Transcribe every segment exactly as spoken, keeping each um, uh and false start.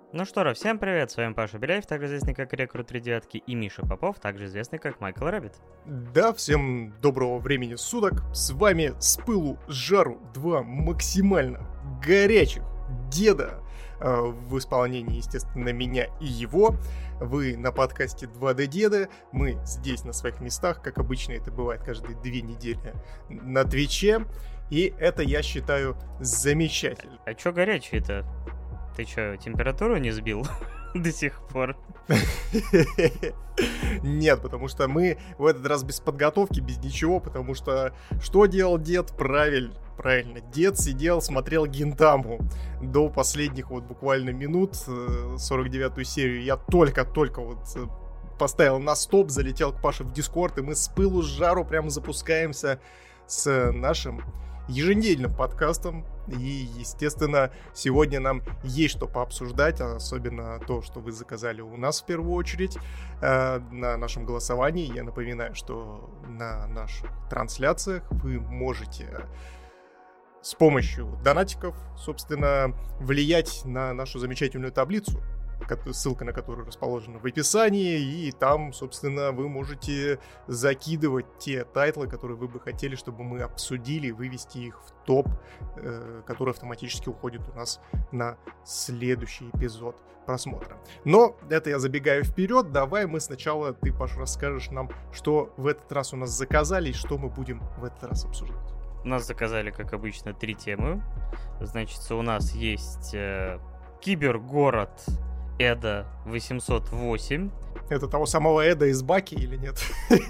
Ну что ж, всем привет, с вами Паша Беляев, также известный как Рекрут три девятки, и Миша Попов, также известный как Майкл Рэббит. Да, всем доброго времени суток, с вами с пылу с жару два максимально горячих деда э, в исполнении, естественно, меня и его. Вы на подкасте два дэ Деды, мы здесь на своих местах, как обычно это бывает каждые две недели на Твиче, и это, я считаю, замечательно. А чё горячий-то? Ты чё, температуру не сбил до сих пор? Нет, потому что мы в этот раз без подготовки, без ничего, потому что что делал дед? Правильно, правильно. Дед сидел, смотрел Гинтаму до последних вот буквально минут, сорок девятую серию. Я только-только вот поставил на стоп, залетел к Паше в Дискорд, и мы с пылу с жару прям запускаемся с нашим еженедельным подкастом. И, естественно, сегодня нам есть что пообсуждать, особенно то, что вы заказали у нас в первую очередь э, на нашем голосовании. Я напоминаю, что на наших трансляциях вы можете с помощью донатиков, собственно, влиять на нашу замечательную таблицу, ссылка на которую расположена в описании, и там, собственно, вы можете закидывать те тайтлы, которые вы бы хотели, чтобы мы обсудили, вывести их в топ, э, который автоматически уходит у нас на следующий эпизод просмотра. Но это я забегаю вперед, давай мы сначала, ты, Паш, расскажешь нам, что в этот раз у нас заказали и что мы будем в этот раз обсуждать. У нас заказали, как обычно, три темы. Значит, у нас есть э, кибергород Эда восемьсот восемь. Это того самого Эда из Баки или нет?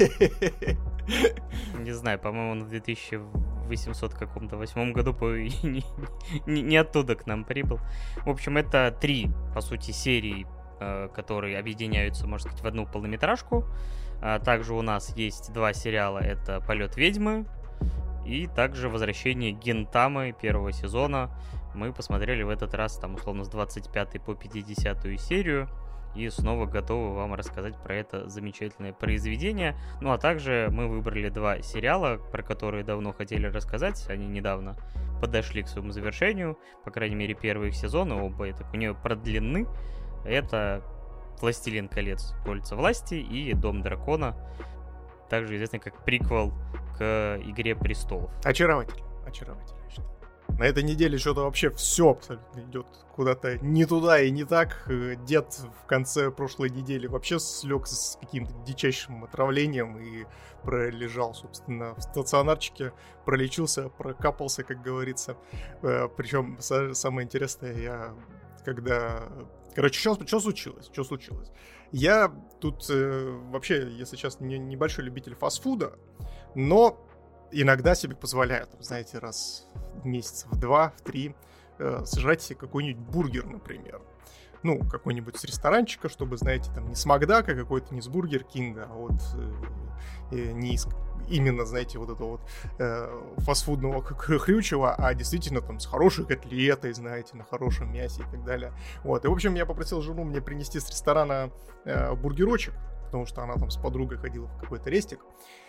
Не знаю, по-моему, он в две тысячи восемьсот каком-то восьмом году по... не, не, не оттуда к нам прибыл. В общем, это три, по сути, серии, э, которые объединяются, можно сказать, в одну полнометражку. А также у нас есть два сериала. Это «Полет ведьмы» и также «Возвращение Гинтамы» первого сезона. Мы посмотрели в этот раз, там, условно, с двадцать пятой по пятидесятую серию, и снова готовы вам рассказать про это замечательное произведение. Ну, а также мы выбрали два сериала, про которые давно хотели рассказать. Они недавно подошли к своему завершению, по крайней мере, первые сезоны, оба так, у нее продлены. Это «Властелин колец. Кольца власти» и «Дом дракона», также известный как приквел к «Игре престолов». Очаровательно, очаровательно, я считаю. На этой неделе что-то вообще все абсолютно идет куда-то не туда и не так. Дед в конце прошлой недели вообще слег с каким-то дичайшим отравлением и пролежал, собственно, в стационарчике, пролечился, прокапался, как говорится. Причем самое интересное, я когда... Короче, что, что случилось? Что случилось? Я тут э, вообще, если честно, не, небольшой любитель фастфуда, но иногда себе позволяю, там, знаете, раз в месяц, в два, в три, э, сожрать себе какой-нибудь бургер, например. Ну, какой-нибудь с ресторанчика, чтобы, знаете, там, не с Макдака какой-то, не с Бургер Кинга, а вот э, не из именно, знаете, вот этого вот э, фастфудного хрючего, а действительно там с хорошей котлетой, знаете, на хорошем мясе и так далее. Вот, и, в общем, я попросил жену мне принести с ресторана э, бургерочек, потому что она там с подругой ходила в какой-то рестик.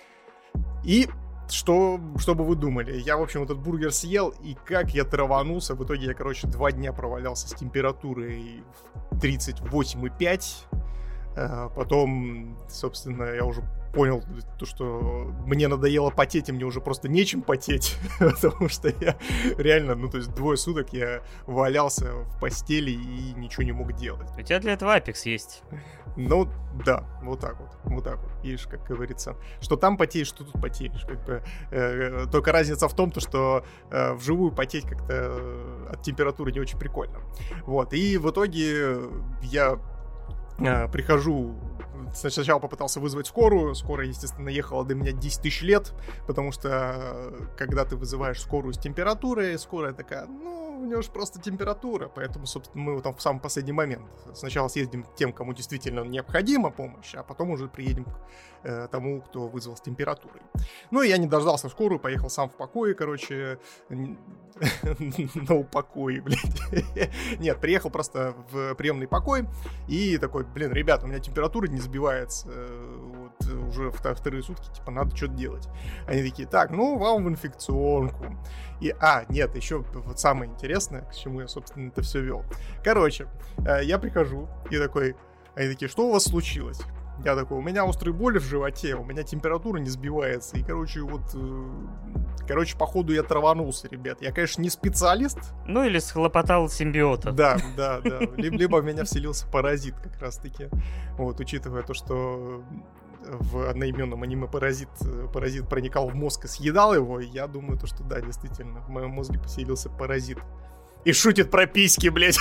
И Что, что бы вы думали? Я, в общем, этот бургер съел, и как я траванулся. В итоге я, короче, два дня провалялся с температурой в тридцать восемь и пять. Потом, собственно, я уже понял, то, что мне надоело потеть, и мне уже просто нечем потеть. Потому что я реально, ну, то есть двое суток я валялся в постели и ничего не мог делать. У тебя для этого Апекс есть. Ну, да, вот так вот, вот так вот, видишь, как говорится, что там потеешь, что тут потеешь, как бы, э, только разница в том, то, что э, вживую потеть как-то э, от температуры не очень прикольно, вот, и в итоге я э, прихожу, сначала попытался вызвать скорую, скорая, естественно, ехала до меня десять тысяч лет, потому что, э, когда ты вызываешь скорую с температурой, скорая такая, ну, у него же просто температура, поэтому, собственно, мы там в самый последний момент сначала съездим к тем, кому действительно необходима помощь, а потом уже приедем к э, тому, кто вызвал с температурой. Ну, и я не дождался скорую, поехал сам в покое, короче, на упокое, блядь. Нет, приехал просто в приемный покой и такой, блин, ребята, у меня температура не сбивается, вот, уже вторые сутки, типа, надо что-то делать. Они такие, так, ну, вам в инфекционку. И, а, нет, еще вот самое интересное, к чему я, собственно, это все вел. Короче, я прихожу и такой, они такие, что у вас случилось? Я такой, у меня острые боли в животе, у меня температура не сбивается. И, короче, вот... Короче, походу я траванулся, ребят. Я, конечно, не специалист. Ну, или схлопотал симбиота. Да, да, да. Либо в меня вселился паразит как раз-таки. Вот, учитывая то, что в одноименном аниме паразит, паразит проникал в мозг и съедал его, я думаю, то, что да, действительно, в моем мозге поселился паразит. И шутит про письки, блядь.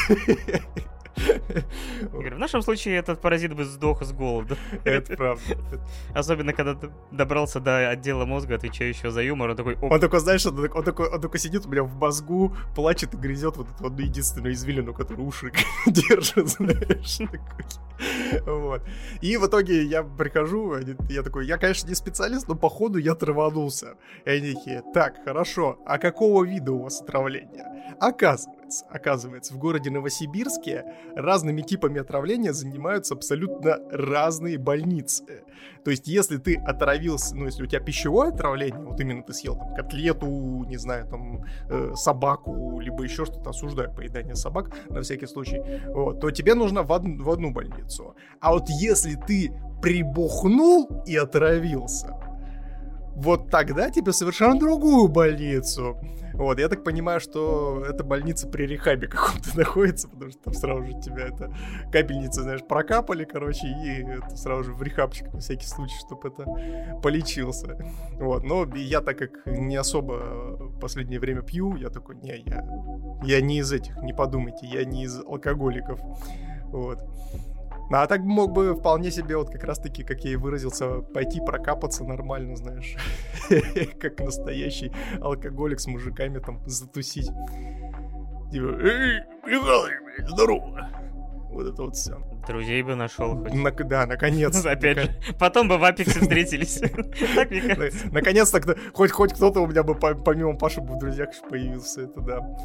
Игорь, в нашем случае этот паразит бы сдох с голода. Это правда. Особенно, когда ты добрался до отдела мозга, отвечающего за юмор, он такой... Оп. Он такой, знаешь, он, он, такой, он такой сидит у меня в мозгу, плачет и грызет вот эту одну единственную извилину, которую уши держит, знаешь. Вот. И в итоге я прихожу, я такой, я, конечно, не специалист, но походу я траванулся. И они такие, так, хорошо, а какого вида у вас отравление? Оказывается, оказывается, в городе Новосибирске разными типами отравления занимаются абсолютно разные больницы. То есть, если ты отравился, ну, если у тебя пищевое отравление, вот именно ты съел там котлету, не знаю, там, э, собаку, либо еще что-то, осуждаю поедание собак, на всякий случай, вот, то тебе нужно в, од- в одну больницу. А вот если ты прибухнул и отравился, вот тогда тебе совершенно другую больницу. Вот, я так понимаю, что эта больница при рехабе каком-то находится, потому что там сразу же тебя это капельницы, знаешь, прокапали, короче, и это сразу же в рехабчик на всякий случай, чтобы это полечился. Вот, но я, так как не особо в последнее время пью, я такой, не, я, я не из этих, не подумайте, я не из алкоголиков. Вот. Ну, а так мог бы вполне себе, вот как раз-таки, как я и выразился, пойти прокапаться нормально, знаешь, как настоящий алкоголик с мужиками там затусить. Типа, эй, Михалыч, здорово! Вот это вот все. Друзей бы нашел хоть. На, да, наконец-то. Опять же, потом бы в Апексе встретились. Так, мне кажется. Наконец-то хоть, хоть кто-то у меня бы помимо Паши бы в друзьях появился, это да.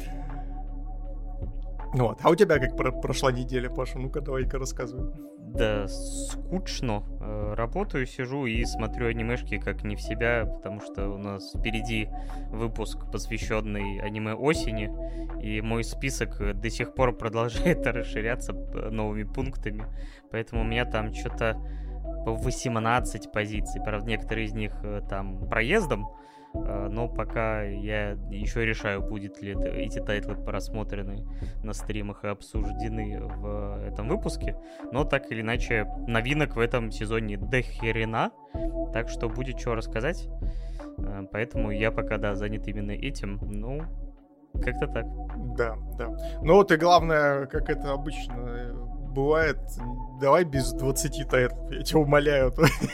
Вот. А у тебя как про- прошла неделя, Паша? Ну-ка, давай-ка рассказывай. Да, скучно. Работаю, сижу и смотрю анимешки как не в себя, потому что у нас впереди выпуск, посвященный аниме осени, и мой список до сих пор продолжает расширяться новыми пунктами, поэтому у меня там что-то восемнадцать позиций. Правда, некоторые из них там проездом, но пока я еще решаю, будет ли это, эти тайтлы просмотрены на стримах и обсуждены в этом выпуске. Но так или иначе, новинок в этом сезоне до херена, так что будет что рассказать. Поэтому я пока, да, занят именно этим. Ну, как-то так. Да, да. Ну вот и главное, как это обычно бывает, давай без двадцати тайтлов, я тебя умоляю.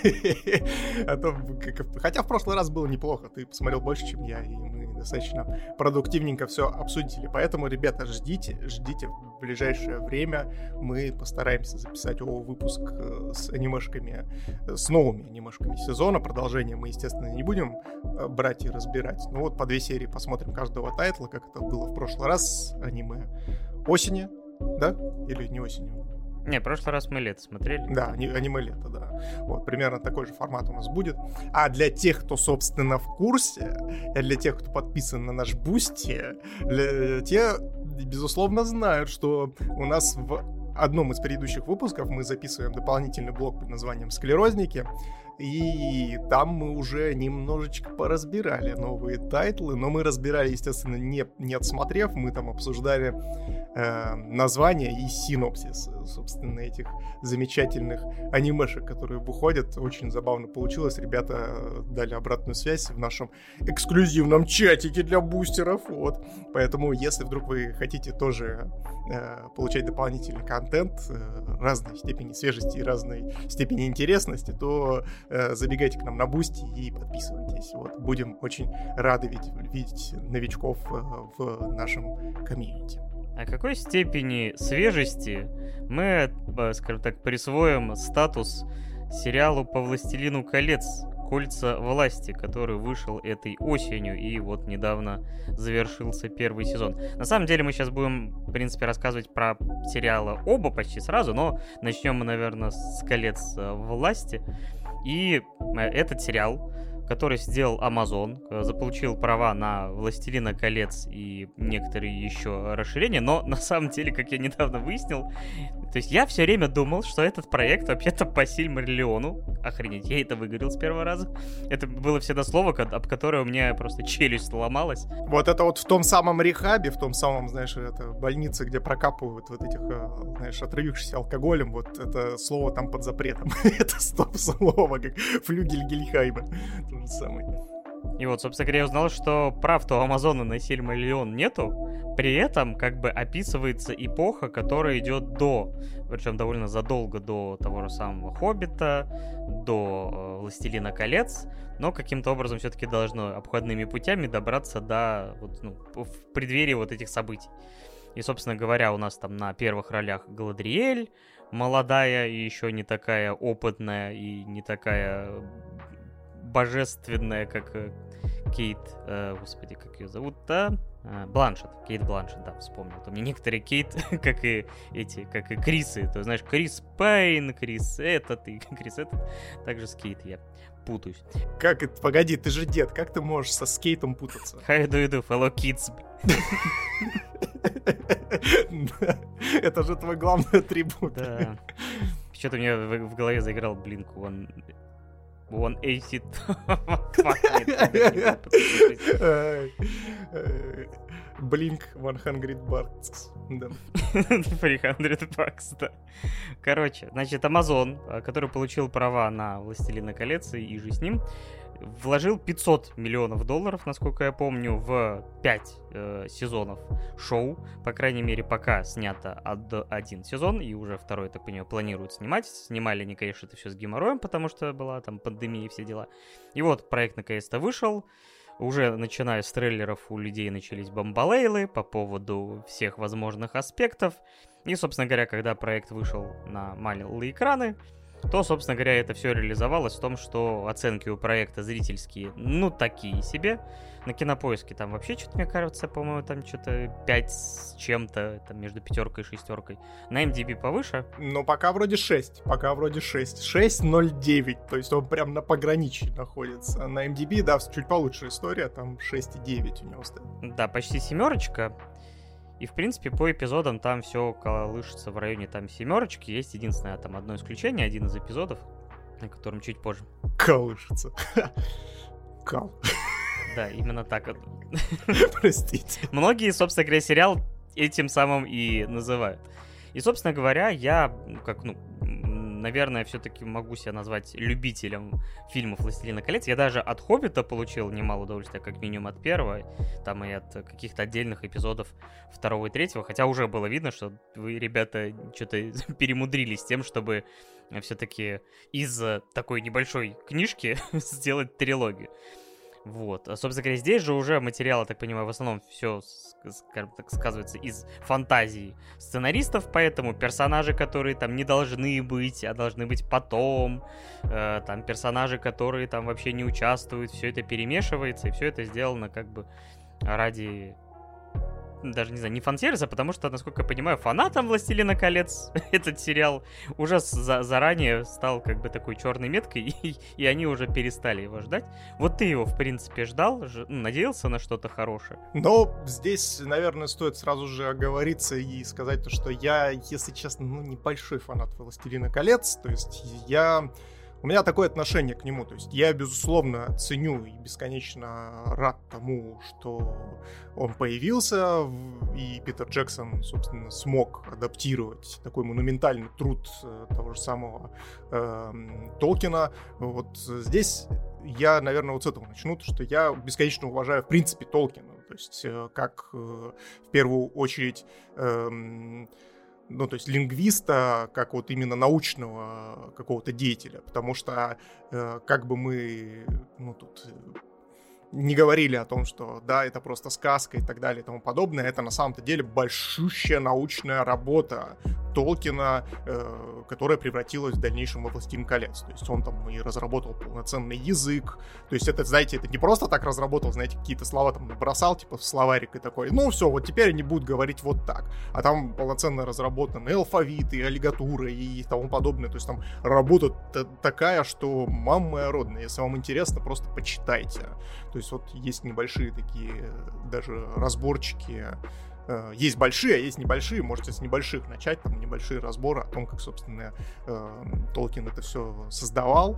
А то, хотя в прошлый раз было неплохо, ты посмотрел больше, чем я, и мы достаточно продуктивненько все обсудили. Поэтому, ребята, ждите, ждите в ближайшее время. Мы постараемся записать выпуск с анимешками, с новыми анимешками сезона. Продолжение мы, естественно, не будем брать и разбирать. Ну вот по две серии посмотрим каждого тайтла, как это было в прошлый раз. Аниме осени, да? Или не осенью? Не, в прошлый раз мы лето смотрели. Да, аниме лето, да. Вот, примерно такой же формат у нас будет. А для тех, кто, собственно, в курсе, и для тех, кто подписан на наш Бусти, для... те, безусловно, знают, что у нас в одном из предыдущих выпусков мы записываем дополнительный блок под названием «Склерозники», и там мы уже немножечко поразбирали новые тайтлы, но мы разбирали, естественно, не, не отсмотрев, мы там обсуждали э, названия и синопсис, собственно, этих замечательных анимешек, которые выходят. Очень забавно получилось, ребята дали обратную связь в нашем эксклюзивном чатике для бустеров, вот. Поэтому, если вдруг вы хотите тоже э, получать дополнительный контент э, разной степени свежести и разной степени интересности, то забегайте к нам на Бусти и подписывайтесь. Вот. Будем очень рады видеть, видеть новичков в нашем комьюнити. А какой степени свежести мы, скажем так, присвоим статус сериалу по «Властелину колец» «Кольца власти», который вышел этой осенью и вот недавно завершился первый сезон. На самом деле мы сейчас будем, в принципе, рассказывать про сериалы оба почти сразу, но начнем мы, наверное, с «Колец власти». И этот сериал, который сделал Amazon, заполучил права на «Властелина колец» и некоторые еще расширения, но на самом деле, как я недавно выяснил, то есть я все время думал, что этот проект вообще-то по Сильмариллиону. Охренеть, я это выговорил с первого раза. Это было всегда слово, об которое у меня просто челюсть сломалась. Вот это вот в том самом рехабе, в том самом, знаешь, это больнице, где прокапывают вот этих, знаешь, отравившихся алкоголем, вот это слово там под запретом. Это стоп-слово, как флюгель Гельхайма. То же самое. И вот, собственно говоря, я узнал, что прав-то у Амазона на Сильмариллион нету. При этом как бы описывается эпоха, которая идет до, причем довольно задолго до того же самого Хоббита, до э, Властелина колец, но каким-то образом все-таки должно обходными путями добраться до, вот, ну, в преддверии вот этих событий. И, собственно говоря, у нас там на первых ролях Галадриэль, молодая и еще не такая опытная и не такая божественная, как Кейт, э, господи, как ее зовут-то? Э, Бланшетт, Кейт Бланшетт, да, вспомнил. У меня некоторые Кейт, как и эти, как и Крисы, то знаешь, Крис Пейн, Крис этот и Крис этот, также с Кейт я путаюсь. Как это? Погоди, ты же дед, как ты можешь со скейтом путаться? How do you do, fellow kids? Это же твой главный атрибут. Да. Что-то у меня в голове заиграл Blink One... One eighty. Blink one hundred bucks. Да. триста баксов, да. Короче, значит, Amazon, который получил права на «Властелина колец» и же с ним, вложил пятьсот миллионов долларов, насколько я помню, в пять э, сезонов шоу. По крайней мере, пока снято од- один сезон, и уже второй, я так понимаю, планируют снимать. Снимали они, конечно, это все с геморроем, потому что была там пандемия и все дела. И вот проект наконец-то вышел. Уже начиная с трейлеров у людей начались бомбалейлы по поводу всех возможных аспектов. И, собственно говоря, когда проект вышел на малые экраны, то, собственно говоря, это все реализовалось в том, что оценки у проекта зрительские, ну, такие себе. На Кинопоиске там вообще что-то, мне кажется, по-моему, там что-то пять с чем-то, там между пятеркой и шестеркой. На эм ди би повыше. Ну, пока вроде шесть, пока вроде шесть. шесть ноль девять, то есть он прям на пограничье находится. На эм ди би, да, чуть получше история, там шесть и девять у него стоит. Да, почти семерочка. И, в принципе, по эпизодам там все колышется в районе там семерочки. Есть единственное там одно исключение, один из эпизодов, о котором чуть позже. Колышется. Кал. Да, именно так. Простите. Многие, собственно говоря, сериал этим самым и называют. И, собственно говоря, я, как, ну, наверное, все-таки могу себя назвать любителем фильмов «Властелина колец». Я даже от «Хоббита» получил немало удовольствия, как минимум от первого, там и от каких-то отдельных эпизодов второго и третьего, хотя уже было видно, что вы, ребята, что-то перемудрились с тем, чтобы все-таки из такой небольшой книжки сделать трилогию. Вот. А, собственно говоря, здесь же уже материал, я так понимаю, в основном все, скажем так, сказывается из фантазии сценаристов, поэтому персонажи, которые там не должны быть, а должны быть потом, э, там персонажи, которые там вообще не участвуют, все это перемешивается, и все это сделано как бы ради... даже, не знаю, не фан-сервиса, потому что, насколько я понимаю, фанатам «Властелина колец» этот сериал уже за- заранее стал как бы такой черной меткой, и, и они уже перестали его ждать. Вот ты его, в принципе, ждал, ж- надеялся на что-то хорошее? Но здесь, наверное, стоит сразу же оговориться и сказать то, что я, если честно, ну, небольшой фанат «Властелина колец», то есть я... У меня такое отношение к нему, то есть я, безусловно, ценю и бесконечно рад тому, что он появился, и Питер Джексон, собственно, смог адаптировать такой монументальный труд того же самого э, Толкина. Вот здесь я, наверное, вот с этого начну, то, что я бесконечно уважаю, в принципе, Толкина, то есть как, в первую очередь... Э, ну, то есть лингвиста, как вот именно научного какого-то деятеля, потому что э, как бы мы, ну, тут не говорили о том, что, да, это просто сказка и так далее и тому подобное, это на самом-то деле большущая научная работа Толкина, э, которая превратилась в дальнейшем во «Властелин колец». То есть он там и разработал полноценный язык. То есть это, знаете, это не просто так разработал, знаете, какие-то слова там набросал, типа в словарик и такой, ну все, вот теперь они будут говорить вот так. А там полноценно разработан и алфавит, и аллигатура, и тому подобное. То есть там работа такая, что мама моя родная, если вам интересно, просто почитайте. То есть вот есть небольшие такие даже разборчики. Есть большие, а есть небольшие. Можете с небольших начать, там небольшие разборы о том, как, собственно, Толкин это все создавал.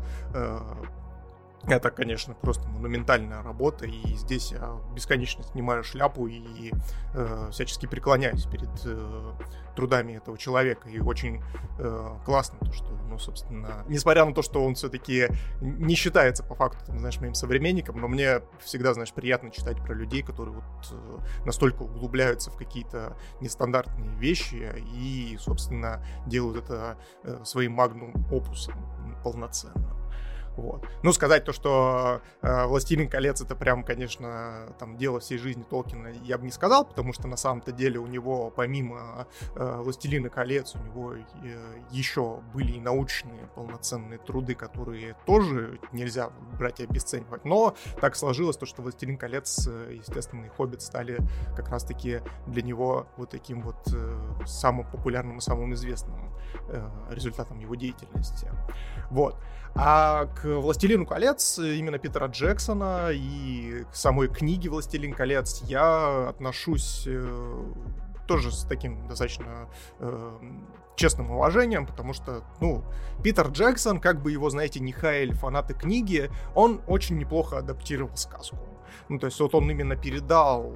Это, конечно, просто монументальная работа, и здесь я бесконечно снимаю шляпу и э, всячески преклоняюсь перед э, трудами этого человека. И очень э, классно то, что, ну, собственно, несмотря на то, что он все-таки не считается по факту, там, знаешь, моим современником, но мне всегда, знаешь, приятно читать про людей, которые вот э, настолько углубляются в какие-то нестандартные вещи и, собственно, делают это э, своим магнум опусом полноценно. Вот. Ну, сказать то, что э, «Властелин колец» — это прям, конечно, там, дело всей жизни Толкина, я бы не сказал, потому что на самом-то деле у него, помимо э, «Властелина колец», у него э, еще были и научные полноценные труды, которые тоже нельзя брать и обесценивать. Но так сложилось то, что «Властелин колец», естественно, и «Хоббит» стали как раз-таки для него вот таким вот э, самым популярным и самым известным э, результатом его деятельности. Вот. А к «Властелину колец» именно Питера Джексона и к самой книге «Властелин колец» я отношусь э, тоже с таким достаточно э, честным уважением, потому что, ну, Питер Джексон, как бы его, знаете, не хаяли фанаты книги, он очень неплохо адаптировал сказку. Ну, то есть вот он именно передал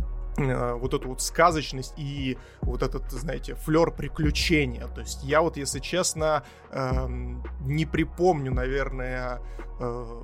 вот эту вот сказочность и вот этот, знаете, флёр приключения. То есть я вот, если честно, эм, не припомню, наверное, э,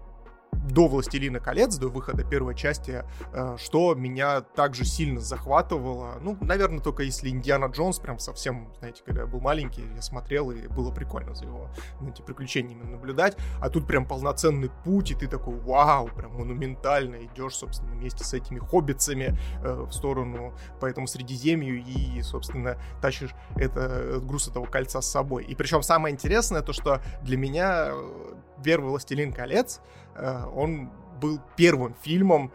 до «Властелина колец», до выхода первой части, э, что меня так же сильно захватывало. Ну, наверное, только если «Индиана Джонс», прям совсем, знаете, когда я был маленький, я смотрел, и было прикольно за его, знаете, приключениями наблюдать. А тут прям полноценный путь, и ты такой, вау, прям монументально идешь, собственно, вместе с этими хоббитцами э, в сторону по этому Средиземью и, собственно, тащишь это, этот груз этого кольца с собой. И причем самое интересное то, что для меня первый «Властелин колец», он был первым фильмом,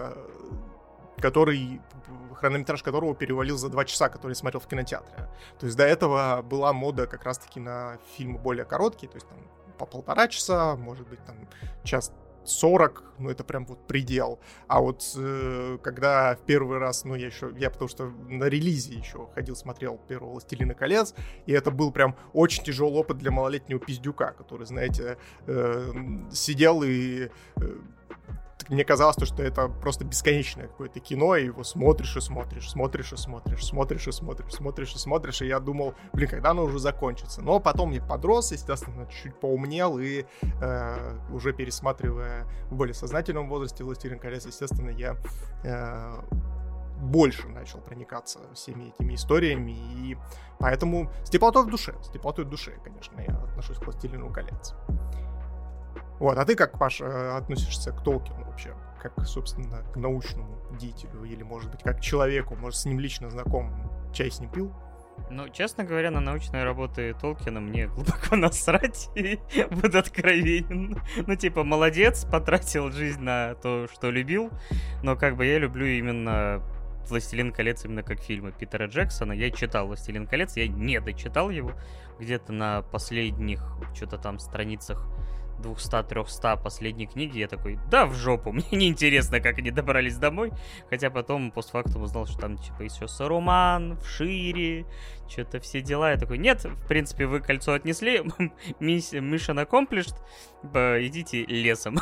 который, хронометраж которого перевалил за два часа, который я смотрел в кинотеатре. То есть до этого была мода как раз-таки на фильмы более короткие, то есть там по полтора часа, может быть, там час сорок, ну это прям вот предел. А вот э, когда в первый раз, ну я еще, я потому что на релизе еще ходил, смотрел первого «Властелина колец», и это был прям очень тяжелый опыт для малолетнего пиздюка, который, знаете, э, сидел и... Э, мне казалось, что это просто бесконечное какое-то кино, и его смотришь и смотришь, смотришь и смотришь, смотришь и смотришь, смотришь и смотришь, и я думал, блин, когда оно уже закончится. Но потом я подрос, естественно, чуть-чуть поумнел, и э, уже пересматривая в более сознательном возрасте «Властелин колец», естественно, я э, больше начал проникаться всеми этими историями, и поэтому с теплотой в душе, с теплотой в душе, конечно, я отношусь к «Властелину колец». Вот, а ты как, Паш, относишься к Толкину вообще? Как, собственно, к научному деятелю? Или, может быть, как к человеку? Может, с ним лично знаком? Чай с ним пил? Ну, честно говоря, на научные работы Толкина мне глубоко насрать, и буду откровенен. Ну, типа, молодец, потратил жизнь на то, что любил, но как бы я люблю именно «Властелин колец» именно как фильмы Питера Джексона. Я читал «Властелин колец», я не дочитал его. Где-то на последних, что-то там, страницах двести-триста последней книги я такой, да в жопу, мне не интересно, как они добрались домой. Хотя потом постфактум узнал, что там типа еще Саруман, Вшире, что-то все дела. Я такой, нет, в принципе, вы кольцо отнесли, mission accomplished, идите лесом.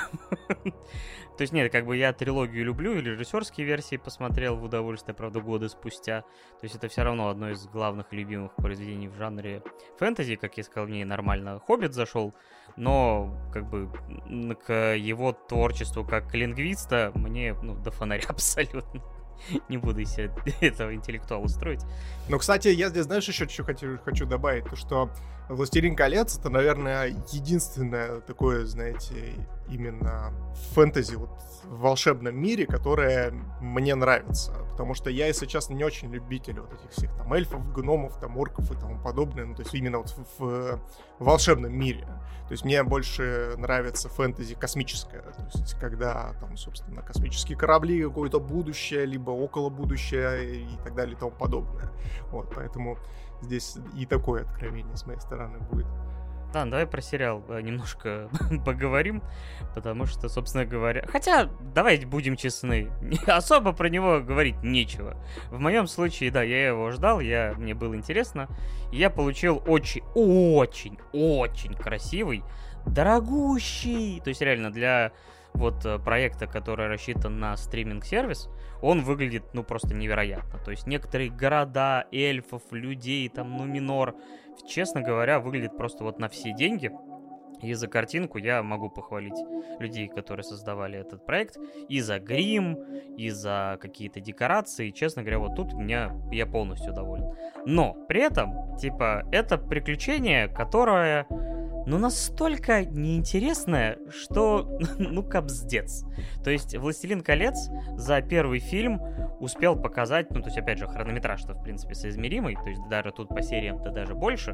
То есть нет, как бы я трилогию люблю, и режиссерские версии посмотрел в удовольствие, правда, годы спустя. То есть это все равно одно из главных любимых произведений в жанре фэнтези, как я сказал, мне нормально «Хоббит» зашел, но как бы к его творчеству как к лингвиста мне, ну, до фонаря абсолютно. не буду из себя этого интеллектуала строить. Ну, кстати, я здесь, знаешь, еще что хочу, хочу добавить, то что «Властелин колец» — это, наверное, единственное такое, знаете, именно фэнтези вот в волшебном мире, которое мне нравится. Потому что я, если честно, не очень любитель вот этих всех там эльфов, гномов, там орков и тому подобное. Ну, то есть именно вот в, в волшебном мире. То есть мне больше нравится фэнтези космическое. То есть когда там, собственно, космические корабли, какое-то будущее, либо около будущее и так далее и тому подобное. Вот, поэтому здесь и такое откровение с моей стороны будет. Да, давай про сериал немножко поговорим, потому что, собственно говоря... Хотя, давайте будем честны, особо про него говорить нечего. В моем случае, да, я его ждал, я, мне было интересно, и я получил очень, очень, очень красивый, дорогущий, то есть реально для вот проекта, который рассчитан на стриминг-сервис, он выглядит, ну, просто невероятно. То есть некоторые города, эльфов, людей, там, Нуминор, честно говоря, выглядит просто вот на все деньги. И за картинку я могу похвалить людей, которые создавали этот проект, и за грим, и за какие-то декорации. Честно говоря, вот тут меня, я полностью доволен. Но при этом, типа, это приключение, которое, ну, настолько неинтересное, что, ну, капздец. То есть «Властелин колец» за первый фильм успел показать, ну, то есть, опять же, хронометраж-то, в принципе, соизмеримый, то есть даже тут по сериям-то даже больше.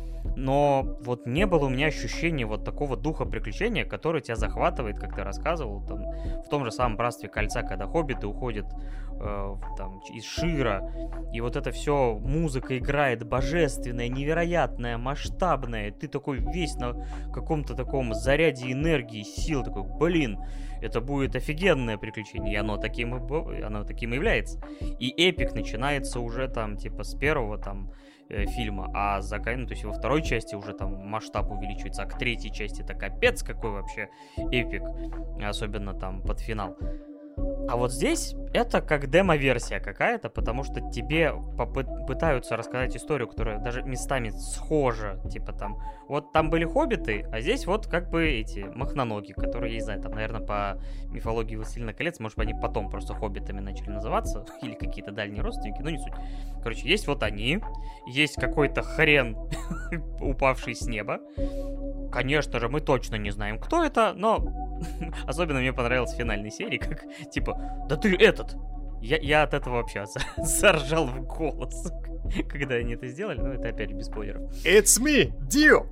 Но вот не было у меня ощущения вот такого духа приключения, который тебя захватывает, как ты рассказывал, там, в том же самом «Братстве кольца», когда хоббиты уходят э, там, из Шира, и вот это все, музыка играет божественная, невероятная, масштабная, ты такой весь на каком-то таком заряде энергии, сил, такой, блин, это будет офигенное приключение, и оно таким, оно таким и является. И эпик начинается уже там, типа, с первого там фильма, а за, ну, то есть во второй части уже там масштаб увеличивается, а к третьей части это капец какой вообще эпик, особенно там под финал. А вот здесь это как демо-версия какая-то, потому что тебе попы- пытаются рассказать историю, которая даже местами схожа, типа там, вот там были хоббиты, а здесь вот как бы эти махноноги, которые, я не знаю, там, наверное, по мифологии «Властелина колец», может, они потом просто хоббитами начали называться, или какие-то дальние родственники, но не суть. Короче, есть вот они, есть какой-то хрен, упавший с неба. Конечно же, мы точно не знаем, кто это, но особенно мне понравилась в финальной серии, как, типа, да ты этот! Я, я от этого вообще заржал в голос, когда они это сделали, но это опять без спойлеров. It's me, Dio!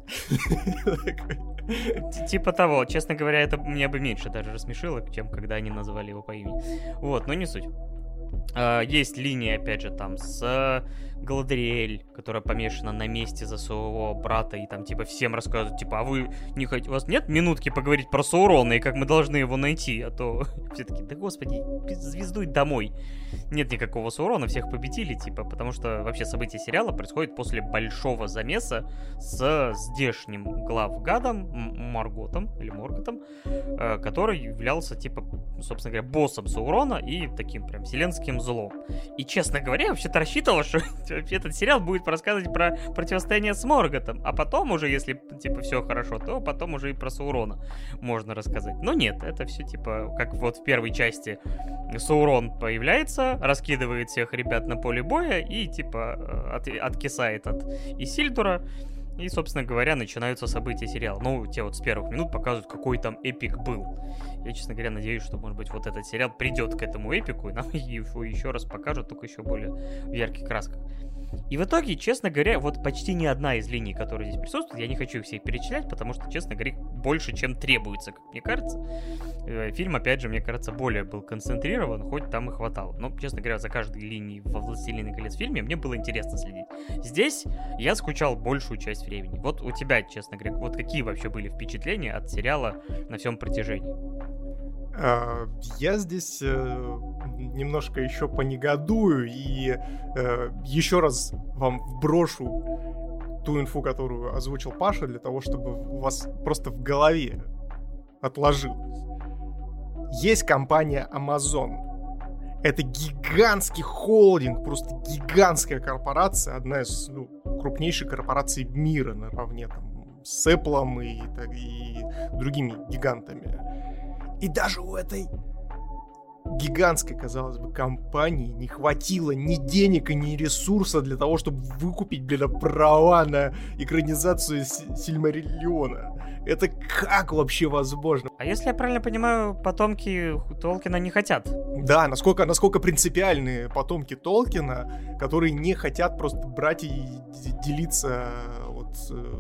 Типа того, честно говоря, это меня бы меньше даже рассмешило, чем когда они назвали его по имени. Вот, но не суть. Есть линия, опять же, там с Галадриэль, которая помешана на месте за своего брата, и там, типа, всем рассказывают, типа, а вы не хотите, у вас нет минутки поговорить про Саурона и как мы должны его найти, а то все таки, да господи, звездуй домой. Нет никакого Саурона, всех победили, типа, потому что вообще события сериала происходят после большого замеса с здешним главгадом, Марготом, или Морготом, который являлся, типа, собственно говоря, боссом Саурона и таким прям вселенским злом. И, честно говоря, я вообще-то рассчитывал, что этот сериал будет рассказывать про противостояние с Морготом, а потом уже, если, типа, все хорошо, то потом уже и про Саурона можно рассказать. Но нет, это все, типа, как вот в первой части Саурон появляется, раскидывает всех ребят на поле боя и, типа, от, откисает от Исильдура. И, собственно говоря, начинаются события сериала. Ну, те вот с первых минут показывают, какой там эпик был. Я, честно говоря, надеюсь, что, может быть, вот этот сериал придет к этому эпику, и нам его еще раз покажут, только еще более в ярких красках. И в итоге, честно говоря, вот почти ни одна из линий, которые здесь присутствуют, я не хочу их все перечислять, потому что, честно говоря, больше, чем требуется, как мне кажется. Фильм, опять же, мне кажется, более был концентрирован, хоть там и хватало. Но, честно говоря, за каждой линией во «Властелине колец» фильме мне было интересно следить. Здесь я скучал большую часть времени. Вот у тебя, честно говоря, вот какие вообще были впечатления от сериала на всем протяжении? Я здесь э, немножко еще понегодую и э, еще раз вам вброшу ту инфу, которую озвучил Паша, для того, чтобы у вас просто в голове отложилось. Есть компания Amazon. Это гигантский холдинг, просто гигантская корпорация, одна из, ну, крупнейших корпораций мира наравне там, с Apple и, так, и другими гигантами. И даже у этой гигантской, казалось бы, компании не хватило ни денег и ни ресурса для того, чтобы выкупить, блин, права на экранизацию Сильмариллиона. Это как вообще возможно? А если я правильно понимаю, потомки Толкина не хотят? Да, насколько, насколько принципиальные потомки Толкина, которые не хотят просто брать и делиться вот,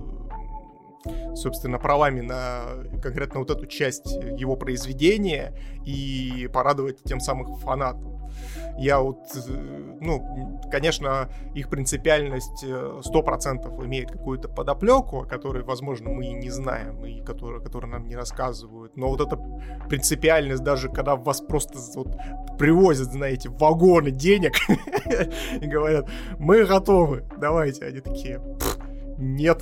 собственно, правами на конкретно вот эту часть его произведения и порадовать тем самым фанатов. Я вот, ну, конечно, их принципиальность сто процентов имеет какую-то подоплеку, о которой, возможно, мы и не знаем, и которую, которую нам не рассказывают. Но вот эта принципиальность, даже когда вас просто вот привозят, знаете, вагоны денег и говорят, мы готовы, давайте, они такие... Нет.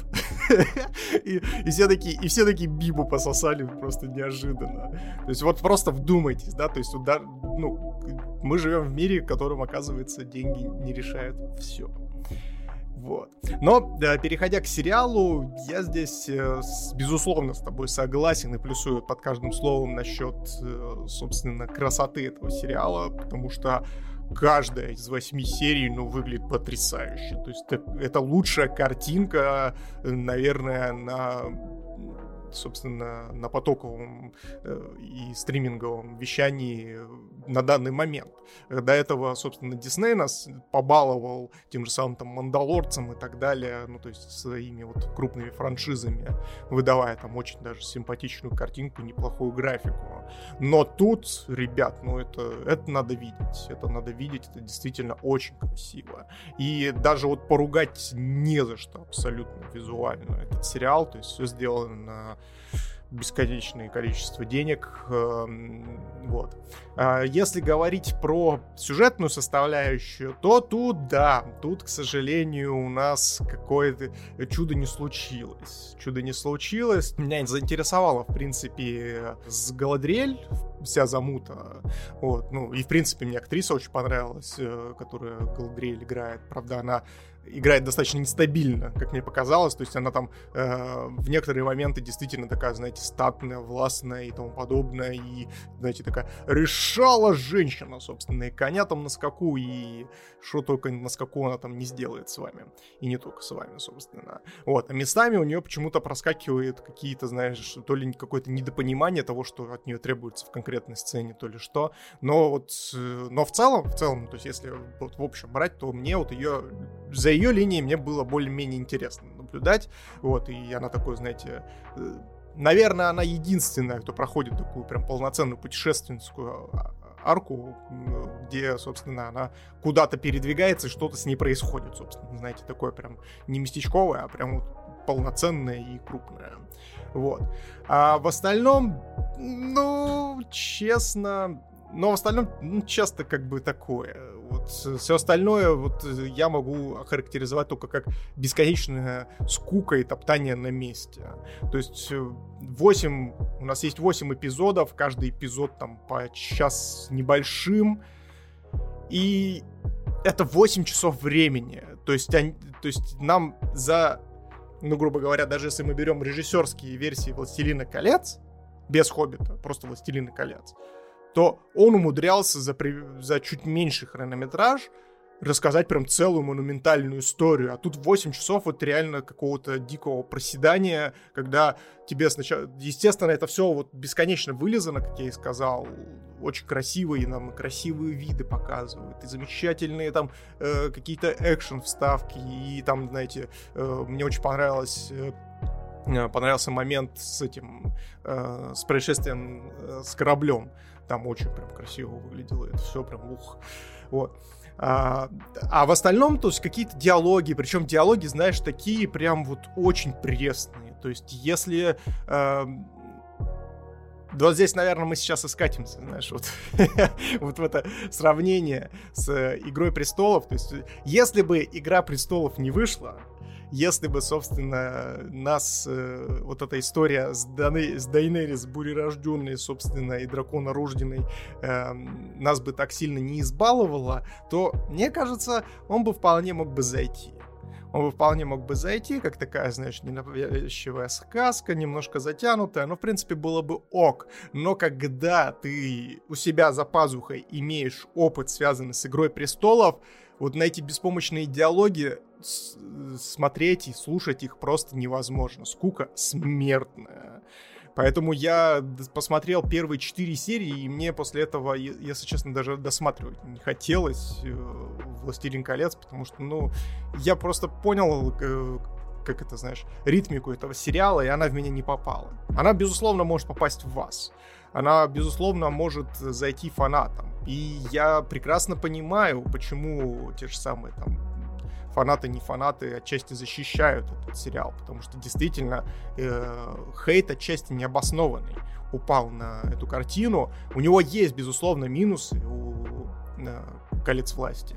и, и, все такие, и все такие Бибу пососали просто неожиданно. То есть вот просто вдумайтесь, да, то есть удар, ну, мы живем в мире, в котором, оказывается, деньги не решают все. Вот. Но, да, переходя к сериалу, я здесь, э, с, безусловно, с тобой согласен и плюсую под каждым словом насчет, э, собственно, красоты этого сериала, потому что каждая из восьми серий, ну, выглядит потрясающе. То есть это, это лучшая картинка, наверное, на, собственно, на потоковом э, и стриминговом вещании на данный момент. До этого, собственно, Дисней нас побаловал тем же самым там Мандалорцем и так далее, ну, то есть своими вот крупными франшизами, выдавая там очень даже симпатичную картинку, неплохую графику. Но тут, ребят, ну, это, это надо видеть, это надо видеть, это действительно очень красиво. И даже вот поругать не за что абсолютно визуально этот сериал, то есть все сделано на бесконечное количество денег. Вот. Если говорить про сюжетную составляющую, то тут, да, тут, к сожалению, у нас какое-то чудо не случилось. Чудо не случилось. Меня заинтересовало, в принципе, с Галадриэль вся замута. Вот. Ну, и, в принципе, мне актриса очень понравилась, которая Галадриэль играет. Правда, она играет достаточно нестабильно, как мне показалось, то есть она там э, в некоторые моменты действительно такая, знаете, статная, властная и тому подобное, и, знаете, такая решала женщина, собственно, и коня там на скаку, и что только на скаку она там не сделает с вами, и не только с вами, собственно. Вот, а местами у нее почему-то проскакивает какие-то, знаешь, то ли какое-то недопонимание того, что от нее требуется в конкретной сцене, то ли что, но вот, но в целом, в целом, то есть если вот в общем брать, то мне вот ее за ее линией мне было более-менее интересно наблюдать, вот, и она такой, знаете, наверное, она единственная, кто проходит такую прям полноценную путешественскую арку, где, собственно, она куда-то передвигается, и что-то с ней происходит, собственно, знаете, такое прям не местечковое, а прям вот полноценное и крупное, вот. А в остальном, ну, честно... Но в остальном, ну, часто как бы такое. Вот все остальное вот я могу охарактеризовать только как бесконечная скука и топтание на месте. То есть восемь, у нас есть восемь эпизодов, каждый эпизод там по час небольшим. И это восемь часов времени. То есть, они, то есть нам за, ну, грубо говоря, даже если мы берем режиссерские версии «Властелина колец», без «Хоббита», просто «Властелина колец», то он умудрялся за, за чуть меньший хронометраж рассказать прям целую монументальную историю. А тут восемь часов вот реально какого-то дикого проседания, когда тебе сначала... Естественно, это все вот бесконечно вылизано, как я и сказал. Очень красивые нам красивые виды показывают. И замечательные там э, какие-то экшен-вставки. И там, знаете, э, мне очень понравилось... Э, понравился момент с этим... Э, с происшествием э, с кораблем. Там очень прям красиво выглядело. Это все прям ух. Вот. А, а в остальном, то есть какие-то диалоги, причем диалоги, знаешь, такие прям вот очень пресные. То есть если... Э, вот здесь, наверное, мы сейчас и скатимся, знаешь, вот, вот в это сравнение с «Игрой престолов». То есть если бы «Игра престолов» не вышла, если бы, собственно, нас э, вот эта история с, Даны, с Дайнерис бурерожденной, собственно, и драконорожденной э, нас бы так сильно не избаловала, то, мне кажется, он бы вполне мог бы зайти. Он бы вполне мог бы зайти, как такая, знаешь, ненавязчивая сказка, немножко затянутая, но, в принципе, было бы ок. Но когда ты у себя за пазухой имеешь опыт, связанный с «Игрой престолов», вот на эти беспомощные диалоги с- смотреть и слушать их просто невозможно. Скука смертная. Поэтому я посмотрел первые четыре серии, и мне после этого, если честно, даже досматривать не хотелось «Властелин колец», потому что, ну, я просто понял, как это, знаешь, ритмику этого сериала, и она в меня не попала. Она, безусловно, может попасть в вас. Она, безусловно, может зайти фанатам. И я прекрасно понимаю, почему те же самые там фанаты, не фанаты отчасти защищают этот сериал, потому что действительно э, хейт отчасти необоснованный упал на эту картину. У него есть, безусловно, минусы у э, «Колец власти»,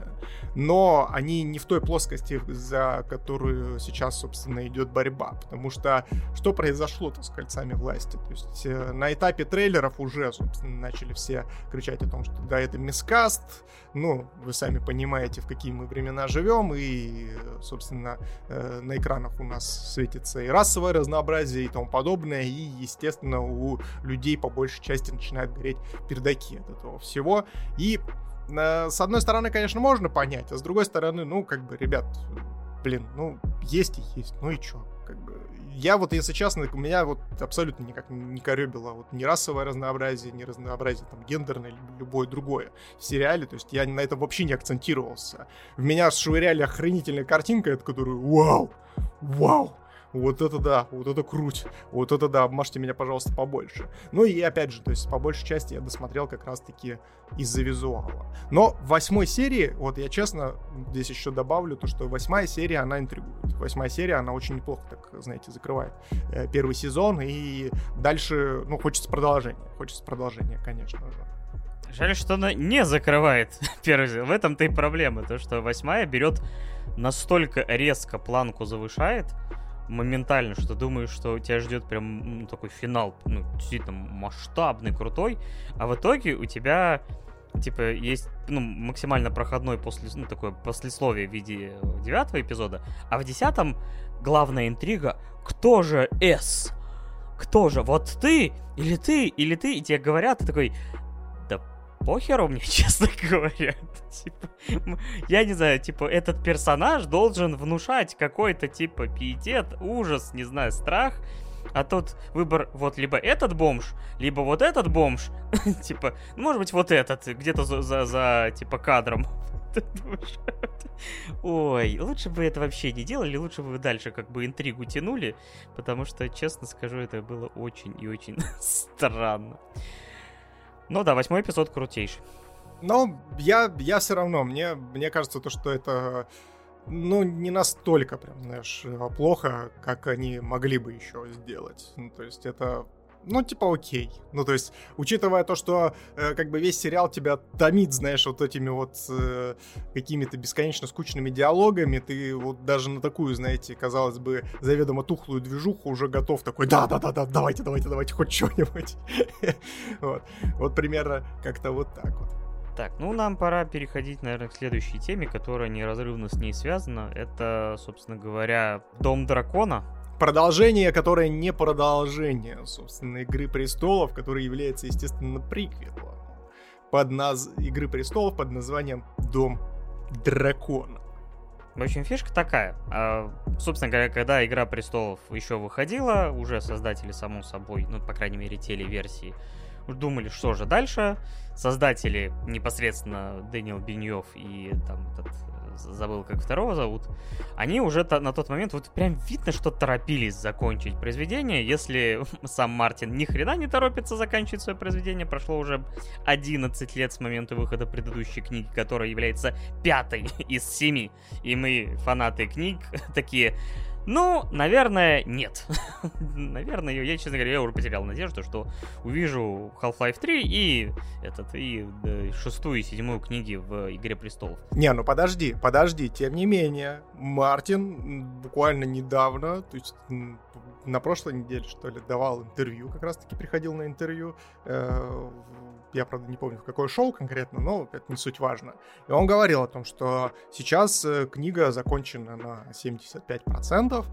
но они не в той плоскости, за которую сейчас, собственно, идет борьба, потому что что произошло-то с «Кольцами власти»? То есть э, на этапе трейлеров уже, собственно, начали все кричать о том, что да, это мискаст, ну, вы сами понимаете, в какие мы времена живем, и, собственно, э, на экранах у нас светится и расовое разнообразие, и тому подобное, и, естественно, у людей по большей части начинают гореть пердаки от этого всего, и э, с одной стороны, конечно, можно понять, а с другой стороны, ну, как бы, ребят, блин, ну, есть и есть, ну и чё, как бы. Я вот, если честно, у меня вот абсолютно никак не корёбило вот ни расовое разнообразие, ни разнообразие там гендерное, или любое другое в сериале, то есть я на этом вообще не акцентировался. В меня швыряли охренительная картинка, от которой вау, вау, вот это да, вот это круть, вот это да, обмажьте меня, пожалуйста, побольше. Ну и опять же, то есть по большей части я досмотрел как раз-таки из-за визуала. Но в восьмой серии, вот я честно здесь еще добавлю, то что восьмая серия, она интригует. Восьмая серия, она очень неплохо, так, знаете, закрывает э, первый сезон, и дальше, ну, хочется продолжения, хочется продолжения, конечно же. Жаль, что она не закрывает первый сезон. В этом-то и проблема, то что восьмая берет настолько резко планку завышает, моментально, что думаешь, что тебя ждет прям ну, такой финал, ну, действительно масштабный, крутой, а в итоге у тебя, типа, есть, ну, максимально проходной после, ну, такое послесловие в виде девятого эпизода, а в десятом главная интрига, кто же С? Кто же? Вот ты? Или ты? Или ты? И тебе говорят, ты такой, да похеру мне, честно говоря. Типа, я не знаю, типа, этот персонаж должен внушать какой-то, типа, пиетет, ужас, не знаю, страх. А тут выбор, вот, либо этот бомж, либо вот этот бомж. Типа, может быть, вот этот, где-то за, за, за типа, кадром. Ой, лучше бы это вообще не делали, лучше бы вы дальше как бы интригу тянули, потому что, честно скажу, это было очень и очень странно. Ну да, восьмой эпизод крутейший. Но я, я все равно, мне, мне кажется, то, что это, ну, не настолько прям, знаешь, плохо, как они могли бы еще сделать. Ну, то есть это, ну, типа, окей. Ну, то есть, учитывая то, что э, как бы весь сериал тебя томит, знаешь, вот этими вот э, какими-то бесконечно скучными диалогами, ты вот даже на такую, знаете, казалось бы, заведомо тухлую движуху уже готов такой, да-да-да-да, давайте, давайте, давайте, хоть что-нибудь. Вот. Вот примерно как-то вот так вот. Так, ну нам пора переходить, наверное, к следующей теме, которая неразрывно с ней связана. Это, собственно говоря, Дом дракона. Продолжение, которое не продолжение, собственно, Игры престолов, которое является, естественно, приквелом под наз... Игры престолов под названием Дом дракона. В общем, фишка такая. А, собственно говоря, когда Игра престолов еще выходила, уже создатели, само собой, ну, по крайней мере, телеверсии, думали, что же дальше. Создатели, непосредственно Дэниел Беньёв и там этот, забыл, как второго зовут, они уже та, на тот момент, вот прям видно, что торопились закончить произведение. Если сам Мартин ни хрена не торопится заканчивать свое произведение, прошло уже одиннадцать лет с момента выхода предыдущей книги, которая является пятой из семи. И мы, фанаты книг, такие... Ну, наверное, нет. Наверное, я, честно говоря, я уже потерял надежду, что увижу Half-Life три и этот, и да, шестую и седьмую книги в «Игре престолов». Не, ну подожди, подожди, тем не менее, Мартин буквально недавно, то есть на прошлой неделе, что ли, давал интервью, как раз-таки приходил на интервью, э, я, правда, не помню, в какое шоу конкретно, но это не суть важно. И он говорил о том, что сейчас книга закончена на семьдесят пять процентов,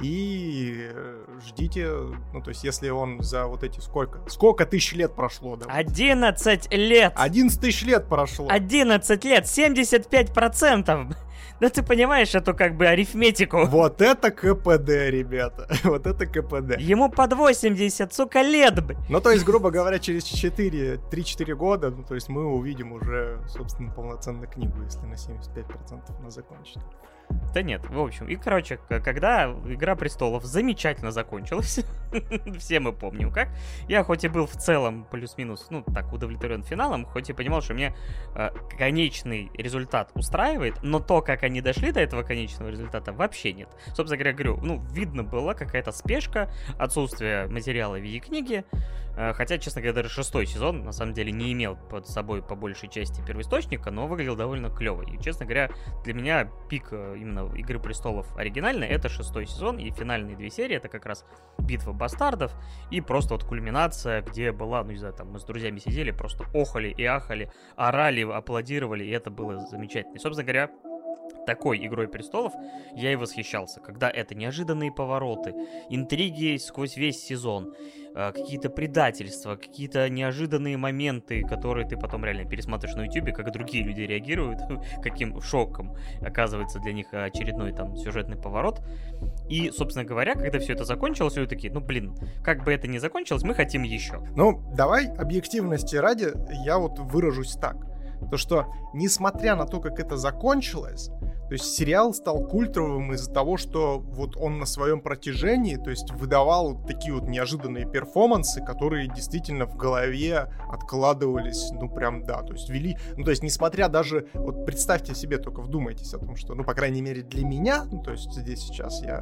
и ждите, ну, то есть, если он за вот эти сколько, сколько тысяч лет прошло, да? одиннадцать лет! одиннадцать тысяч лет прошло! одиннадцать лет, семьдесят пять процентов! Да ты понимаешь эту как бы арифметику? Вот это КПД, ребята. Вот это КПД. Ему под восемьдесят, сука, лет, блядь. Ну, то есть, грубо говоря, через три-четыре года, ну, то есть мы увидим уже, собственно, полноценную книгу, если на семьдесят пять процентов она закончится. Да нет, в общем, и, короче, когда «Игра престолов» замечательно закончилась, все мы помним как, я хоть и был в целом плюс-минус, ну, так, удовлетворен финалом, хоть и понимал, что мне э, конечный результат устраивает, но то, как они дошли до этого конечного результата, вообще нет. Собственно говоря, говорю, ну, видно была какая-то спешка, отсутствие материала в виде книги, э, хотя, честно говоря, даже шестой сезон, на самом деле, не имел под собой по большей части первоисточника, но выглядел довольно клево, и, честно говоря, для меня пик именно «Игры престолов» оригинальной, это шестой сезон, и финальные две серии, это как раз «Битва бастардов» и просто вот кульминация, где была, ну не знаю, там мы с друзьями сидели, просто охали и ахали, орали, аплодировали, и это было замечательно. И, собственно говоря, такой «Игрой престолов» я и восхищался, когда это неожиданные повороты, интриги сквозь весь сезон, какие-то предательства, какие-то неожиданные моменты, которые ты потом реально пересматриваешь на ютубе, как другие люди реагируют, каким шоком оказывается для них очередной там сюжетный поворот. И, собственно говоря, когда все это закончилось, люди такие, ну блин, как бы это ни закончилось, мы хотим еще. Ну, давай объективности ради я вот выражусь так. То, что, несмотря на то, как это закончилось, то есть сериал стал культовым из-за того, что вот он на своем протяжении, то есть выдавал такие вот неожиданные перформансы, которые действительно в голове откладывались, ну прям да, то есть вели, ну то есть несмотря даже, вот представьте себе, только вдумайтесь о том, что, ну по крайней мере для меня, ну то есть здесь сейчас я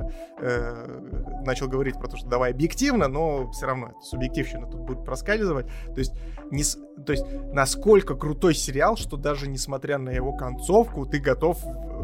э, начал говорить про то, что давай объективно, но все равно это субъективщина тут будет проскальзывать, то есть, не, то есть насколько крутой сериал, что даже несмотря на его концовку, ты готов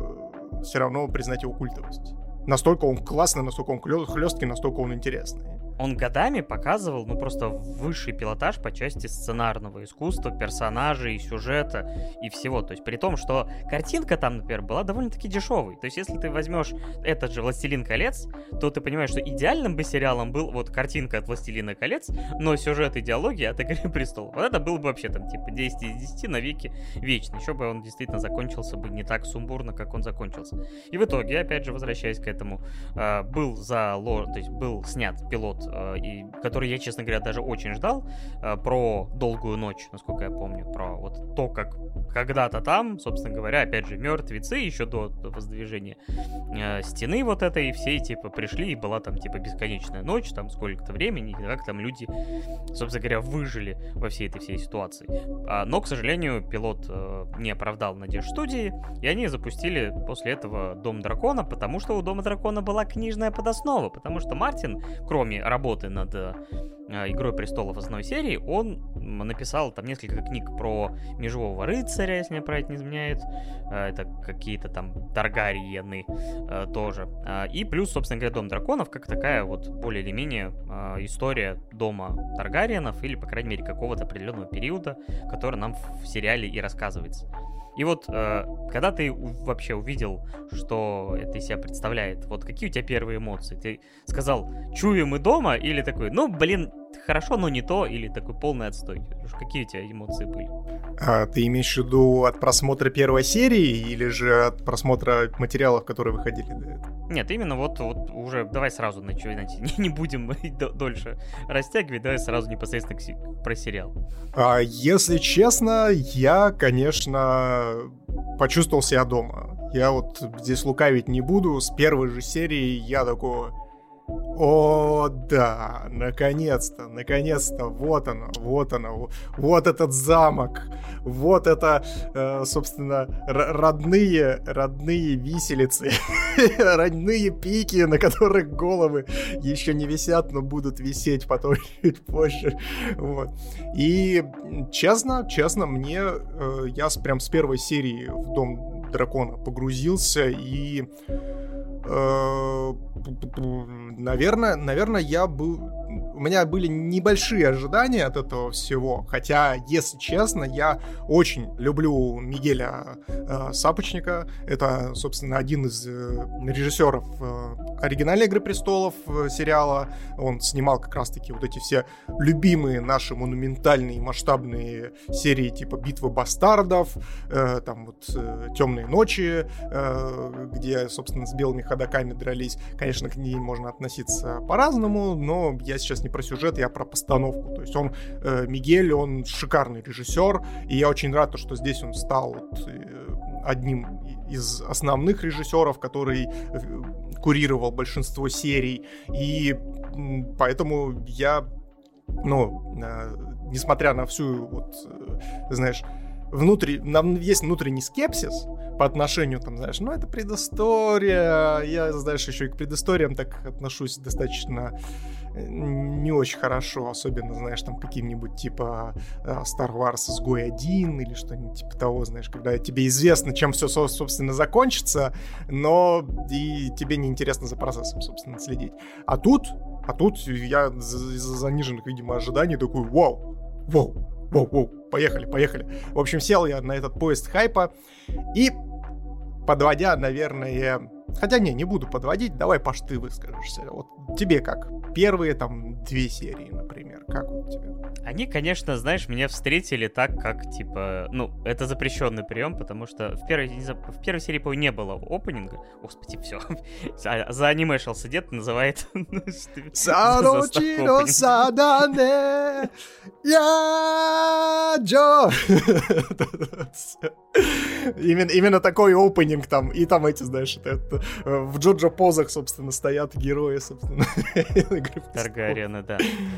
э, все равно признать его культовость. Настолько он классный, настолько он хлесткий, настолько он интересный. Он годами показывал, ну, просто высший пилотаж по части сценарного искусства, персонажей, сюжета и всего. То есть при том, что картинка там, например, была довольно-таки дешевой. То есть если ты возьмешь этот же «Властелин колец», то ты понимаешь, что идеальным бы сериалом был вот картинка от «Властелина колец», но сюжет и диалоги от «Игры престолов». Вот это было бы вообще там типа десять из десяти навеки вечно. Еще бы он действительно закончился бы не так сумбурно, как он закончился. И в итоге, опять же, возвращаясь к этому, был за лор, то есть был снят пилот, и, который я, честно говоря, даже очень ждал, про «Долгую ночь», насколько я помню, про вот то, как когда-то там, собственно говоря, опять же, мертвецы еще до воздвижения стены вот этой, все типа пришли, и была там типа бесконечная ночь, там сколько-то времени, и как там люди, собственно говоря, выжили во всей этой всей ситуации. Но, к сожалению, пилот не оправдал надежд студии, и они запустили после этого «Дом дракона», потому что у «Дома дракона» была книжная подоснова, потому что Мартин, кроме работы над э, «Игрой престолов» основной серии, он написал там несколько книг про Межевого рыцаря, если мне память не изменяет, э, это какие-то там Таргариены э, тоже, э, и плюс, собственно говоря, «Дом драконов» как такая вот более или менее э, история дома Таргариенов, или, по крайней мере, какого-то определенного периода, который нам в сериале и рассказывается. И вот, э, когда ты у- вообще увидел, что это из себя представляет, вот какие у тебя первые эмоции? Ты сказал, чую мы дома, или такой, ну, блин, хорошо, но не то, или такой полный отстой? Какие у тебя эмоции были? А ты имеешь в виду от просмотра первой серии или же от просмотра материалов, которые выходили до этого? Нет, именно вот, вот уже давай сразу начинать, не, не будем д- дольше растягивать, давай сразу непосредственно к се- про сериал. А, если честно, я, конечно, почувствовал себя дома. Я вот здесь лукавить не буду. С первой же серии я такой... О, да, наконец-то, наконец-то, вот оно, вот оно, вот этот замок, вот это, э, собственно, р- родные, родные виселицы, родные пики, на которых головы еще не висят, но будут висеть потом чуть позже, вот. И честно, честно, мне, э, я с, прям с первой серии в Дом Дракона погрузился и... Наверное, наверное, я был... У меня были небольшие ожидания от этого всего. Хотя, если честно, я очень люблю Мигеля э, Сапочника. Это, собственно, один из э, режиссеров э, оригинальной «Игры престолов» э, сериала. Он снимал как раз-таки вот эти все любимые наши монументальные масштабные серии типа «Битвы бастардов», э, там вот э, «Темные ночи», э, где, собственно, с белыми ходоками дрались. Конечно, к ней можно относиться по-разному, но я сейчас не про сюжет, я про постановку. То есть он, э, Мигель, он шикарный режиссер, и я очень рад, что здесь он стал вот, э, одним из основных режиссеров, который э, курировал большинство серий, и э, поэтому я, ну, э, несмотря на всю, вот, э, знаешь, внутри, есть внутренний скепсис по отношению, там, знаешь, ну, это предыстория, я, знаешь, еще и к предысториям так отношусь достаточно не очень хорошо, особенно, знаешь, там, каким-нибудь типа Star Wars изгой один или что-нибудь типа того, знаешь, когда тебе известно, чем все, собственно, закончится, но и тебе неинтересно за процессом, собственно, следить. А тут, а тут я из-за заниженных, видимо, ожиданий такой, вау, вау, Воу, воу, поехали, поехали. В общем, сел я на этот поезд хайпа и, подводя, наверное... Хотя не, не буду подводить, давай, Паш, ты выскажешься. Вот тебе как? Первые там две серии, например, как вот тебе? Они, конечно, знаешь, меня встретили так, как, типа, ну, это запрещенный прием, потому что в первой, в первой серии, по не было опенинга. Господи, все. За анимешался дед называет... Сарочиро садане я Джо. Именно такой опенинг там, и там эти, знаешь, это в Джоджо позах, собственно, стоят герои, собственно. Таргариены, да.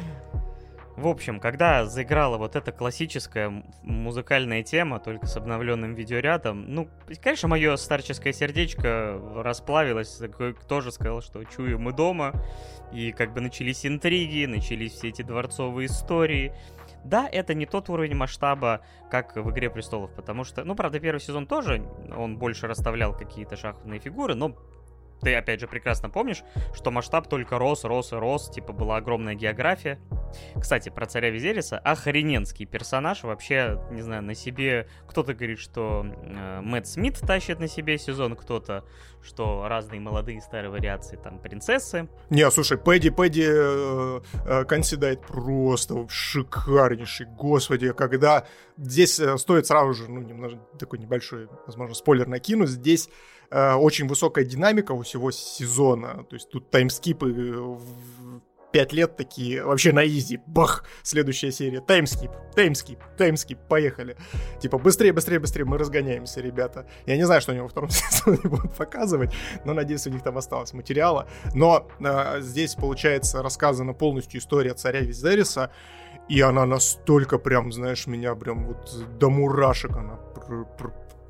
В общем, когда заиграла вот эта классическая музыкальная тема, только с обновленным видеорядом, ну, конечно, мое старческое сердечко расплавилось, тоже сказал, что чую, мы дома, и как бы начались интриги, начались все эти дворцовые истории. Да, это не тот уровень масштаба, как в «Игре престолов», потому что, ну, правда, первый сезон тоже, он больше расставлял какие-то шахматные фигуры, но ты, опять же, прекрасно помнишь, что масштаб только рос, рос и рос, типа, была огромная география. Кстати, про царя Визериса, охрененский персонаж, вообще, не знаю, на себе, кто-то говорит, что э, Мэтт Смит тащит на себе сезон, кто-то, что разные молодые старые вариации, там, принцессы. Не, слушай, Пэдди, Пэдди э, э, Консидайт просто шикарнейший, господи, когда здесь э, стоит сразу же, ну, немножко такой небольшой, возможно, спойлер накинуть, здесь э, очень высокая динамика у всего сезона, то есть тут таймскипы в пять лет такие, вообще на изи, бах, следующая серия, таймскип, таймскип, таймскип, поехали. Типа, быстрее, быстрее, быстрее, мы разгоняемся, ребята. Я не знаю, что они во втором сезоне будут показывать, но, надеюсь, у них там осталось материала. Но э, здесь, получается, рассказана полностью история царя Визериса, и она настолько прям, знаешь, меня прям вот до мурашек она пр- пр-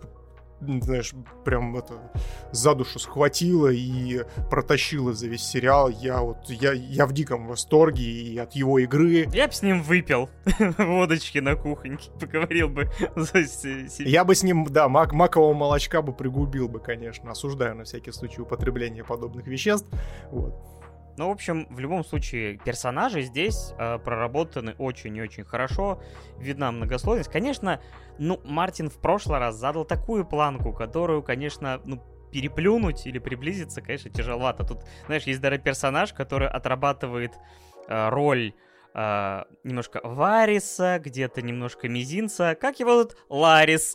знаешь, прям это за душу схватила и протащила за весь сериал. Я вот, я, я в диком восторге и от его игры. Я бы с ним выпил водочки на кухоньке, поговорил бы за себя. Я бы с ним, да, мак- макового молочка бы пригубил бы, конечно. Осуждаю на всякий случай употребление подобных веществ. Вот. Ну, в общем, в любом случае, персонажи здесь э, проработаны очень и очень хорошо. Видна многослойность. Конечно, ну, Мартин в прошлый раз задал такую планку, которую, конечно, ну, переплюнуть или приблизиться, конечно, тяжеловато. Тут, знаешь, есть даже персонаж, который отрабатывает э, роль э, немножко Вариса, где-то немножко Мизинца. Как его зовут? Ларис.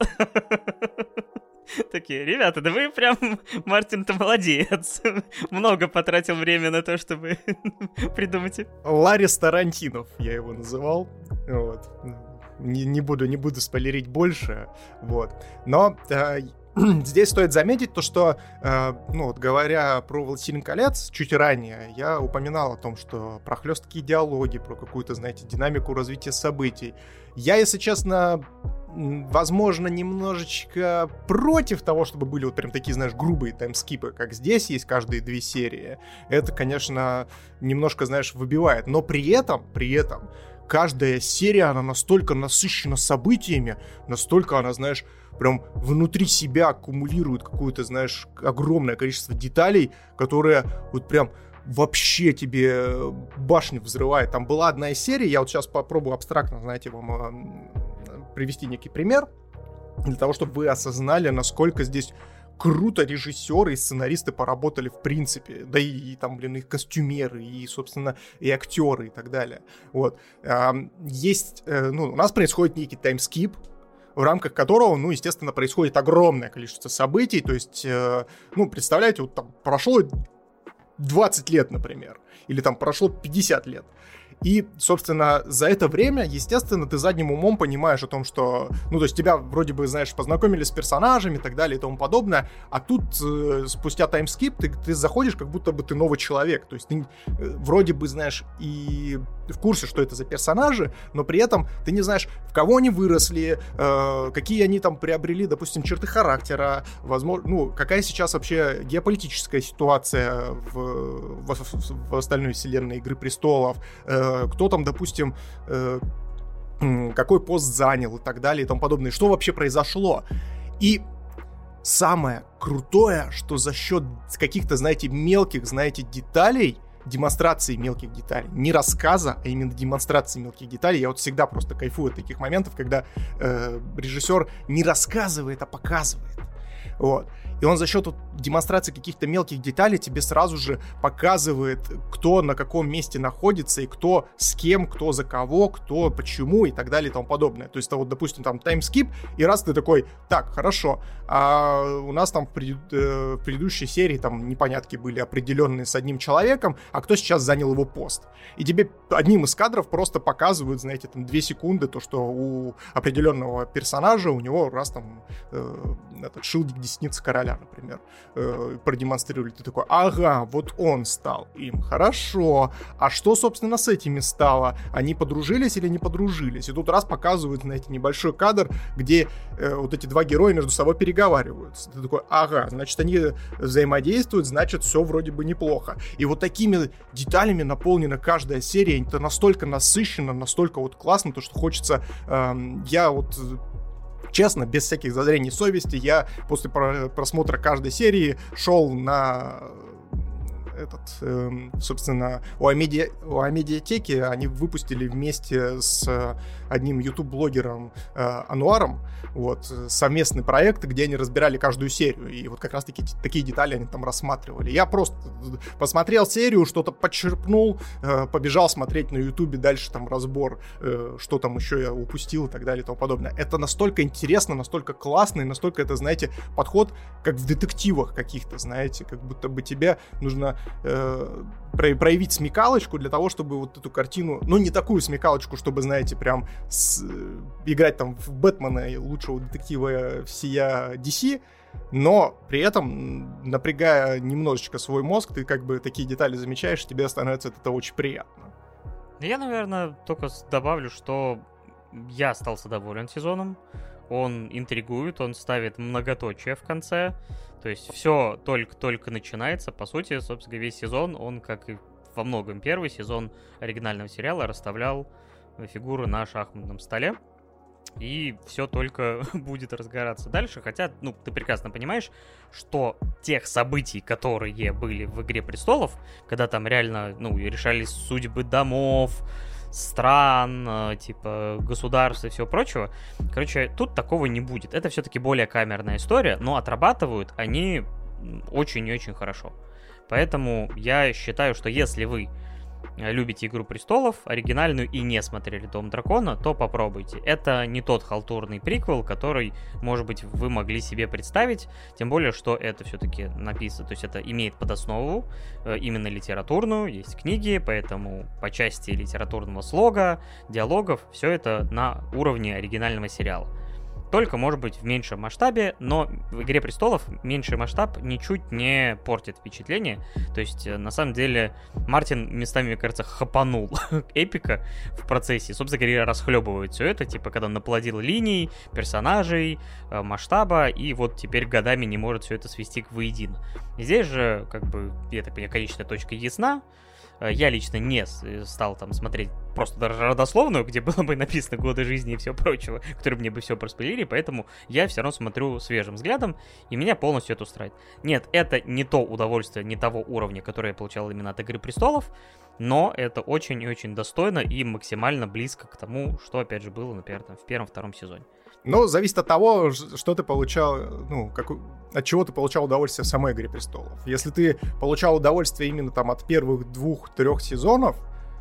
Такие, ребята, да вы прям, Мартин-то молодец. Много потратил время на то, чтобы придумать. Ларис Тарантинов я его называл. Вот. Не, не буду, не буду спойлерить больше. Вот. Но э, здесь стоит заметить то, что, э, ну, вот говоря про «Властелин колец» чуть ранее, я упоминал о том, что про хлесткие диалоги, про какую-то, знаете, динамику развития событий. Я, если честно, возможно, немножечко против того, чтобы были вот прям такие, знаешь, грубые таймскипы, как здесь есть каждые две серии. Это, конечно, немножко, знаешь, выбивает. Но при этом, при этом, каждая серия, она настолько насыщена событиями, настолько она, знаешь, прям внутри себя аккумулирует какое-то, знаешь, огромное количество деталей, которые вот прям вообще тебе башню взрывает. Там была одна из серий, я вот сейчас попробую абстрактно, знаете, вам привести некий пример, для того, чтобы вы осознали, насколько здесь круто режиссеры и сценаристы поработали в принципе, да и, и там, блин, и костюмеры, и, собственно, и актеры и так далее. Вот. Есть, ну, у нас происходит некий таймскип, в рамках которого, ну, естественно, происходит огромное количество событий, то есть, ну, представляете, вот там прошло двадцать лет, например, или там прошло пятьдесят лет. И, собственно, за это время, естественно, ты задним умом понимаешь о том, что, ну, то есть тебя вроде бы, знаешь, познакомили с персонажами и так далее и тому подобное, а тут э, спустя таймскип ты, ты заходишь, как будто бы ты новый человек. То есть ты э, вроде бы, знаешь, и в курсе, что это за персонажи, но при этом ты не знаешь, в кого они выросли, э, какие они там приобрели, допустим, черты характера, возможно, ну, какая сейчас вообще геополитическая ситуация в, в, в, в остальной вселенной «Игры престолов», э, кто там, допустим, э, какой пост занял и так далее и тому подобное, что вообще произошло. И самое крутое, что за счет каких-то, знаете, мелких, знаете, деталей, демонстрации мелких деталей, не рассказа, а именно демонстрации мелких деталей. Я вот всегда просто кайфую от таких моментов, когда э, режиссер не рассказывает, а показывает. Вот. И он за счет вот демонстрации каких-то мелких деталей тебе сразу же показывает, кто на каком месте находится, и кто с кем, кто за кого, кто почему и так далее и тому подобное. То есть, вот, допустим, там таймскип, и раз ты такой, так, хорошо, а у нас там в, пред, э, в предыдущей серии там непонятки были определенные с одним человеком, а кто сейчас занял его пост. И тебе одним из кадров просто показывают, знаете, там две секунды, то, что у определенного персонажа, у него раз там э, этот шилдик десницы короля, например, э, продемонстрировали. Ты такой, ага, вот он стал им. Хорошо. А что, собственно, с этими стало? Они подружились или не подружились? И тут раз показывают, знаете, небольшой кадр, где э, вот эти два героя между собой переговариваются. Ты такой, ага, значит, они взаимодействуют, значит, все вроде бы неплохо. И вот такими деталями наполнена каждая серия. Это настолько насыщенно, настолько вот классно, то, что хочется... Э, я вот... Честно, без всяких зазрений совести, я после просмотра каждой серии шел на этот, э, собственно, у Амедиа, у Амедиатеки они выпустили вместе с одним ютуб-блогером э, Ануаром вот, совместный проект, где они разбирали каждую серию, и вот как раз-таки такие детали они там рассматривали. Я просто посмотрел серию, что-то подчерпнул, э, побежал смотреть на ютубе дальше там разбор, э, что там еще я упустил и так далее и тому подобное. Это настолько интересно, настолько классно, и настолько это, знаете, подход, как в детективах каких-то, знаете, как будто бы тебе нужно э, проявить смекалочку для того, чтобы вот эту картину, ну, не такую смекалочку, чтобы, знаете, прям с, играть там в Бэтмена и лучшего детектива всея ди си, но при этом, напрягая немножечко свой мозг, ты как бы такие детали замечаешь, тебе становится от этого очень приятно. Я, наверное, только добавлю, что я остался доволен сезоном. Он интригует, он ставит многоточие в конце. То есть все только-только начинается. По сути, собственно, весь сезон, он, как и во многом первый сезон оригинального сериала, расставлял фигуры на шахматном столе. И все только будет разгораться дальше. Хотя, ну, ты прекрасно понимаешь, что тех событий, которые были в «Игре престолов», когда там реально, ну, решались судьбы домов, стран, типа государств и всего прочего. Короче, тут такого не будет. Это все-таки более камерная история, но отрабатывают они очень и очень хорошо. Поэтому я считаю, что если вы любите «Игру престолов», оригинальную, и не смотрели «Дом дракона», то попробуйте. Это не тот халтурный приквел, который, может быть, вы могли себе представить, тем более, что это все-таки написано, то есть это имеет подоснову, э, именно литературную, есть книги, поэтому по части литературного слога, диалогов, все это на уровне оригинального сериала. только, может быть, в меньшем масштабе, но в «Игре престолов» меньший масштаб ничуть не портит впечатление. То есть, на самом деле, Мартин местами, мне кажется, хапанул эпика в процессе. Собственно говоря, расхлебывает все это, типа, когда наплодил линий, персонажей, масштаба, и вот теперь годами не может все это свести к воедино. Здесь же, как бы, я так понимаю, конечная точка ясна. Я лично не стал там смотреть просто даже родословную, где было бы написано годы жизни и все прочего, которые мне бы все проспойлерили, поэтому я все равно смотрю свежим взглядом, и меня полностью это устраивает. Нет, это не то удовольствие, не того уровня, которое я получал именно от «Игры престолов», но это очень и очень достойно и максимально близко к тому, что, опять же, было, например, там, в первом-втором сезоне. Ну, зависит от того, что ты получал, ну, как, от чего ты получал удовольствие в самой «Игре престолов». Если ты получал удовольствие именно там от первых двух-трех сезонов,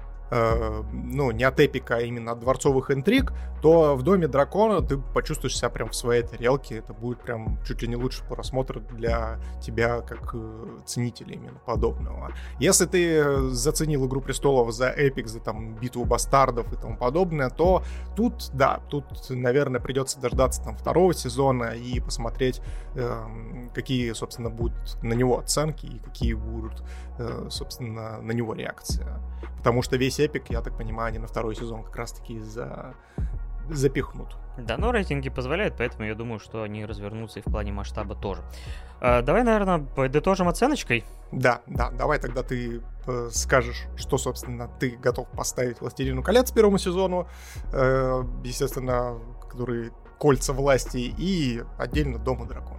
э, ну, не от эпика, а именно от дворцовых интриг, то в «Доме дракона» ты почувствуешь себя прям в своей тарелке. Это будет прям чуть ли не лучший просмотр для тебя, как э, ценителя именно подобного. Если ты заценил «Игру престолов» за эпик, за там битву бастардов и тому подобное, то тут, да, тут, наверное, придется дождаться там второго сезона и посмотреть, э, какие, собственно, будут на него оценки и какие будут, э, собственно, на него реакции. Потому что весь эпик, я так понимаю, они на второй сезон как раз-таки за... запихнут. Да, но рейтинги позволяют, поэтому я думаю, что они развернутся и в плане масштаба тоже. А, давай, наверное, подытожим оценочкой. Да, да, давай тогда ты э, скажешь, что, собственно, ты готов поставить «Властелину колец» первому сезону, э, естественно, который «Кольца власти», и отдельно «Дому дракона».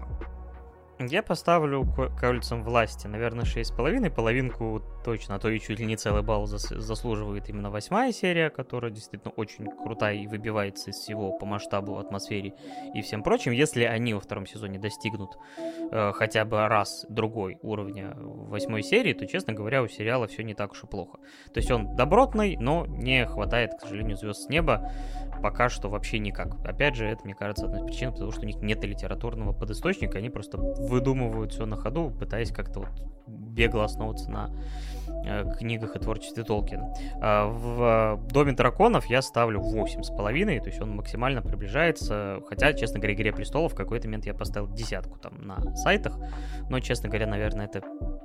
Я поставлю «Кольцам власти», наверное, шесть с половиной, половинку точно, а то и чуть ли не целый балл зас- заслуживает именно восьмая серия, которая действительно очень крутая и выбивается из всего по масштабу, атмосфере и всем прочим. Если они во втором сезоне достигнут э, хотя бы раз другой уровня восьмой серии, то, честно говоря, у сериала все не так уж и плохо. То есть он добротный, но не хватает, к сожалению, звезд с неба пока что вообще никак. Опять же, это, мне кажется, одна из причин, потому что у них нет литературного подисточника, они просто выдумывают все на ходу, пытаясь как-то вот бегло основываться на э, книгах и творчестве Толкина. А в «Доме драконов» я ставлю восемь с половиной, то есть он максимально приближается, хотя, честно говоря, «Игре престолов» в какой-то момент я поставил десятку там на сайтах, но, честно говоря, наверное, это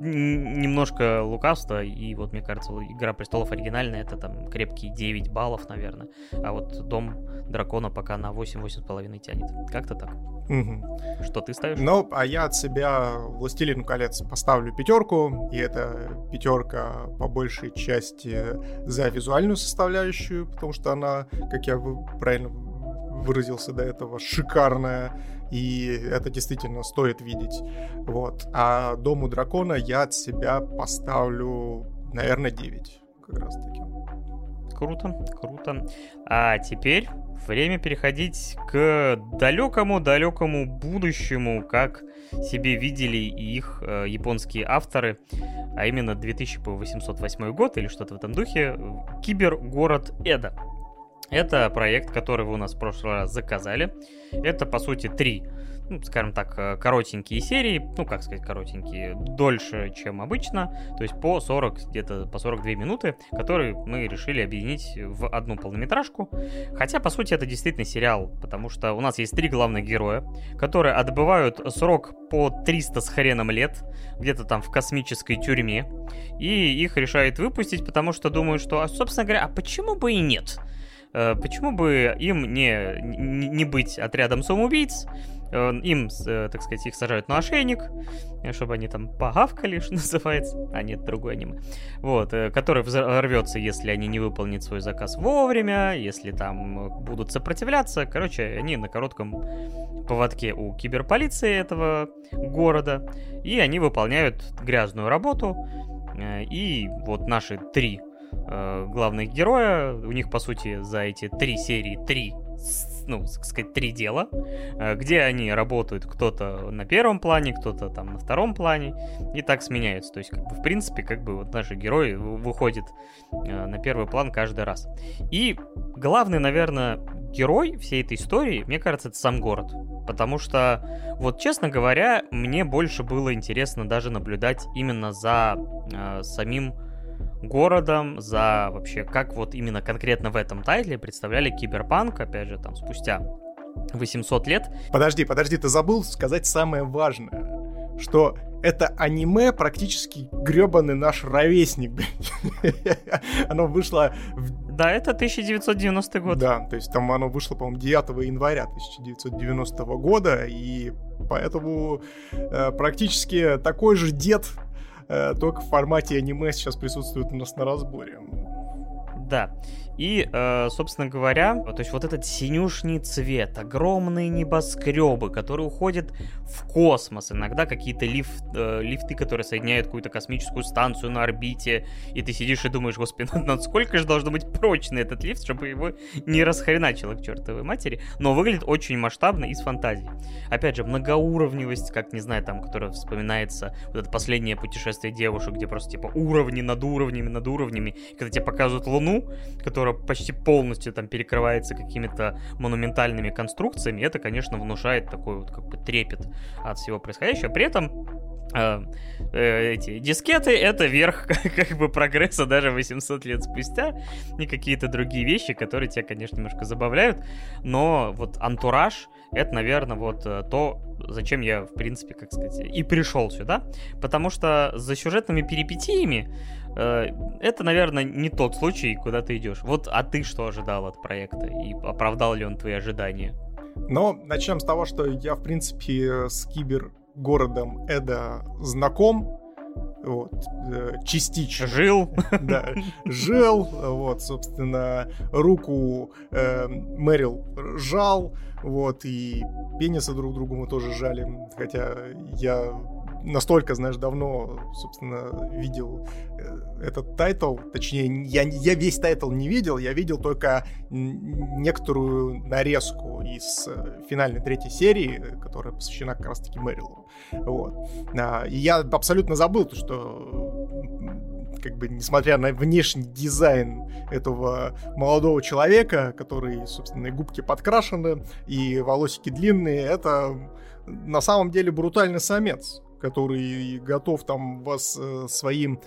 немножко лукавство, и вот, мне кажется, «Игра престолов» оригинальная, это там крепкие девять баллов, наверное, а вот «Дом дракона» пока на восемь-восемь с половиной тянет. Как-то так. Угу. Что ты ставишь? Ну, а я от себя «Властелину колец» поставлю пятерку, и это пятерка по большей части за визуальную составляющую, потому что она, как я правильно выразился до этого, шикарная, и это действительно стоит видеть. Вот. А «Дому дракона» я от себя поставлю, наверное, девять, как раз таки. Круто, круто. А теперь время переходить к далекому-далекому будущему, как себе видели и их э, японские авторы, а именно две тысячи восемьсот восьмой год или что-то в этом духе, кибергород Эдо. Это проект, который вы у нас в прошлый раз заказали. Это, по сути, три, ну, скажем так, коротенькие серии. Ну, как сказать, коротенькие, дольше, чем обычно. То есть по сорок, где-то по сорок две минуты, которые мы решили объединить в одну полнометражку. Хотя, по сути, это действительно сериал, потому что у нас есть три главных героя, которые отбывают срок по триста с хреном лет, где-то там в космической тюрьме. И их решают выпустить, потому что думают, что, а, собственно говоря, а почему бы и нет? Почему бы им не, не, не быть отрядом самоубийц? Им, так сказать, их сажают на ошейник, чтобы они там погавкали, что называется. А нет, другое аниме. Вот, который взорвется, если они не выполнят свой заказ вовремя, если там будут сопротивляться. Короче, они на коротком поводке у киберполиции этого города, и они выполняют грязную работу. И вот наши три главных героя, у них, по сути, за эти три серии три, ну, так сказать, три дела, где они работают, кто-то на первом плане, кто-то там на втором плане, и так сменяются. То есть, как бы, в принципе, как бы вот наши герои выходят на первый план каждый раз. И главный, наверное, герой всей этой истории, мне кажется, это сам город. Потому что, вот, честно говоря, мне больше было интересно даже наблюдать именно за э, самим городом, за вообще, как вот именно конкретно в этом тайтле представляли киберпанк, опять же, там, спустя восемьсот лет. Подожди, подожди, ты забыл сказать самое важное, что это аниме практически гребаный наш ровесник. Оно вышло... В... Да, это тысяча девятьсот девяностый год. Да, то есть там оно вышло, по-моему, девятого января тысяча девятьсот девяностого года, и поэтому э, практически такой же дед, э, только в формате аниме сейчас присутствует у нас на разборе. Да. И, э, собственно говоря, то есть вот этот синюшний цвет, огромные небоскребы, которые уходят в космос, иногда какие-то лифт, э, лифты, которые соединяют какую-то космическую станцию на орбите, и ты сидишь и думаешь, господи, насколько же должно быть прочный этот лифт, чтобы его не расхреначило к чертовой матери, но выглядит очень масштабно и с фантазией. Опять же, многоуровневость, как, не знаю, там, которая вспоминается, вот это последнее путешествие девушек, где просто, типа, уровни над уровнями над уровнями, когда тебе показывают Луну, которая почти полностью там перекрывается какими-то монументальными конструкциями, это, конечно, внушает такой вот как бы трепет от всего происходящего. При этом э, э, эти дискеты — это верх как бы прогресса даже восемьсот лет спустя, и какие-то другие вещи, которые тебя, конечно, немножко забавляют, но вот антураж — это, наверное, вот то, зачем я, в принципе, как сказать, и пришел сюда, потому что за сюжетными перипетиями э, это, наверное, не тот случай, куда ты идешь. Вот, а ты что ожидал от проекта, и оправдал ли он твои ожидания? Но начнем с того, что я, в принципе, с кибергородом Эда знаком, вот, частично. Жил. Да, жил, вот, собственно, руку э, Мэрил жал, вот, и пенисы друг другу мы тоже жали, хотя я настолько, знаешь, давно, собственно, видел этот тайтл, точнее, я, я весь тайтл не видел, я видел только некоторую нарезку из финальной третьей серии, которая посвящена как раз-таки Мэрилу, вот. И я абсолютно забыл, что, как бы, несмотря на внешний дизайн этого молодого человека, который, собственно, и губки подкрашены, и волосики длинные, это на самом деле брутальный самец, который готов там вас э, своим,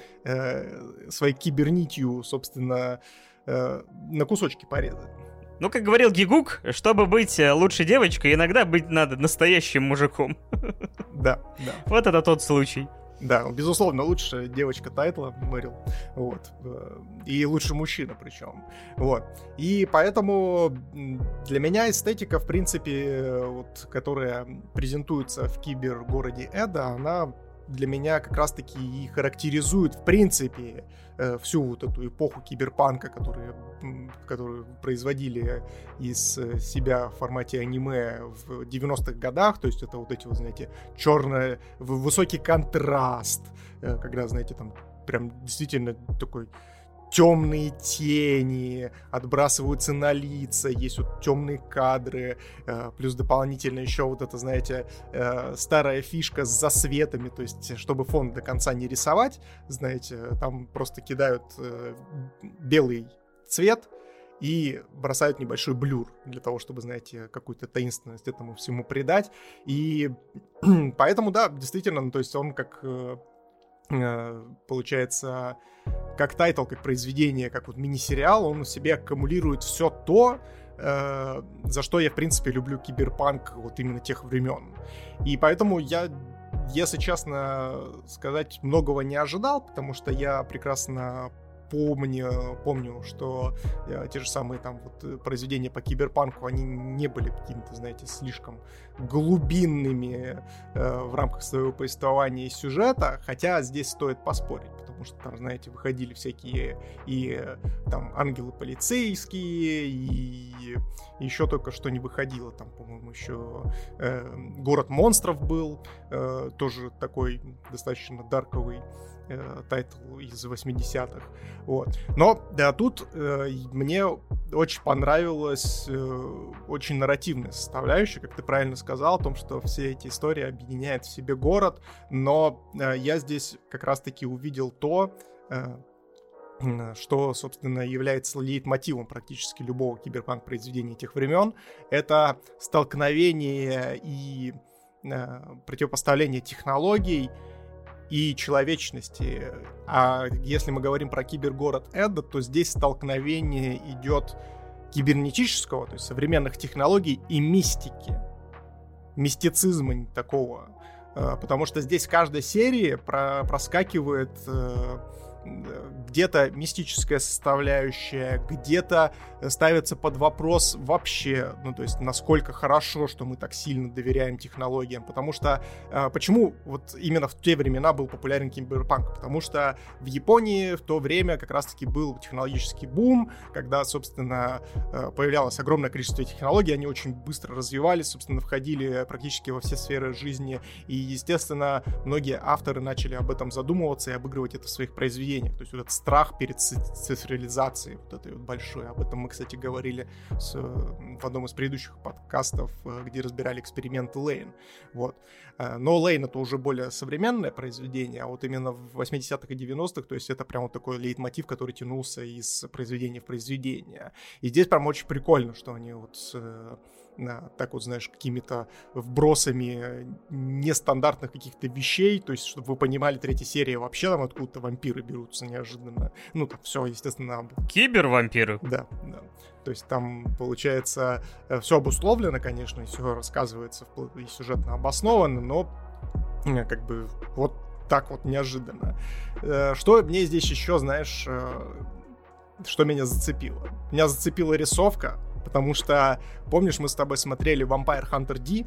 э, своей кибернитью, собственно, э, на кусочки порезать. Ну, как говорил Гигук, чтобы быть лучшей девочкой, иногда быть надо настоящим мужиком. Да, да. Вот это тот случай. Да, безусловно, лучшая девочка тайтла Мэрил, вот, и лучший мужчина причем, вот, и поэтому для меня эстетика, в принципе, вот, которая презентуется в кибергороде Эда, она для меня как раз-таки и характеризует, в принципе, всю вот эту эпоху киберпанка, которую, которую производили из себя в формате аниме в девяностых годах, то есть это вот эти вот, знаете, черный, высокий контраст, когда, знаете, там прям действительно такой темные тени отбрасываются на лица, есть вот темные кадры, плюс дополнительно еще вот это, знаете, старая фишка с засветами, то есть чтобы фон до конца не рисовать, знаете, там просто кидают белый цвет и бросают небольшой блюр для того, чтобы, знаете, какую-то таинственность этому всему придать, и поэтому, да, действительно, ну, то есть он как... получается, как тайтл, как произведение, как вот мини-сериал, он в себе аккумулирует все то, э, за что я, в принципе, люблю киберпанк вот именно тех времен. И поэтому я, если честно сказать, многого не ожидал, потому что я прекрасно помню, помню, что э, те же самые там вот произведения по киберпанку, они не были какими-то, знаете, слишком глубинными э, в рамках своего повествования и сюжета, хотя здесь стоит поспорить, потому что там, знаете, выходили всякие и там ангелы полицейские, и еще только что не выходило, там, по-моему, еще э, Город монстров был, э, тоже такой достаточно дарковый тайтл из восьмидесятых. Вот. Но да, тут э, мне очень понравилась э, очень нарративная составляющая, как ты правильно сказал, о том, что все эти истории объединяют в себе город, но э, я здесь как раз-таки увидел то, э, что, собственно, является лейтмотивом практически любого киберпанк-произведения тех времен. Это столкновение и э, противопоставление технологий и человечности. А если мы говорим про кибергород Эда, то здесь столкновение идет кибернетического, то есть современных технологий и мистики. Мистицизма такого. Потому что здесь в каждой серии про- проскакивает э, где-то мистическая составляющая, где-то ставится под вопрос вообще, ну, то есть, насколько хорошо, что мы так сильно доверяем технологиям. Потому что, э, почему вот именно в те времена был популярен киберпанк? Потому что в Японии в то время как раз-таки был технологический бум, когда, собственно, э, появлялось огромное количество технологий, они очень быстро развивались, собственно, входили практически во все сферы жизни, и, естественно, многие авторы начали об этом задумываться и обыгрывать это в своих произведениях. То есть вот этот страх перед цифрализацией, вот этой вот большой. Об этом мы, кстати, говорили с, в одном из предыдущих подкастов, где разбирали эксперименты Лейн. Вот. Но Лейн — это уже более современное произведение, а вот именно в восьмидесятых и девяностых, то есть это прям вот такой лейтмотив, который тянулся из произведения в произведение. И здесь прям очень прикольно, что они вот на, так вот, знаешь, какими-то вбросами нестандартных каких-то вещей, то есть, чтобы вы понимали, третья серия вообще там откуда-то вампиры берутся неожиданно. Ну, там все, естественно... Кибер-вампиры? Да, да. То есть там, получается, все обусловлено, конечно, и все рассказывается, и сюжетно обосновано, но как бы вот так вот неожиданно. Что мне здесь еще, знаешь, что меня зацепило? Меня зацепила рисовка, потому что, помнишь, мы с тобой смотрели Vampire Hunter D,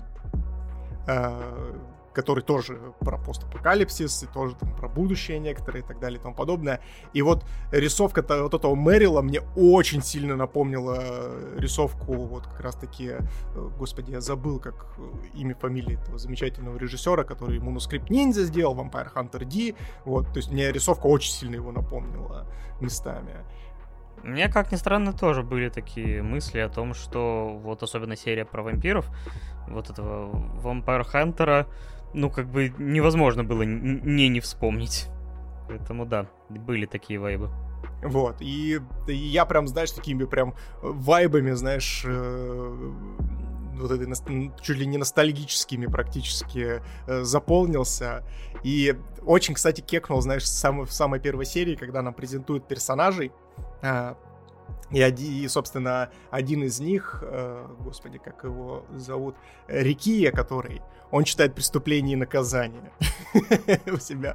э, который тоже про постапокалипсис, и тоже там про будущее некоторые и так далее и тому подобное. И вот рисовка вот этого Мэрила мне очень сильно напомнила рисовку вот как раз-таки, господи, я забыл, как имя, фамилия этого замечательного режиссера, который Monoscript Ninja сделал, Vampire Hunter D. Вот, то есть мне рисовка очень сильно его напомнила местами. У меня, как ни странно, тоже были такие мысли о том, что вот особенно серия про вампиров, вот этого Vampire Hunter, ну, как бы невозможно было не не вспомнить. Поэтому, да, были такие вайбы. Вот, и, и я прям, знаешь, такими прям вайбами, знаешь, э, вот этой чуть ли не ностальгическими практически э, заполнился. И очень, кстати, кекнул, знаешь, сам, в самой первой серии, когда нам презентуют персонажей. А, и, и, собственно, один из них, э, господи, как его зовут, Рикия, который, он читает «Преступление и наказание» у себя.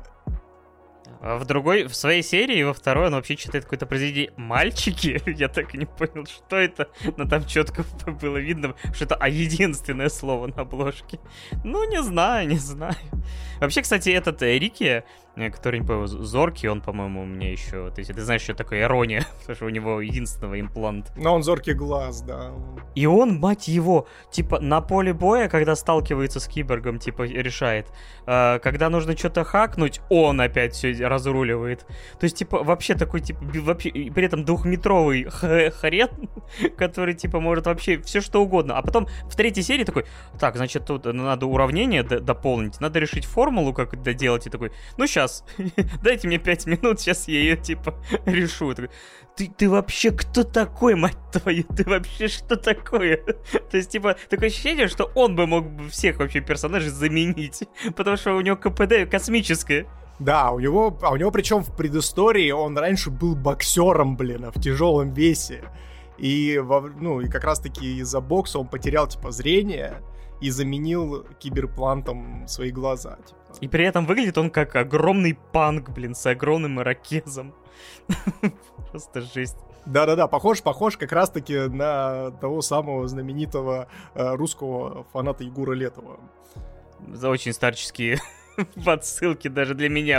А в другой, в своей серии, во второй, он вообще читает какое-то произведение «Мальчики». Я так и не понял, что это, но там четко было видно, что это единственное слово на обложке. Ну, не знаю, не знаю. Вообще, кстати, этот Рики, который, не помню, зоркий, он, по-моему, у меня еще... То есть, ты знаешь, что такое ирония, потому что у него единственного имплант. Но он зоркий глаз, да. И он, мать его, типа, на поле боя, когда сталкивается с киборгом, типа, решает, э, когда нужно что-то хакнуть, он опять все разруливает. То есть, типа, вообще такой, типа, вообще, при этом двухметровый х- хрен, который, типа, может вообще все что угодно. А потом в третьей серии такой, так, значит, тут надо уравнение д- дополнить, надо решить формулу, как это делать, и такой, ну, сейчас, дайте мне пять минут, сейчас я ее, типа, решу. Такой, ты, ты вообще кто такой, мать твою? Ты вообще что такое? То есть, типа, такое ощущение, что он бы мог всех вообще персонажей заменить, потому что у него КПД космическое. Да, у него, а у него причем в предыстории он раньше был боксером, блин, в тяжелом весе. И, во, ну, и как раз-таки из-за бокса он потерял, типа, зрение и заменил киберплантом свои глаза. Типа. И при этом выглядит он как огромный панк, блин, с огромным ирокезом. Просто жесть. Да-да-да, похож, похож как раз-таки на того самого знаменитого э, русского фаната Егора Летова. За очень старческие подсылки даже для меня.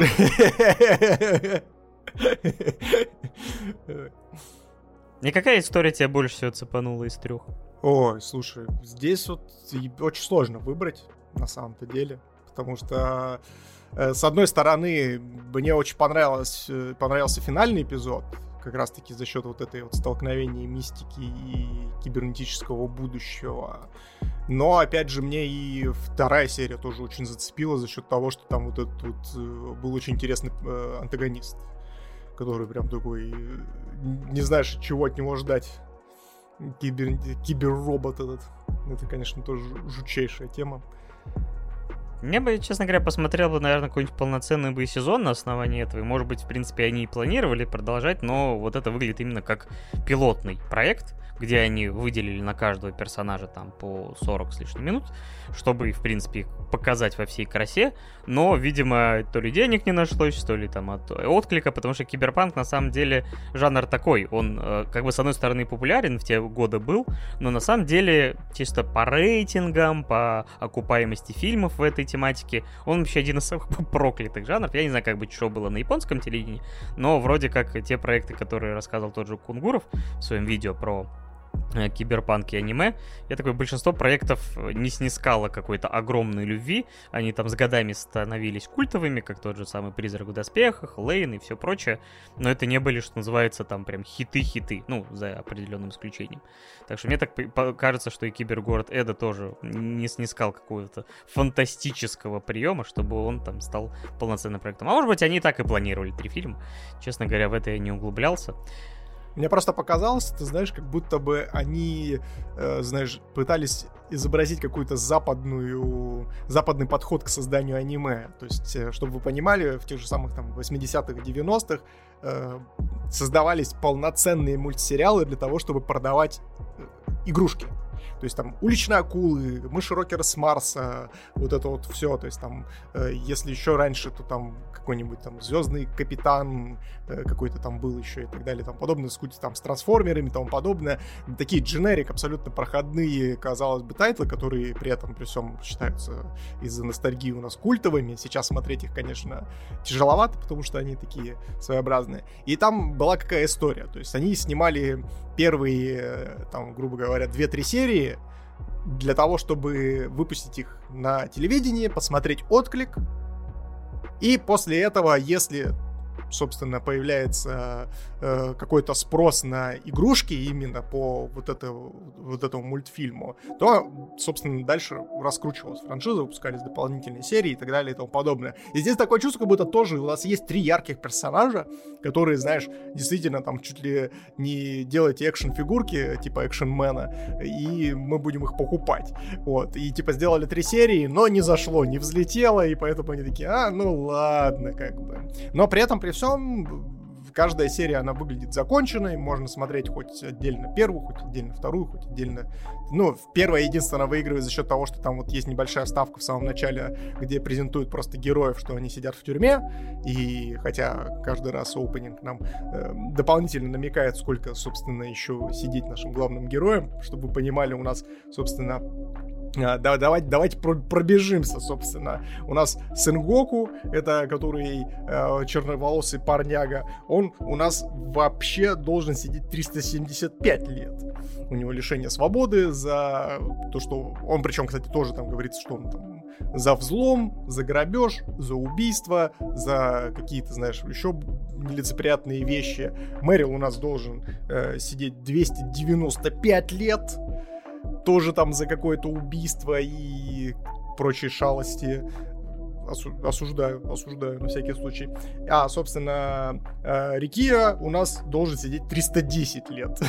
И какая история тебя больше всего цепанула из трех? Ой, слушай, здесь вот очень сложно выбрать, на самом-то деле. Потому что, э, с одной стороны, мне очень понравилось, понравился финальный эпизод, как раз-таки за счет вот этой вот столкновения мистики и кибернетического будущего. Но, опять же, мне и вторая серия тоже очень зацепила за счет того, что там вот этот вот был очень интересный э, антагонист, который прям такой, не знаешь, чего от него ждать. Кибер, киберробот этот. Это, конечно, тоже жутчайшая тема. Я бы, честно говоря, посмотрел бы, наверное, какой-нибудь полноценный бы сезон на основании этого. И, может быть, в принципе, они и планировали продолжать, но вот это выглядит именно как пилотный проект, где они выделили на каждого персонажа там по сорок с лишним минут, чтобы, в принципе, показать во всей красе. Но, видимо, то ли денег не нашлось, то ли там от отклика, потому что киберпанк, на самом деле, жанр такой. Он, как бы, с одной стороны, популярен в те годы был, но на самом деле, чисто по рейтингам, по окупаемости фильмов в этой тематике, он вообще один из самых проклятых жанров. Я не знаю, как бы, что было на японском телевидении, но вроде как те проекты, которые рассказывал тот же Кунгуров в своем видео про киберпанк и аниме, я такой, большинство проектов не снискало какой-то огромной любви, они там с годами становились культовыми, как тот же самый «Призрак в доспехах», «Лейн» и все прочее, но это не были, что называется, там прям хиты-хиты, ну, за определенным исключением. Так что мне так кажется, что и «Кибергород Эда» тоже не снискал какого-то фантастического приема, чтобы он там стал полноценным проектом. А может быть, они так и планировали три фильма, честно говоря, в это я не углублялся. Мне просто показалось, ты знаешь, как будто бы они, э, знаешь, пытались изобразить какую-то западную, западный подход к созданию аниме. То есть, э, чтобы вы понимали, в тех же самых там восьмидесятых, девяностых э, создавались полноценные мультсериалы для того, чтобы продавать э, игрушки. То есть там уличные акулы, мыши Рокера с Марса, вот это вот все. То есть там, э, если еще раньше, то там какой-нибудь там Звездный Капитан э, какой-то там был еще и так далее, там подобное, с, там, с трансформерами и тому подобное. Такие дженерик, абсолютно проходные, казалось бы, тайтлы, которые при этом, при всем считаются из-за ностальгии у нас культовыми. Сейчас смотреть их, конечно, тяжеловато, потому что они такие своеобразные. И там была какая история. То есть они снимали первые, там, грубо говоря, две-три серии для того, чтобы выпустить их на телевидении, посмотреть отклик. И после этого, если, собственно, появляется э, какой-то спрос на игрушки именно по вот, это, вот этому мультфильму, то, собственно, дальше раскручивалась франшиза, выпускались дополнительные серии и так далее и тому подобное. И здесь такое чувство, как будто тоже у нас есть три ярких персонажа, которые, знаешь, действительно там чуть ли не делайте экшн-фигурки типа экшн-мена, и мы будем их покупать. Вот. И типа сделали три серии, но не зашло, не взлетело, и поэтому они такие, а, ну ладно, как бы. Но при этом, при всем, каждая серия, она выглядит законченной, можно смотреть хоть отдельно первую, хоть отдельно вторую, хоть отдельно... Ну, первая единственная выигрывает за счет того, что там вот есть небольшая ставка в самом начале, где презентуют просто героев, что они сидят в тюрьме, и хотя каждый раз опенинг нам э, дополнительно намекает, сколько, собственно, еще сидеть нашим главным героем, чтобы вы понимали, у нас, собственно... Да, давайте, давайте пробежимся, собственно. У нас Сенгоку, это который э, черноволосый парняга, он у нас вообще должен сидеть триста семьдесят пять лет. У него лишение свободы за то, что... Он, причем, кстати, тоже там говорится, что он там за взлом, за грабеж, за убийство, за какие-то, знаешь, еще нелицеприятные вещи. Мэрил у нас должен э, сидеть двести девяносто пять лет. Тоже там за какое-то убийство и прочие шалости. Осу- осуждаю, осуждаю на всякий случай. А, собственно, э, Рикия у нас должен сидеть триста десять лет.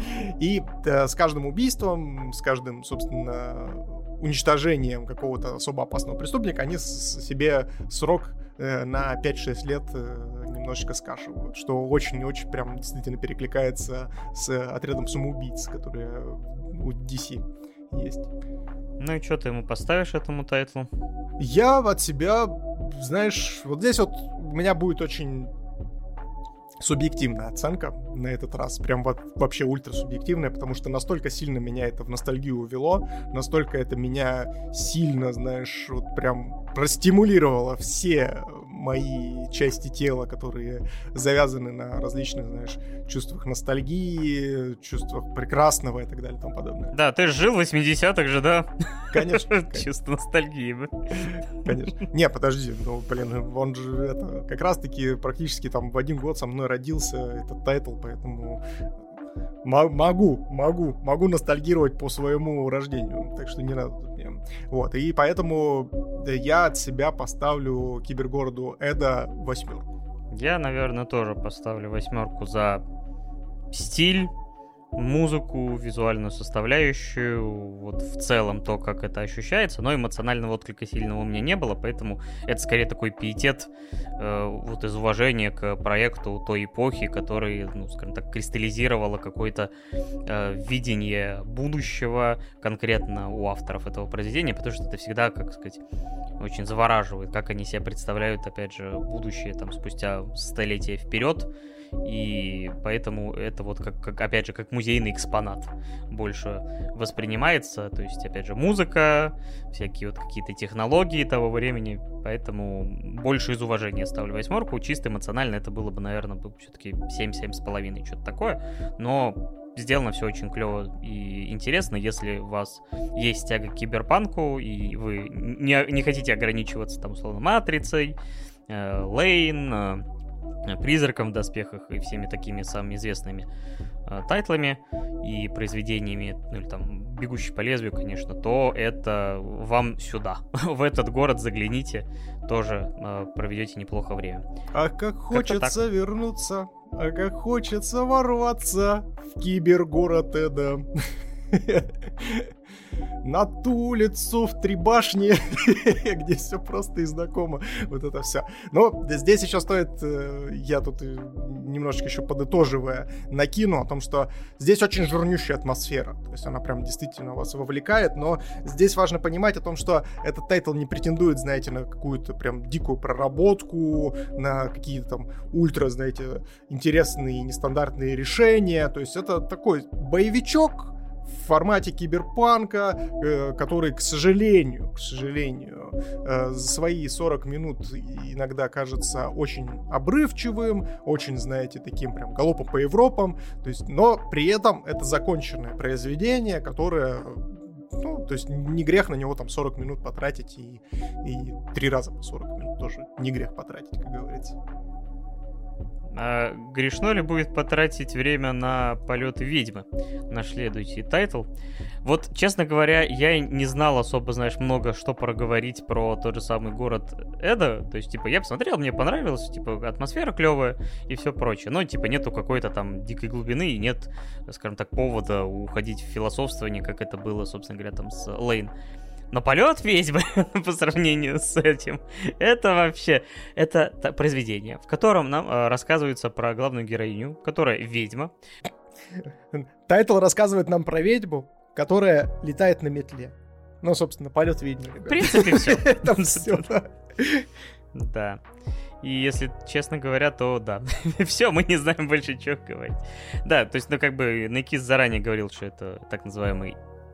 И э, с каждым убийством, с каждым, собственно, уничтожением какого-то особо опасного преступника, они с- себе срок э, на пять-шесть лет э, немножечко скашивают, что очень-очень прям действительно перекликается с отрядом самоубийц, которые у ди си есть. Ну и что ты ему поставишь этому тайтлу? Я от себя, знаешь, вот здесь вот у меня будет очень субъективная оценка на этот раз, прям вот вообще ультра субъективная, потому что настолько сильно меня это в ностальгию увело, настолько это меня сильно, знаешь, вот прям простимулировало все мои части тела, которые завязаны на различных, знаешь, чувствах ностальгии, чувствах прекрасного и так далее и тому подобное. Да, ты жил в восьмидесятых же, да? Конечно. Чувство ностальгии, да? Конечно. Не, подожди, ну, блин, он же это, как раз-таки практически там в один год со мной родился этот тайтл, поэтому могу, могу, могу ностальгировать по своему рождению, так что не надо тут мне. Вот, и поэтому я от себя поставлю Кибергороду Эда восьмерку. Я, наверное, тоже поставлю восьмерку за стиль, музыку, визуальную составляющую, вот в целом то, как это ощущается, но эмоционального отклика сильного у меня не было, поэтому это скорее такой пиетет э, вот из уважения к проекту той эпохи, который, ну, скажем так, кристаллизировало какое-то э, видение будущего конкретно у авторов этого произведения, потому что это всегда, как сказать, очень завораживает, как они себе представляют, опять же, будущее там спустя столетия вперед. И поэтому это вот, как, как, опять же, как музейный экспонат больше воспринимается. То есть, опять же, музыка, всякие вот какие-то технологии того времени. Поэтому больше из уважения ставлю восьмерку. Чисто эмоционально это было бы, наверное, все-таки семь-семь с половиной, что-то такое. Но сделано все очень клево и интересно. Если у вас есть тяга к киберпанку, и вы не, не хотите ограничиваться, там, условно, Матрицей, э, Лейн, э, Призраком в доспехах и всеми такими самыми известными э, тайтлами и произведениями, ну или там Бегущий по лезвию, конечно, то это вам сюда, в этот город загляните, тоже э, проведете неплохо время. А как хочется вернуться, а как хочется ворваться в кибергород Эда. На ту улицу в три башни, где все просто и знакомо. Вот это все. Но здесь еще стоит, я тут немножечко еще подытоживая, накину о том, что здесь очень жирнющая атмосфера. То есть она прям действительно вас вовлекает, но здесь важно понимать о том, что этот тайтл не претендует, знаете, на какую-то прям дикую проработку, на какие-то там ультра, знаете, интересные нестандартные решения. То есть это такой боевичок в формате киберпанка, э, который, к сожалению, к сожалению, э, за свои сорок минут иногда кажется очень обрывчивым, очень, знаете, таким прям галопом по Европам, то есть, но при этом это законченное произведение, которое, ну, то есть не грех на него там сорок минут потратить, и, и три раза по сорок минут тоже не грех потратить, как говорится. А грешно ли будет потратить время на полеты ведьмы, наш следующий тайтл? Вот, честно говоря, я не знал особо, знаешь, много что проговорить про тот же самый город Эда. То есть, типа, я посмотрел, мне понравилось, типа, атмосфера клевая и все прочее. Но, типа, нету какой-то там дикой глубины и нет, скажем так, повода уходить в философствование, как это было, собственно говоря, там с Лейн. Но полет ведьмы по сравнению с этим, это вообще, это произведение, в котором нам э, рассказывается про главную героиню, которая ведьма. Тайтл рассказывает нам про ведьму, которая летает на метле. Ну, собственно, полет ведьмы, ребят. В принципе, все. Это все. Да. И если честно говоря, то да. Все, мы не знаем больше, что говорить. Да, то есть, ну, как бы, Некис заранее говорил, что это так называемый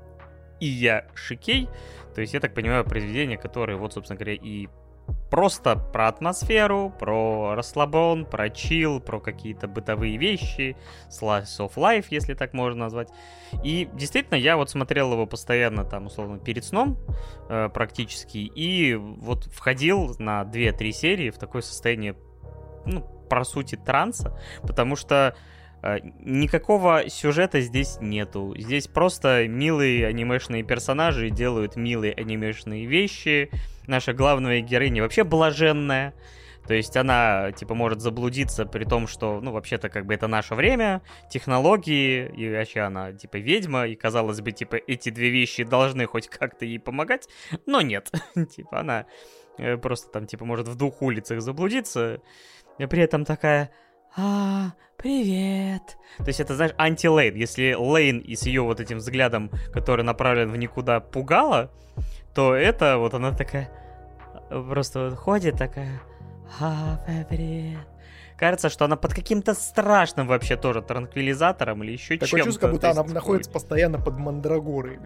Ия Шикей. То есть, я так понимаю, произведение, которое, вот, собственно говоря, и просто про атмосферу, про расслабон, про чил, про какие-то бытовые вещи, slice of life, если так можно назвать. И действительно, я вот смотрел его постоянно, там, условно, перед сном э, практически, и вот входил на две-три серии в такое состояние, ну, по сути, транса, потому что никакого сюжета здесь нету. Здесь просто милые анимешные персонажи делают милые анимешные вещи. Наша главная героиня вообще блаженная. То есть она, типа, может заблудиться при том, что, ну, вообще-то, как бы, это наше время, технологии, и вообще она, типа, ведьма, и, казалось бы, типа, эти две вещи должны хоть как-то ей помогать, но нет. Типа, она просто там, типа, может в двух улицах заблудиться, и при этом такая... А, привет. То есть это, знаешь, анти-Лейн. Если Лейн и с ее вот этим взглядом, который направлен в никуда, пугала, то это вот она такая просто вот ходит такая. А, привет. Кажется, что она под каким-то страшным вообще тоже транквилизатором или еще чем-то. Такое чувство, как будто она находится постоянно под мандрагорой.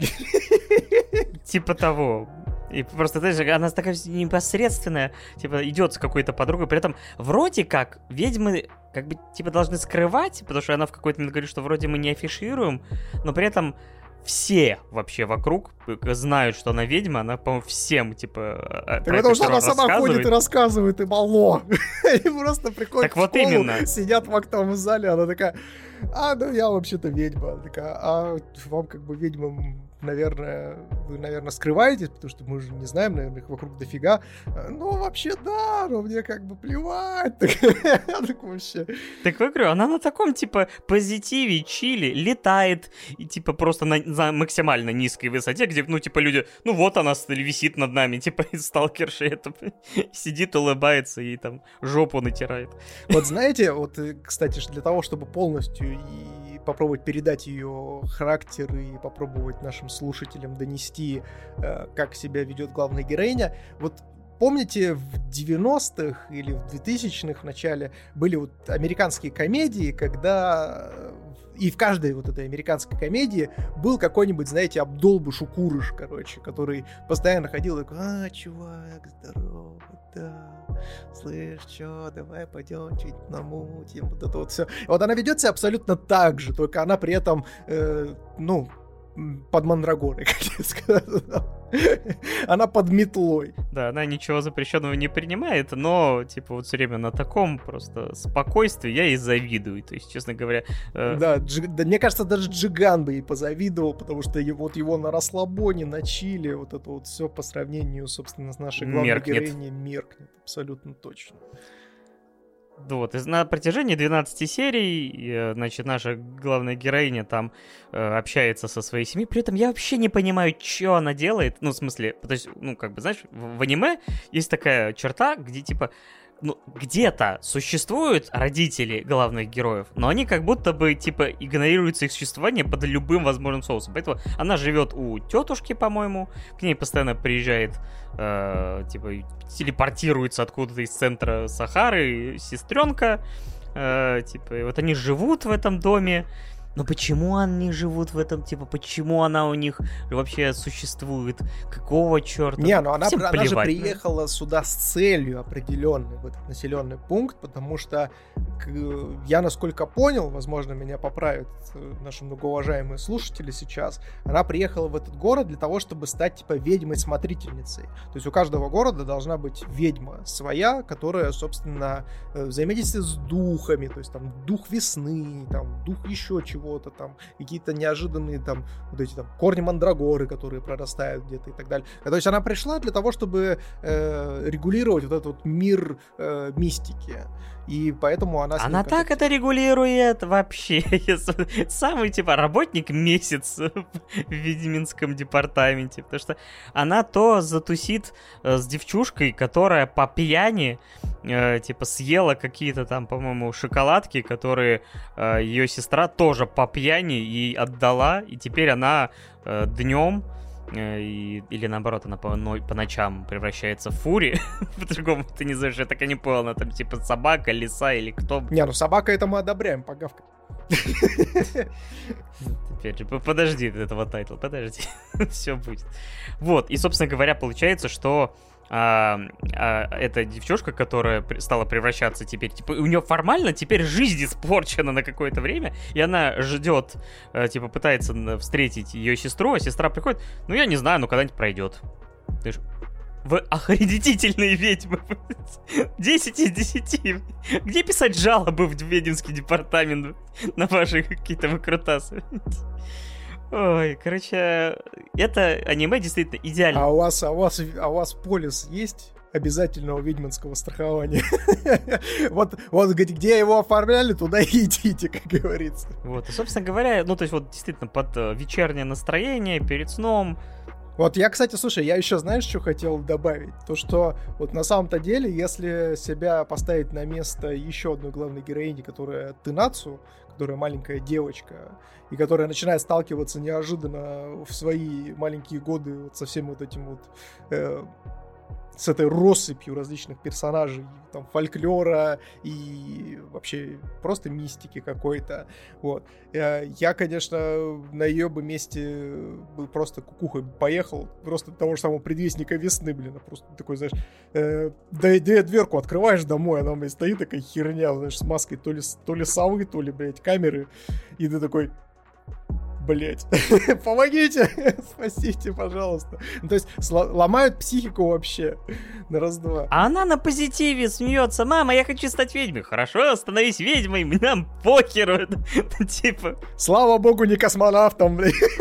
Типа того. И просто, знаешь, она такая непосредственная, типа, идет с какой-то подругой, при этом вроде как ведьмы, как бы, типа, должны скрывать, потому что она в какой-то момент говорит, что вроде мы не афишируем, но при этом все вообще вокруг знают, что она ведьма, она, по-моему, всем, типа, так потому что она сама ходит и рассказывает, и мало. Они просто приходят в школу, сидят в актовом зале, она такая, а, ну я вообще-то ведьма. Она такая, а вам как бы ведьмам наверное, вы, наверное, скрываетесь, потому что мы же не знаем, наверное, их вокруг дофига. Ну, вообще, да, но мне как бы плевать. Так вообще. Так я говорю, она на таком, типа, позитиве, чили, летает, и, типа, просто на, на максимально низкой высоте, где, ну, типа, люди, ну, вот она висит над нами, типа, из сталкерши, это, сидит, улыбается и, там, жопу натирает. Вот знаете, вот, кстати, для того, чтобы полностью и попробовать передать ее характер и попробовать нашим слушателям донести, как себя ведет главная героиня, вот помните, в девяностых или в двухтысячных в начале были вот американские комедии, когда и в каждой вот этой американской комедии был какой-нибудь, знаете, Абдул-Башукурыш, короче, который постоянно ходил и такой: а, чувак, здорово, да, слышь, чё, давай пойдем чуть намутим, вот это вот все. Вот она ведет себя абсолютно так же, только она при этом, э, ну, под мандрагорой, как я сказал. Она под метлой. Да, она ничего запрещенного не принимает, но, типа, вот все время на таком просто спокойствии я ей завидую. То есть, честно говоря... Э... Да, Дж... да, мне кажется, даже Джиган бы ей позавидовал, потому что вот его на расслабоне, на чиле, вот это вот все по сравнению, собственно, с нашей главной меркнет. героиней меркнет. Абсолютно точно. Вот, и на протяжении двенадцати серий, значит, наша главная героиня там э, общается со своей семьей. При этом я вообще не понимаю, что она делает. Ну, в смысле, то есть, ну, как бы, знаешь, в, в аниме есть такая черта, где, типа, ну, где-то существуют родители главных героев, но они как будто бы, типа, игнорируются их существование под любым возможным соусом. Поэтому она живет у тетушки, по-моему, к ней постоянно приезжает, э, типа, телепортируется откуда-то из центра Сахары сестренка, э, типа, и вот они живут в этом доме. Но почему они живут в этом, типа, почему она у них вообще существует? Какого черта? Не, ну она, она плевать, же приехала сюда с целью определенной, в этот населенный пункт, потому что я, насколько понял, возможно, меня поправят наши многоуважаемые слушатели сейчас, она приехала в этот город для того, чтобы стать, типа, ведьмой-смотрительницей. То есть у каждого города должна быть ведьма своя, которая, собственно, взаимодействует с духами, то есть там дух весны, там дух еще чего-то, там какие-то неожиданные там вот эти там корни мандрагоры, которые прорастают где-то и так далее. То есть она пришла для того, чтобы э, регулировать вот этот вот мир э, мистики. И поэтому она... Она так это регулирует вообще. Самый, типа, работник месяц в Ведьминском департаменте. Потому что она то затусит с девчушкой, которая по пьяни, э, типа, съела какие-то там, по-моему, шоколадки, которые э, ее сестра тоже по пьяни ей отдала. И теперь она э, днем... И, или наоборот, она по, но, по ночам превращается в фури. По-другому ты не знаешь, я так и не понял, она там типа собака, лиса или кто. Не, ну собака это мы одобряем, погавкать. Теперь, подожди этого тайтла, подожди. Все будет. Вот, и, собственно говоря, получается, что А, а, эта девчушка, которая стала превращаться теперь, типа, у нее формально теперь жизнь испорчена на какое-то время, и она ждет, типа, пытается встретить ее сестру, а сестра приходит, ну, я не знаю, ну, когда-нибудь пройдет. Ты ж... Вы охренительные ведьмы. десять из десяти. Где писать жалобы в ведьминский департамент на ваши какие-то выкрутасы? Ой, короче, это аниме действительно идеально. А у вас, а у вас, а у вас полис есть обязательного ведьминского страхования? Вот, вот где его оформляли, туда и идите, как говорится. Вот, и, собственно говоря, ну, то есть, вот, действительно, под вечернее настроение, перед сном. Вот я, кстати, слушай, я еще, знаешь, что хотел добавить? То, что вот на самом-то деле, если себя поставить на место еще одной главной героини, которая Тынацу, которая маленькая девочка, и которая начинает сталкиваться неожиданно в свои маленькие годы вот со всем вот этим вот... Э, с этой россыпью различных персонажей, там, фольклора и вообще просто мистики какой-то, вот. Я, конечно, на ее бы месте бы просто кукухой поехал, просто того же самого предвестника весны, блин, просто такой, знаешь, э, да и дверку открываешь домой, она, блин, стоит такая херня, знаешь, с маской то ли, то ли совы, то ли, блядь, камеры, и ты такой... Блять, помогите, спасите, пожалуйста. Ну, то есть сло- ломают психику вообще на раз-два. А она на позитиве смеется. Мама, я хочу стать ведьмой. Хорошо, становись ведьмой, нам похеру. Типа. Слава богу, не космонавтом, блядь.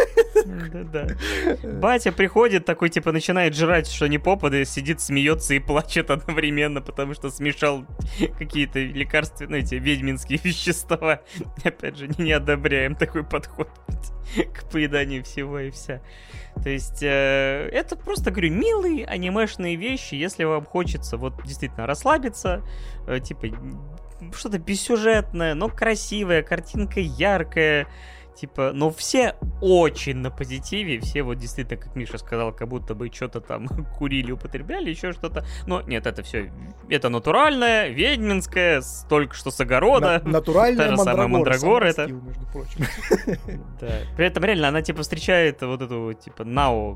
Да-да. Батя приходит, такой, типа, начинает жрать, что не попадает, сидит, смеется и плачет одновременно, потому что смешал какие-то лекарственные, эти ведьминские вещества. Опять же, не одобряем такой подход к поеданию всего и вся. То есть, э, это просто, говорю, милые анимешные вещи, если вам хочется вот действительно расслабиться, э, типа, что-то бессюжетное, но красивое, картинка яркая, типа, но все очень на позитиве, все вот действительно, как Миша сказал, как будто бы что-то там курили, употребляли, еще что-то. Но нет, это все, это натуральное, ведьминское, только что с огорода. На- натуральная мандрагора. мандрагора, это. Стил, между прочим. Да. При этом реально она типа встречает вот эту типа Нао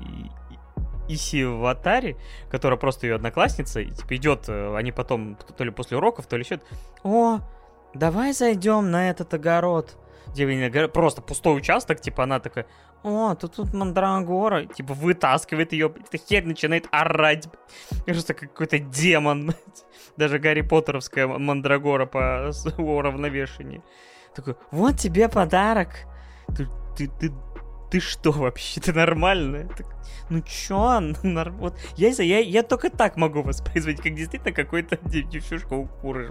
Исиватари, которая просто ее одноклассница, и типа идет, они потом то ли после уроков, то ли еще. О, давай зайдем на этот огород. Где просто пустой участок, типа она такая, о, тут тут мандрагора, типа вытаскивает ее, эта херь начинает орать, кажется, какой-то демон, даже Гарри Поттеровская мандрагора по уравновешению. Такой, вот тебе подарок, ты, ты, ты, ты что вообще, ты нормальная? Так, ну чё, нар... вот, я, я, я только так могу воспроизводить, как действительно какой-то девчушка укурыш.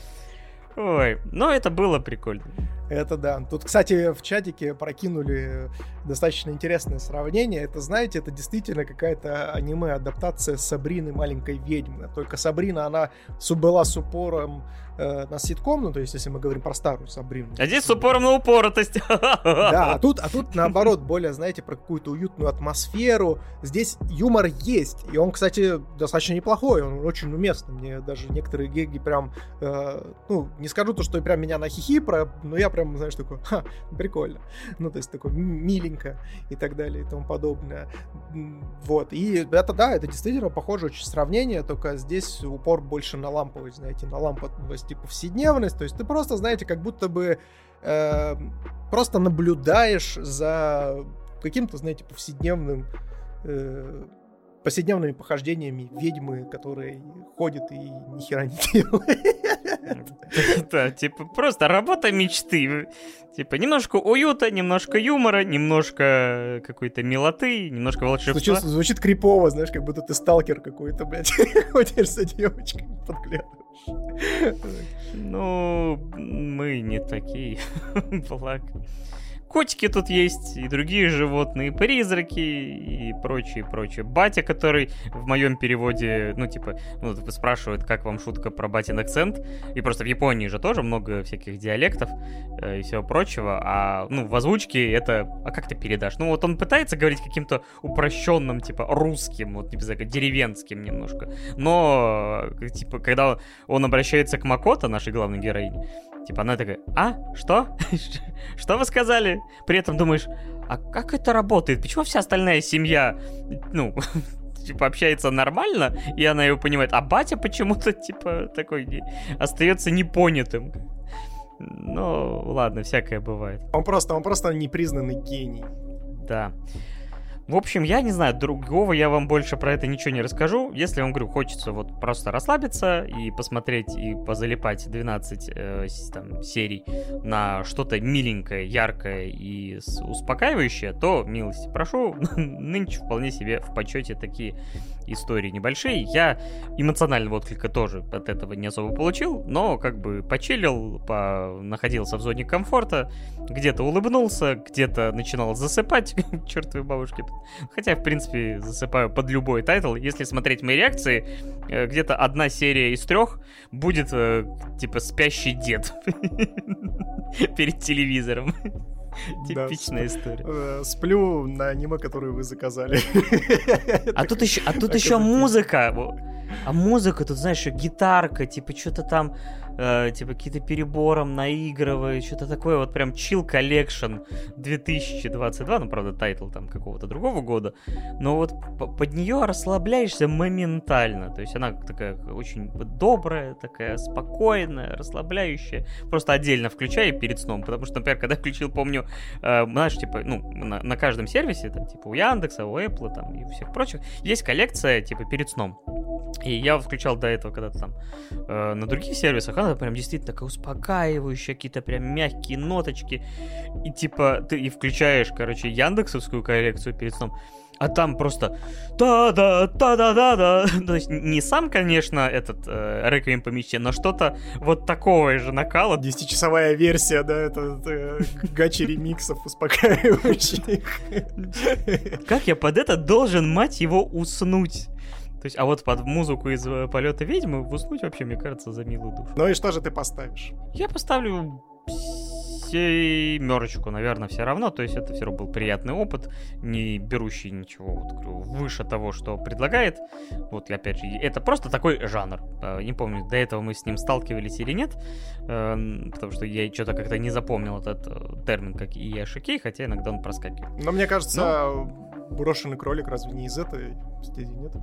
Ой, но это было прикольно. Это да. Тут, кстати, в чатике прокинули достаточно интересное сравнение. Это, знаете, это действительно какая-то аниме-адаптация Сабрины маленькой ведьмы. Только Сабрина, она была с упором э, на ситком, ну, то есть, если мы говорим про старую Сабрину. А здесь с упором на упоротость. Да, а тут, а тут наоборот, более, знаете, про какую-то уютную атмосферу. Здесь юмор есть. И он, кстати, достаточно неплохой, он очень уместный. Мне даже некоторые геги прям, э, ну, не скажу то, что прям меня на хихи, про, но я прям, знаешь, такой, ха, прикольно. Ну, то есть, такой миленько и так далее и тому подобное. Вот. И это, да, это действительно похоже очень сравнение, только здесь упор больше на ламповость, знаете, на ламповость и повседневность. То есть ты просто, знаете, как будто бы э, просто наблюдаешь за каким-то, знаете, повседневным э, повседневными похождениями ведьмы, которые ходят и ни хера не делают. Да, типа просто работа мечты. Типа немножко уюта, немножко юмора, немножко какой-то милоты, немножко волшебства. Звучит, звучит крипово, знаешь, как будто ты сталкер какой-то, блядь, ходишь за девочкой, подглядываешь. Ну, мы не такие, благо. Котики тут есть, и другие животные, и призраки, и прочее, прочее. Батя, который в моем переводе, ну, типа, ну, спрашивает, как вам шутка про батин акцент. И просто в Японии же тоже много всяких диалектов э, и всего прочего. А, ну, в озвучке это... А как ты передашь? Ну, вот он пытается говорить каким-то упрощенным, типа, русским, вот, не знаю, деревенским немножко. Но, типа, когда он обращается к Макото, нашей главной героине, типа, она такая, а? Что? Что вы сказали? При этом думаешь, а как это работает? Почему вся остальная семья, ну, типа, общается нормально, и она его понимает, а батя почему-то, типа, такой не... остается непонятым. Ну, ладно, всякое бывает. Он просто, он просто непризнанный гений. Да. В общем, я не знаю, другого я вам больше про это ничего не расскажу. Если вам, говорю, хочется вот просто расслабиться и посмотреть и позалипать двенадцать э, там, серий на что-то миленькое, яркое и успокаивающее, то, милости прошу, нынче вполне себе в почете такие истории небольшие. Я эмоционального отклика тоже от этого не особо получил, но как бы почилил, по... находился в зоне комфорта, где-то улыбнулся, где-то начинал засыпать, чертовой бабушке. Хотя, в принципе, засыпаю под любой тайтл. Если смотреть мои реакции, где-то одна серия из трех будет, типа, спящий дед перед телевизором. Типичная история. Сплю на аниме, которое вы заказали. А тут еще, а тут еще музыка. А музыка, тут, знаешь, гитарка, типа, что-то там, э, типа, какие-то перебором наигрывает, что-то такое, вот прям Chill Collection две тысячи двадцать два, ну, правда, тайтл там какого-то другого года, но вот под нее расслабляешься моментально, то есть она такая очень добрая, такая спокойная, расслабляющая, просто отдельно включай перед сном, потому что, например, когда включил, помню, э, знаешь, типа, ну, на, на каждом сервисе, там, типа, у Яндекса, у Apple, там, и у всех прочих, есть коллекция, типа, перед сном. И я включал до этого когда-то там э, на других сервисах, она прям действительно такая успокаивающая, какие-то прям мягкие ноточки. И типа ты и включаешь, короче, яндексовскую коллекцию перед сном, а там просто та-да, та-да-да-да. То есть не сам, конечно, этот э, Реквием по мечте, но что-то вот такого же накала. Десятичасовая версия, да, это, это гачи ремиксов успокаивающих. Как я под это должен, мать его, уснуть? То есть, а вот под музыку из «Полета ведьмы» уснуть вообще, мне кажется, за милую душу. Ну и что же ты поставишь? Я поставлю семерочку, наверное, все равно. То есть это все равно был приятный опыт, не берущий ничего вот, выше того, что предлагает. Вот, и опять же, это просто такой жанр. Не помню, до этого мы с ним сталкивались или нет, потому что я что-то как-то не запомнил этот термин, как и Яшикей, хотя иногда он проскакивает. Но мне кажется, Но... брошенный кролик разве не из этой стези, нет?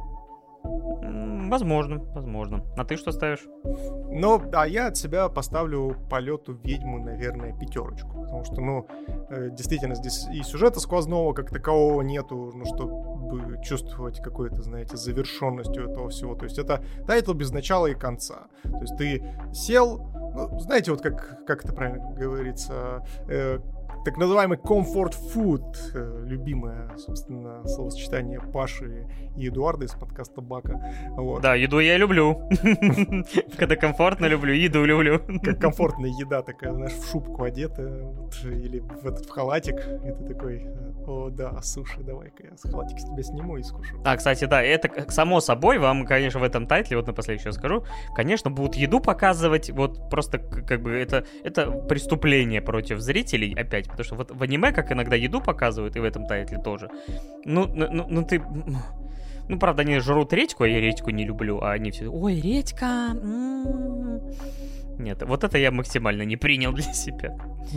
Возможно, возможно. А ты что ставишь? Ну, а я от себя поставлю «Полету ведьмы», наверное, пятерочку. Потому что, ну, действительно, здесь и сюжета сквозного как такового нету, ну, чтобы чувствовать какую-то, знаете, завершенность этого всего. То есть это тайтл без начала и конца. То есть ты сел, ну, знаете, вот как, как это правильно говорится, э, так называемый comfort food, любимое, собственно, словосочетание Паши и Эдуарда из подкаста Бака. Вот. Да, еду я люблю. Когда комфортно люблю, еду люблю. Как комфортная еда такая, знаешь, в шубку одета или в этот в халатик, и ты такой: о, да, суши, давай-ка я с халатика с тебя сниму и скушаю. А, кстати, да, это само собой, вам, конечно, в этом тайтле, вот напоследок еще скажу, конечно, будут еду показывать, вот просто как бы это, это преступление против зрителей, опять, потому что вот в аниме, как иногда еду показывают, и в этом тайтле тоже, ну, ну, ну ты... Ну, правда, они жрут редьку, а я редьку не люблю, а они все: ой, редька, м-м-м. Нет, вот это я максимально не принял для себя.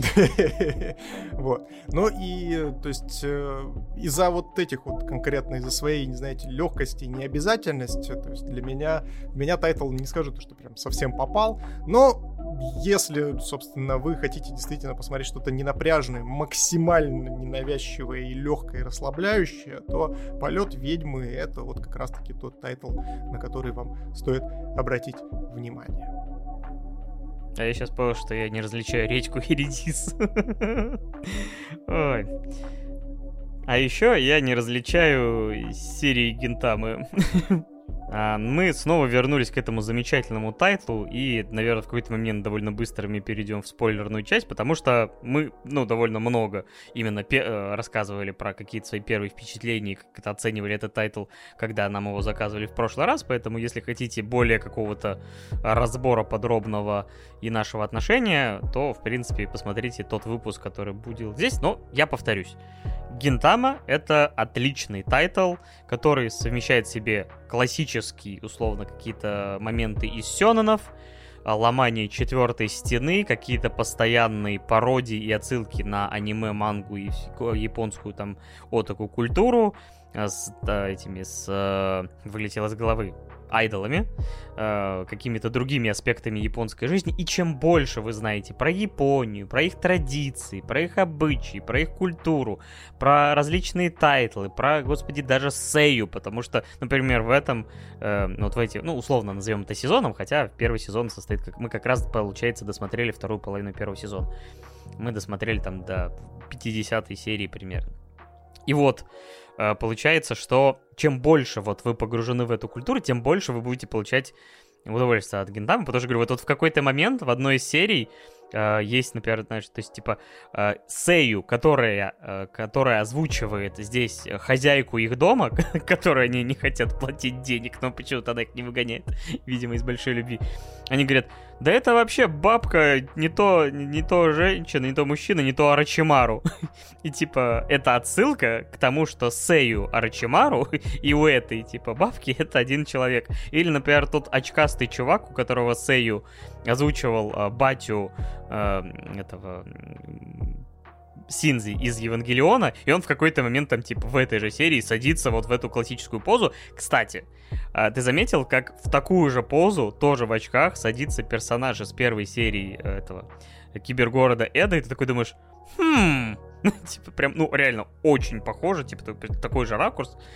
Вот. Ну и, то есть, из-за вот этих вот, конкретно из-за своей, не знаете, легкости и необязательности, то есть для меня, меня тайтл не скажу, что прям совсем попал, но если, собственно, вы хотите действительно посмотреть что-то ненапряжное, максимально ненавязчивое и легкое, и расслабляющее, то «Полет ведьмы» — это вот как раз-таки тот тайтл, на который вам стоит обратить внимание. А я сейчас понял, что я не различаю редьку и редис. Ой. А еще я не различаю серии Гинтамы. А мы снова вернулись к этому замечательному тайтлу, и, наверное, в какой-то момент довольно быстро мы перейдем в спойлерную часть, потому что мы, ну, довольно много именно пе- рассказывали про какие-то свои первые впечатления, как это оценивали этот тайтл, когда нам его заказывали в прошлый раз, поэтому, если хотите более какого-то разбора подробного и нашего отношения, то, в принципе, посмотрите тот выпуск, который будет здесь, но я повторюсь. Гинтама — это отличный тайтл, который совмещает в себе классические, условно, какие-то моменты из сёнэнов, ломание четвертой стены, какие-то постоянные пародии и отсылки на аниме, мангу и японскую там отаку культуру с да, этими, с... вылетело из головы, айдолами, э, какими-то другими аспектами японской жизни. И чем больше вы знаете про Японию, про их традиции, про их обычаи, про их культуру, про различные тайтлы, про, господи, даже сэйю, потому что, например, в этом, э, вот в эти, ну, условно назовем это сезоном, хотя первый сезон состоит, как мы как раз, получается, досмотрели вторую половину первого сезона. Мы досмотрели там до пятидесятой серии примерно. И вот, получается, что чем больше вот вы погружены в эту культуру, тем больше вы будете получать удовольствие от Гинтамы, потому что, говорю, вот, вот в какой-то момент в одной из серий э, есть, например, знаешь, то есть, типа, э, сэйю, которая, э, которая озвучивает здесь хозяйку их дома, которой они не хотят платить денег, но почему-то она их не выгоняет, видимо, из большой любви. Они говорят: да это вообще бабка, не то, не то женщина, не то мужчина, не то Орочимару. И, типа, это отсылка к тому, что сэйю Орочимару и у этой, типа, бабки это один человек. Или, например, тот очкастый чувак, у которого сэйю озвучивал э, батю э, этого... Синзи из Евангелиона, и он в какой-то момент там, типа, в этой же серии садится вот в эту классическую позу. Кстати, ты заметил, как в такую же позу, тоже в очках, садится персонаж из первой серии этого кибергорода Эда, и ты такой думаешь: хм, типа, прям, ну, реально очень похоже, типа, такой же ракурс.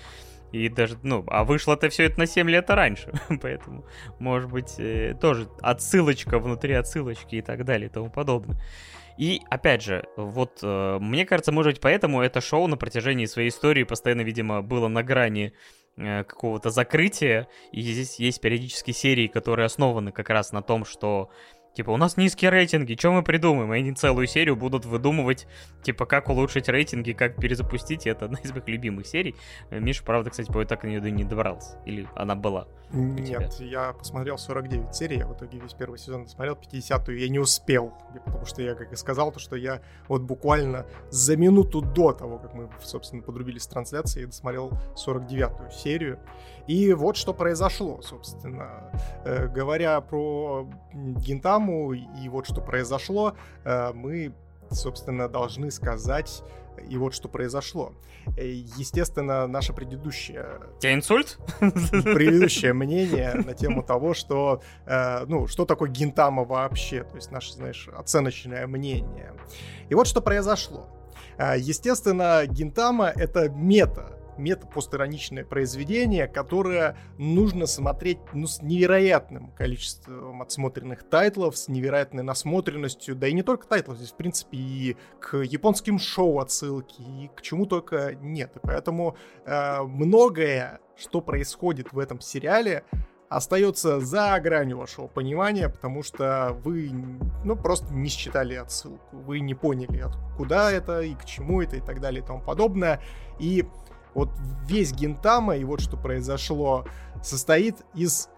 И даже, ну, а вышло-то все это на семь лет раньше. Поэтому, может быть, э, тоже отсылочка внутри отсылочки и так далее и тому подобное. И, опять же, вот, э, мне кажется, может быть, поэтому это шоу на протяжении своей истории постоянно, видимо, было на грани э, какого-то закрытия. И здесь есть периодически серии, которые основаны как раз на том, что типа, у нас низкие рейтинги, что мы придумаем? И они целую серию будут выдумывать, типа, как улучшить рейтинги, как перезапустить. И это одна из моих любимых серий. Миша, правда, кстати, по так и не добрался. Или она была? Нет, я посмотрел сорок девять серий, я в итоге весь первый сезон досмотрел, пятидесятую я не успел, потому что я, как и сказал, то, что я вот буквально за минуту до того, как мы, собственно, подрубились с трансляцией, я досмотрел сорок девятую серию. И вот что произошло, собственно. Э, говоря про Гинтаму и вот что произошло, э, мы, собственно, должны сказать... И вот что произошло. Естественно, наше предыдущее... Тебя инсульт? Предыдущее мнение на тему того, что... Э, ну, что такое Гинтама вообще. То есть наше, знаешь, оценочное мнение. И вот что произошло. Э, естественно, Гинтама — это мета. мета-постироничное произведение, которое нужно смотреть, ну, с невероятным количеством отсмотренных тайтлов, с невероятной насмотренностью, да и не только тайтлов, здесь, в принципе, и к японским шоу отсылки, и к чему только нет. И поэтому э, многое, что происходит в этом сериале, остается за гранью вашего понимания, потому что вы, ну, просто не считали отсылку, вы не поняли, откуда это, и к чему это, и так далее, и тому подобное. И вот весь Гинтама, и вот что произошло, состоит из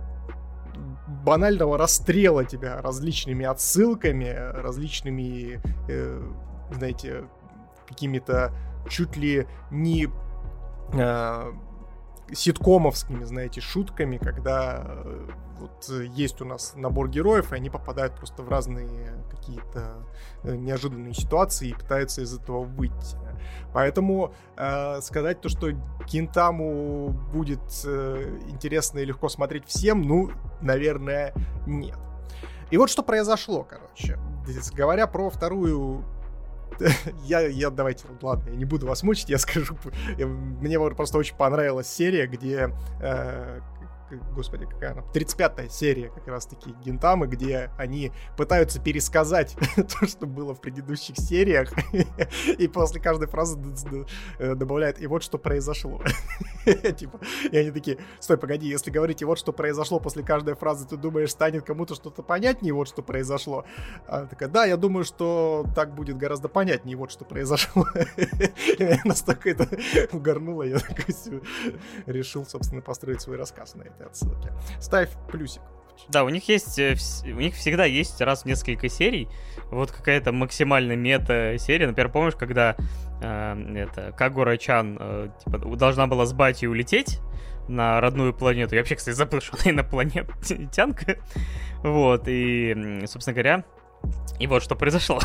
банального расстрела тебя различными отсылками, различными, э, знаете, какими-то чуть ли не э, ситкомовскими, знаете, шутками, когда э, вот есть у нас набор героев, и они попадают просто в разные какие-то э, неожиданные ситуации и пытаются из этого выйти. Поэтому э, сказать то, что Гинтаму будет э, интересно и легко смотреть всем, ну, наверное, нет. И вот что произошло, короче. Здесь, говоря про вторую... я, я, давайте, ладно, я не буду вас мучить, я скажу. Я, мне просто очень понравилась серия, где... Э, Господи, какая она? тридцать пятая серия как раз-таки Гинтамы, где они пытаются пересказать то, что было в предыдущих сериях, и после каждой фразы добавляют «и вот что произошло». Типа, и они такие: стой, погоди, если говорить «и вот что произошло» после каждой фразы, ты думаешь, станет кому-то что-то понятнее «вот что произошло»? Она такая: да, я думаю, что так будет гораздо понятнее «вот что произошло». И меня настолько это угорнуло, я такой решил, собственно, построить свой рассказ на это. Отсылки. Ставь плюсик. Да, у них есть, у них всегда есть раз в несколько серий вот какая-то максимально мета-серия. Например, помнишь, когда э, это Кагура-чан э, типа, должна была с Бати улететь на родную планету. Я вообще, кстати, забыл, что она инопланетянка. Вот, и, собственно говоря, и вот что произошло.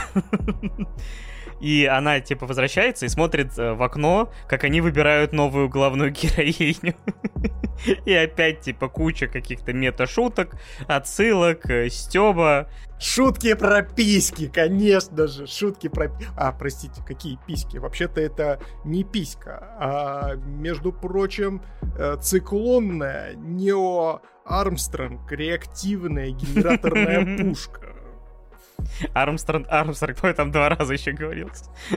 И она, типа, возвращается и смотрит в окно, как они выбирают новую главную героиню. И опять, типа, куча каких-то мета-шуток, отсылок, стёба. Шутки про письки, конечно же. Шутки про... А, простите, какие письки? Вообще-то это не писька, а, между прочим, циклонная Нео Армстронг реактивная генераторная пушка. Армстронг, Армстронг, по там два раза еще говорил.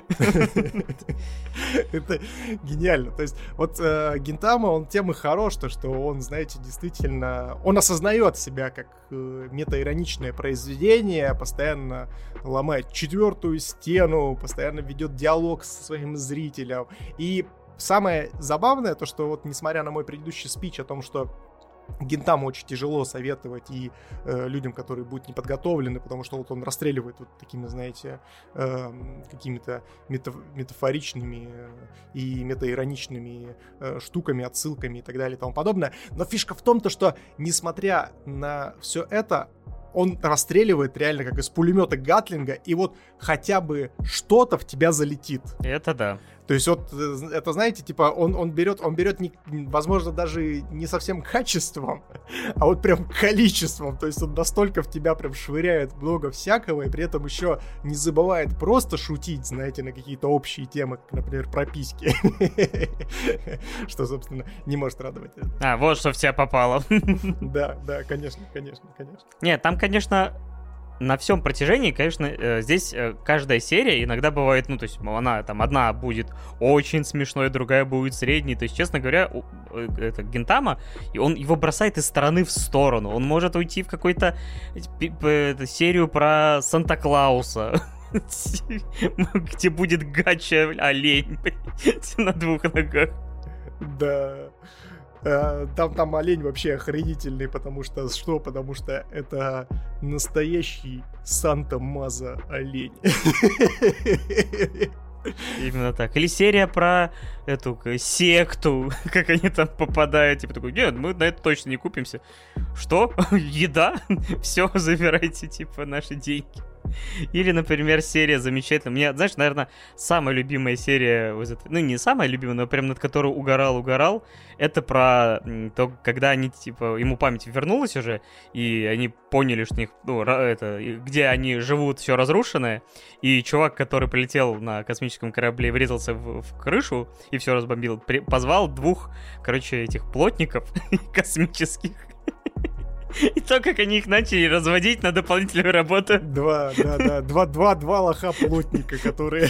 Это гениально. То есть, вот э, Гинтама, он тем и хорош, то, что он, знаете, действительно... Он осознает себя как э, метаироничное произведение, постоянно ломает четвертую стену, постоянно ведет диалог со своим зрителем. И самое забавное, то, что вот, несмотря на мой предыдущий спич о том, что Гинтаму очень тяжело советовать и э, людям, которые будут неподготовлены, потому что вот он расстреливает вот такими, знаете, э, какими-то метаф- метафоричными и метаироничными э, штуками, отсылками и так далее и тому подобное. Но фишка в том, то, что, несмотря на все это, он расстреливает реально как из пулемета Гатлинга, и вот хотя бы что-то в тебя залетит. Это да. То есть вот это, знаете, типа он, он берет, он берет не, возможно, даже не совсем качеством, а вот прям количеством. То есть он настолько в тебя прям швыряет много всякого, и при этом еще не забывает просто шутить, знаете, на какие-то общие темы, как, например, про письки. Что, собственно, не может радовать. А, вот что в тебя попало. Да, да, конечно, конечно, конечно. Нет, там, конечно... На всем протяжении, конечно, здесь каждая серия иногда бывает, ну, то есть она там одна будет очень смешной, другая будет средней. То есть, честно говоря, это Гинтама, и он его бросает из стороны в сторону. Он может уйти в какую-то серию про Санта-Клауса, где будет гача олень на двух ногах. Да. Там, там олень вообще охренительный, потому что что? Потому что это настоящий Санта-Маза олень. Именно так. Или серия про эту секту, как они там попадают. Типа такой, нет, мы на это точно не купимся. Что? Еда? Все, забирайте, типа, наши деньги. Или, например, серия замечательная. Мне, знаешь, наверное, самая любимая серия, ну, не самая любимая, но прям над которой угорал-угорал, это про то, когда они, типа, ему память вернулась уже, и они поняли, что у них, ну, это, где они живут, все разрушенное, и чувак, который прилетел на космическом корабле и врезался в, в крышу и все разбомбил, при, позвал двух, короче, этих плотников космических. И то, как они их начали разводить на дополнительную работу. Два, да, да, два, два, два лоха-плотника, которые...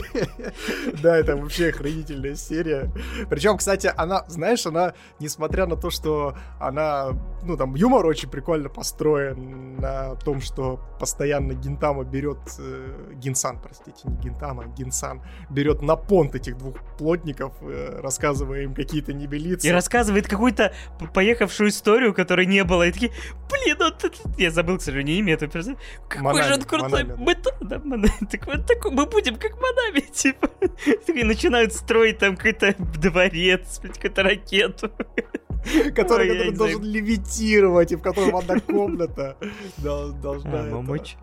Да, это вообще охренительная серия. Причем, кстати, она, знаешь, она, несмотря на то, что она, ну, там, юмор очень прикольно построен на том, что постоянно Гинтама берет... Э, Гинсан, простите, не Гинтама, а Гинсан берет на понт этих двух плотников, э, рассказывая им какие-то небылицы. И рассказывает какую-то поехавшую историю, которой не было. И такие, блин, ну ты... Я забыл, к сожалению, имя этого персонажа. Какой Манами, же он крутой. Манами, мы, да, Манами. Так вот такой, мы будем как Манами, типа. И начинают строить там какой-то дворец, какую-то ракету. Который, Ой, который должен знаю. левитировать, и в котором одна комната должна... А, Момыч.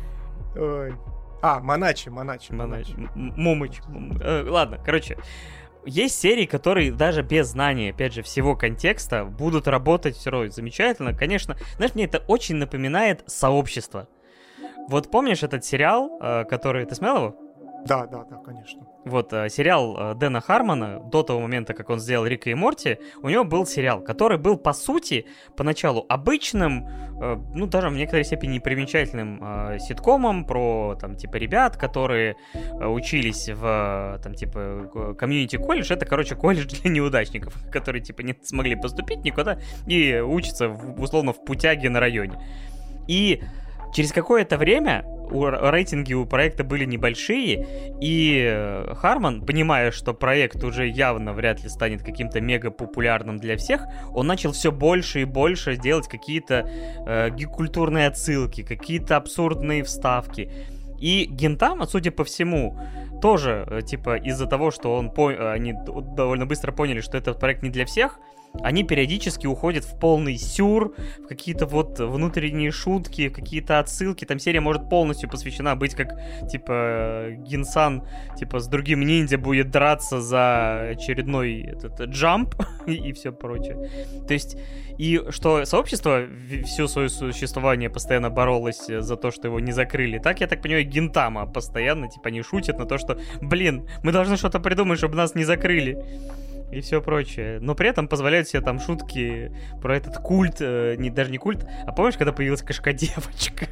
Ой. А, Маначи, Маначи. Маначи. Момыч. Ладно, короче... Есть серии, которые даже без знания, опять же, всего контекста будут работать все равно замечательно. Конечно, знаешь, мне это очень напоминает «Сообщество». Вот помнишь этот сериал, который... Ты смотрел его? Да, да, да, конечно. Вот, сериал Дэна Хармона, до того момента, как он сделал Рика и Морти, у него был сериал, который был, по сути, поначалу обычным, ну, даже в некоторой степени непримечательным ситкомом про, там, типа, ребят, которые учились в, там, типа, комьюнити-колледж. Это, короче, колледж для неудачников, которые, типа, не смогли поступить никуда и учатся, в, условно, в путяге на районе. И через какое-то время у, рейтинги у проекта были небольшие, и Хармон, понимая, что проект уже явно вряд ли станет каким-то мега популярным для всех, он начал все больше и больше делать какие-то э, гик-культурные отсылки, какие-то абсурдные вставки. И Гинтама, судя по всему, тоже, типа, из-за того, что он по... они довольно быстро поняли, что этот проект не для всех, они периодически уходят в полный сюр, в какие-то вот внутренние шутки, какие-то отсылки. Там серия может полностью посвящена быть как, типа, Гинсан, типа, с другим ниндзя будет драться за очередной этот джамп и, и все прочее. То есть, и что сообщество все свое существование постоянно боролось за то, что его не закрыли, так, я так понимаю, Гинтама постоянно, типа, они шутят на то, что, блин, мы должны что-то придумать, чтобы нас не закрыли. И все прочее. Но при этом позволяют себе там шутки про этот культ, э, не, даже не культ, а помнишь, когда появилась кошка-девочка?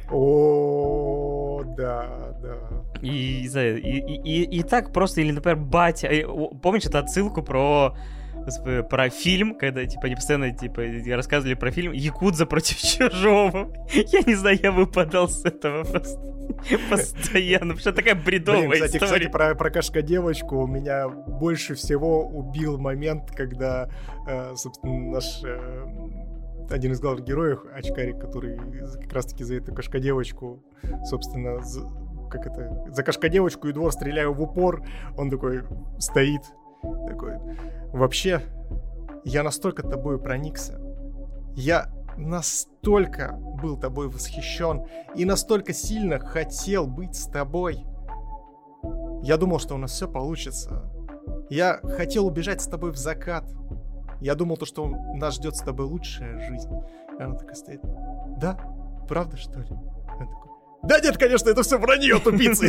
О, да, да. И, и, и, и, и так просто, или, например, батя. Помнишь эту отсылку про... про фильм, когда, типа, они постоянно, типа, рассказывали про фильм «Якудза против Чужого». Я не знаю, я выпадал с этого просто постоянно, потому что такая бредовая Блин, кстати, история. Кстати, про, про кошка-девочку у меня больше всего убил момент, когда, э, собственно, наш... Э, один из главных героев, очкарик, который как раз-таки за эту кошка-девочку, собственно, за, как это, за кошка-девочку и двор стреляю в упор, он такой стоит, такой... Вообще, я настолько тобой проникся. Я настолько был тобой восхищен и настолько сильно хотел быть с тобой. Я думал, что у нас все получится. Я хотел убежать с тобой в закат. Я думал, то, что нас ждет с тобой лучшая жизнь. И она такая стоит. Да? Правда, что ли? Он такой. Да нет, конечно, это все вранье, тупицы.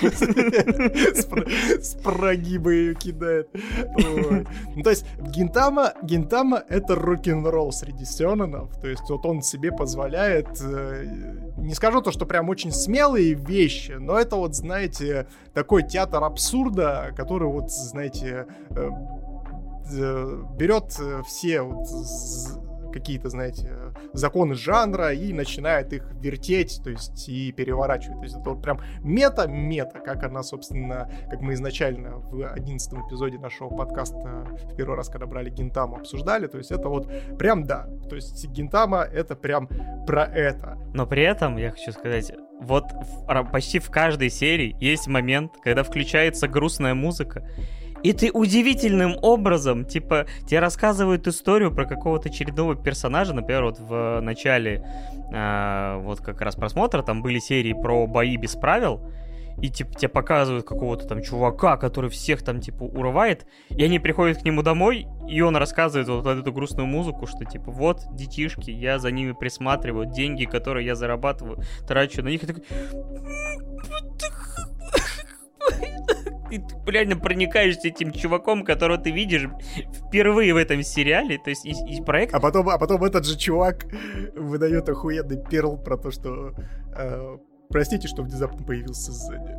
С прогиба ее кидает. Ну, то есть, Гинтама, Гинтама — это рок-н-ролл среди сёнэнов. То есть, вот он себе позволяет, не скажу то, что прям очень смелые вещи, но это вот, знаете, такой театр абсурда, который вот, знаете, берет все вот какие-то, знаете, законы жанра и начинает их вертеть, то есть и переворачивать. То есть это вот прям мета-мета, как она, собственно, как мы изначально в одиннадцатом эпизоде нашего подкаста в первый раз, когда брали Гинтаму, обсуждали. То есть это вот прям да. То есть Гинтама — это прям про это. Но при этом, я хочу сказать, вот в, почти в каждой серии есть момент, когда включается грустная музыка, и ты удивительным образом, типа, тебе рассказывают историю про какого-то очередного персонажа. Например, вот в начале э, вот как раз просмотра там были серии про бои без правил, и типа тебе показывают какого-то там чувака, который всех там типа урывает, и они приходят к нему домой, и он рассказывает вот эту грустную музыку, что типа вот детишки, я за ними присматриваю, деньги, которые я зарабатываю, трачу на них, и такой... И ты реально проникаешься этим чуваком, которого ты видишь впервые в этом сериале, то есть из, из проекта. А потом, а потом этот же чувак выдает охуенный перл про то, что э, простите, что внезапно появился сзади.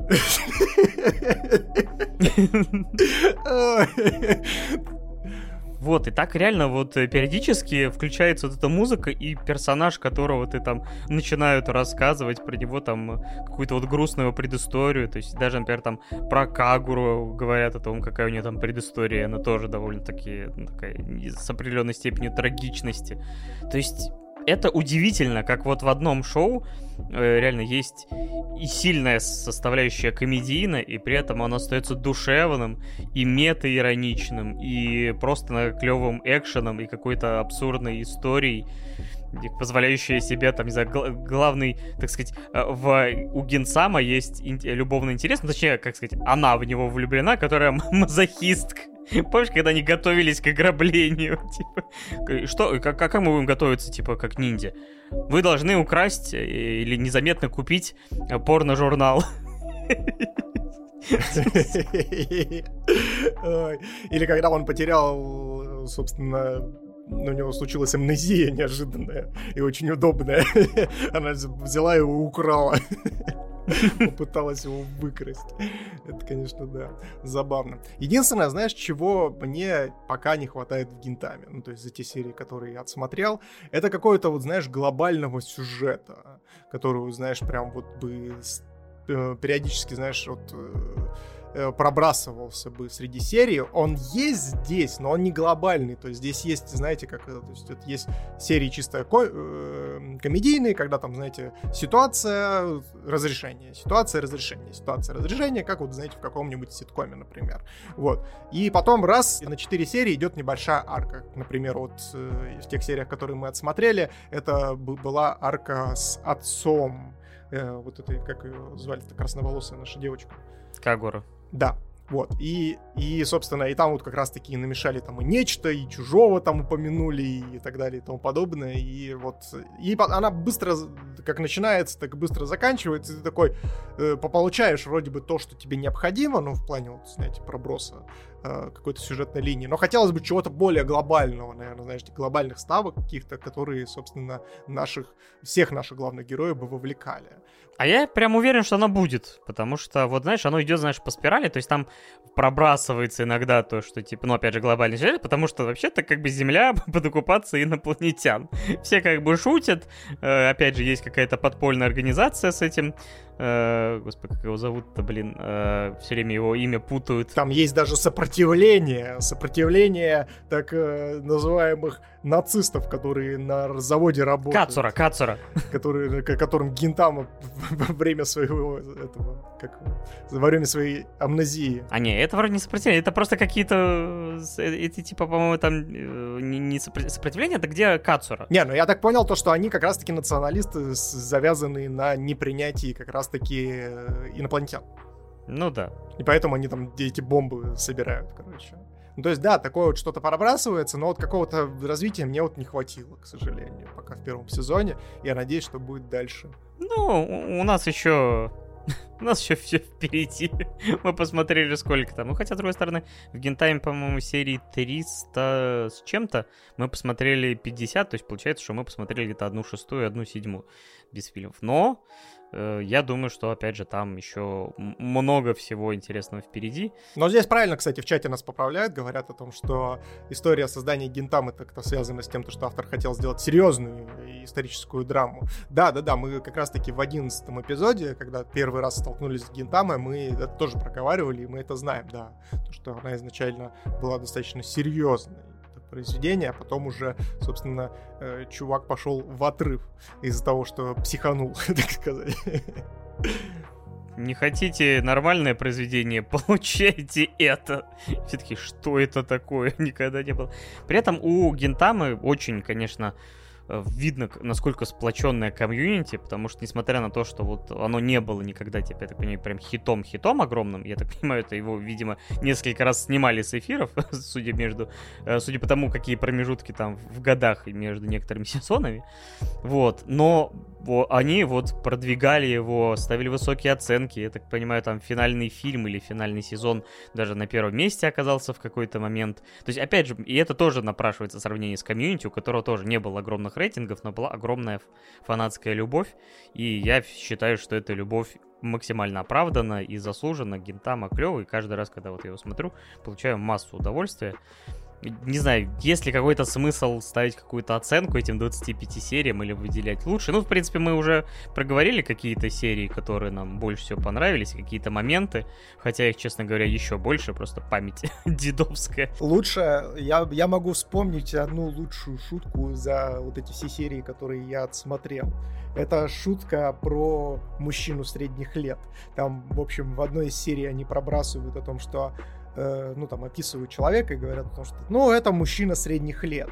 Вот, и так реально вот периодически включается вот эта музыка, и персонаж, которого ты там начинают рассказывать про него там какую-то вот грустную предысторию, то есть даже, например, там про Кагуру говорят о том, какая у нее там предыстория, она тоже довольно-таки ну, такая с определенной степенью трагичности. То есть это удивительно, как вот в одном шоу э, реально есть и сильная составляющая комедийная, и при этом оно остается душевным, и мета-ироничным, и просто клевым экшеном, и какой-то абсурдной историей, позволяющая себе, там, не знаю, гл- главный, так сказать, в, у Гинсама есть ин- любовный интерес, ну, точнее, как сказать, она в него влюблена, которая мазохистка. Помнишь, когда они готовились к ограблению? Типа, что, как, как мы будем готовиться, типа, как ниндзя? Вы должны украсть или незаметно купить порно-журнал. Или когда он потерял, собственно... у него случилась амнезия неожиданная и очень удобная. Она взяла его и украла. Попыталась его выкрасть. Это, конечно, да, забавно. Единственное, знаешь, чего мне пока не хватает в Гинтаме, ну, то есть за те серии, которые я отсмотрел, это какого-то, вот, знаешь, глобального сюжета, который, знаешь, прям вот бы периодически, знаешь, вот... пробрасывался бы среди серий. Он есть здесь, но он не глобальный. То есть здесь есть, знаете, как это, то есть это есть серии чисто ко- э- комедийные, когда там, знаете, ситуация, разрешение, ситуация, разрешение, ситуация, разрешение, как вот, знаете, в каком-нибудь ситкоме, например. Вот. И потом раз на четыре серии идет небольшая арка. Например, вот э- в тех сериях, которые мы отсмотрели, это б- была арка с отцом э- вот этой, как ее звали-то, красноволосая наша девочка. Кагура. Да, вот, и, и, собственно, и там вот как раз-таки намешали там и нечто, и чужого там упомянули, и так далее, и тому подобное, и вот, и она быстро, как начинается, так и быстро заканчивается, и ты такой э, получаешь вроде бы то, что тебе необходимо, ну, в плане, вот, знаете, проброса э, какой-то сюжетной линии, но хотелось бы чего-то более глобального, наверное, знаешь, глобальных ставок каких-то, которые, собственно, наших, всех наших главных героев бы вовлекали. А я прям уверен, что оно будет, потому что, вот знаешь, оно идет, знаешь, по спирали, то есть там пробрасывается иногда то, что, типа, ну, опять же, глобальный сюжет, потому что вообще-то как бы Земля под оккупацией инопланетян. Все как бы шутят, э, опять же, есть какая-то подпольная организация с этим, э, господи, как его зовут-то, блин, э, все время его имя путают. Там есть даже сопротивление, сопротивление так э, называемых нацистов, которые на заводе работают. Кацура, Кацура. Которые, которым Гинтама во время своего этого, как, во время своей амнезии. А не, это вроде не сопротивление, это просто какие-то, эти типа, по-моему, там не, не сопротивление, это где Кацура. Не, ну я так понял то, что они как раз-таки националисты, завязанные на непринятии как раз-таки инопланетян. Ну да. И поэтому они там эти бомбы собирают, короче. Ну, то есть, да, такое вот что-то пробрасывается, но вот какого-то развития мне вот не хватило, к сожалению, пока в первом сезоне. Я надеюсь, что будет дальше. Ну, у нас еще... У нас еще все впереди. Мы посмотрели сколько там. Ну, хотя, с другой стороны, в Гентайме, по-моему, серии триста с чем-то мы посмотрели пятьдесят, то есть получается, что мы посмотрели где-то одну шестую и одну седьмую без фильмов. Но э, я думаю, что, опять же, там еще много всего интересного впереди. Но здесь правильно, кстати, в чате нас поправляют, говорят о том, что история создания Гентамы как-то связана с тем, что автор хотел сделать серьезную историческую драму. Да-да-да, мы как раз-таки в одиннадцатом эпизоде, когда первый раз столкнулись с Гентамой, мы это тоже проговаривали, и мы это знаем, да, то, что она изначально была достаточно серьезной произведение, а потом уже, собственно, э, чувак пошел в отрыв из-за того, что психанул, так сказать. Не хотите нормальное произведение, получайте это. Все-таки, что это такое? Никогда не было. При этом у Гентамы очень, конечно, видно, насколько сплоченная комьюнити, потому что, несмотря на то, что вот оно не было никогда, типа, я так понимаю, прям хитом-хитом огромным, я так понимаю, это его, видимо, несколько раз снимали с эфиров, судя между, судя по тому, какие промежутки там в годах и между некоторыми сезонами, вот, но они вот продвигали его, ставили высокие оценки, я так понимаю, там финальный фильм или финальный сезон даже на первом месте оказался в какой-то момент, то есть, опять же, и это тоже напрашивается в сравнении с комьюнити, у которого тоже не было огромных рейтингов, но была огромная фанатская любовь, и я считаю, что эта любовь максимально оправдана и заслужена. Гентама клёвый, и каждый раз, когда вот я его смотрю, получаю массу удовольствия. Не знаю, есть ли какой-то смысл ставить какую-то оценку этим двадцати пяти сериям или выделять лучше. Ну, в принципе, мы уже проговорили какие-то серии, которые нам больше всего понравились, какие-то моменты, хотя их, честно говоря, еще больше, просто память дедовская. Лучше, я, я могу вспомнить одну лучшую шутку за вот эти все серии, которые я отсмотрел. Это шутка про мужчину средних лет. Там, в общем, в одной из серий они пробрасывают о том, что ну, там, описывают человека и говорят о том, что, ну, это мужчина средних лет.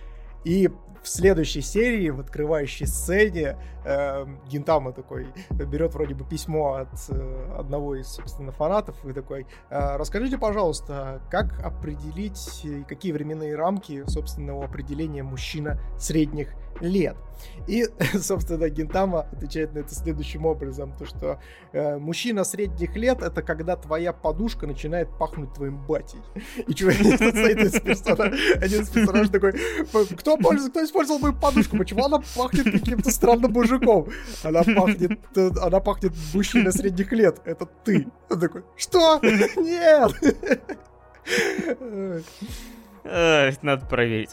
И в следующей серии, в открывающей сцене, э, Гентама такой берет вроде бы письмо от э, одного из, собственно, фанатов и такой: э, расскажите, пожалуйста, как определить, какие временные рамки, собственно, у определения мужчина средних лет. И, собственно, Гентама отвечает на это следующим образом, то что э, мужчина средних лет — это когда твоя подушка начинает пахнуть твоим батей. И чувак, один из персонажей такой: кто пользуется, кто использовал мою подушку? Почему она пахнет каким-то странным мужиком? Она пахнет, она пахнет мужчиной средних лет. Это ты. Он такой: что? Нет! Надо проверить.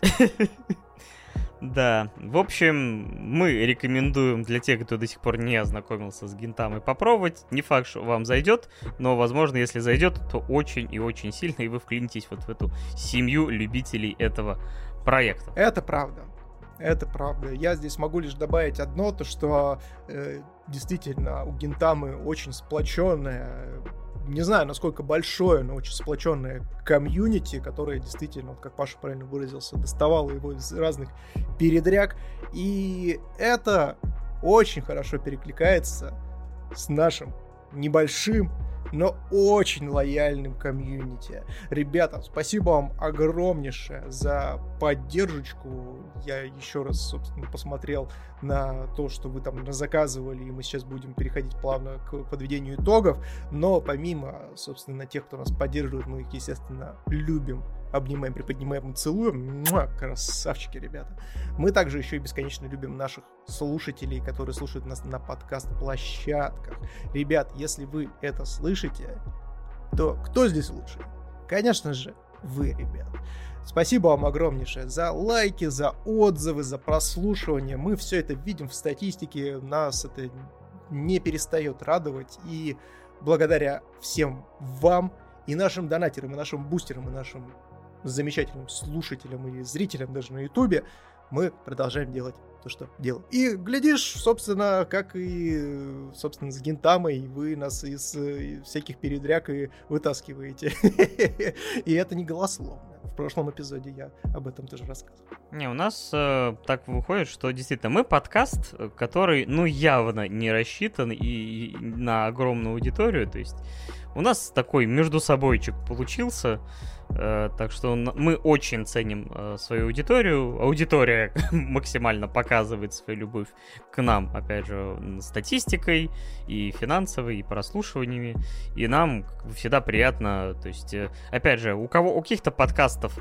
Да, в общем, мы рекомендуем для тех, кто до сих пор не ознакомился с Гентамой, попробовать. Не факт, что вам зайдет, но, возможно, если зайдет, то очень и очень сильно, и вы вклинитесь вот в эту семью любителей этого проекта. Это правда. Это правда. Я здесь могу лишь добавить одно, то что э, действительно у Гентамы очень сплоченная, не знаю, насколько большое, но очень сплоченное комьюнити, которое действительно, вот как Паша правильно выразился, доставало его из разных передряг. И это очень хорошо перекликается с нашим небольшим, но очень лояльным комьюнити. Ребята, спасибо вам огромнейшее за поддержку. Я еще раз, собственно, посмотрел на то, что вы там заказывали, и мы сейчас будем переходить плавно к подведению итогов. Но помимо, собственно, тех, кто нас поддерживает, мы их, естественно, любим, обнимаем, приподнимаем и целуем. Муа, красавчики, ребята. Мы также еще и бесконечно любим наших слушателей, которые слушают нас на подкаст-площадках. Ребят, если вы это слышите, то кто здесь лучше? Конечно же, вы, ребят. Спасибо вам огромнейшее за лайки, за отзывы, за прослушивание. Мы все это видим в статистике, нас это не перестает радовать. И благодаря всем вам и нашим донатерам, и нашим бустерам, и нашим замечательным слушателям и зрителям даже на Ютубе, мы продолжаем делать то, что делаем. И глядишь, собственно, как и, собственно, с Гентамой, вы нас из всяких передряг и вытаскиваете. И это не голословно. В прошлом эпизоде я об этом тоже рассказывал. Не, у нас э, так выходит, что действительно мы подкаст, который, ну, явно не рассчитан и, и на огромную аудиторию, то есть у нас такой между собойчик получился, э, так что мы очень ценим э, свою аудиторию. Аудитория максимально показывает свою любовь к нам, опять же, статистикой и финансовой, и прослушиваниями, и нам всегда приятно, то есть, э, опять же, у кого, у каких-то подкастов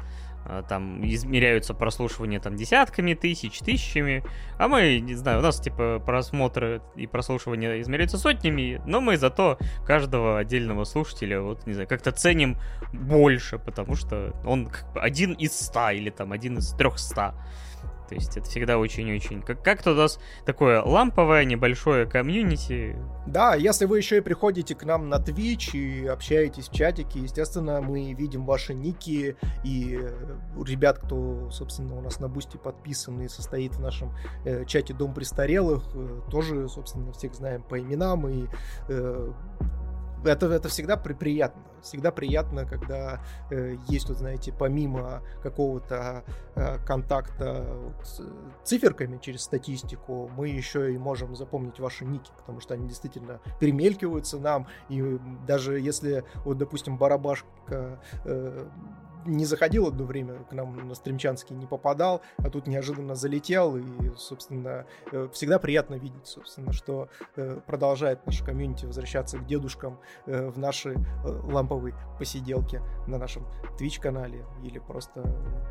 там измеряются прослушивания там десятками тысяч, тысячами, а мы, не знаю, у нас типа просмотры и прослушивания измеряются сотнями, но мы зато каждого отдельного слушателя, вот, не знаю, как-то ценим больше, потому что он как бы один из ста или там один из трехста. То есть это всегда очень-очень... Как- как-то у нас такое ламповое небольшое комьюнити. Да, если вы еще и приходите к нам на Twitch и общаетесь в чатике, естественно, мы видим ваши ники, и ребят, кто, собственно, у нас на Бусти подписан и состоит в нашем э, чате Дом престарелых, э, тоже, собственно, всех знаем по именам, и э, это, это всегда при, приятно. Всегда приятно, когда э, есть, вот, знаете, помимо какого-то э, контакта вот, с циферками через статистику, мы еще и можем запомнить ваши ники, потому что они действительно перемелькиваются нам, и даже если, вот, допустим, Барабашка э, не заходил одно время к нам на Стримчанский, не попадал, а тут неожиданно залетел, и, собственно, всегда приятно видеть, собственно, что продолжает наше комьюнити возвращаться к дедушкам в наши ламповые посиделки на нашем Twitch-канале или просто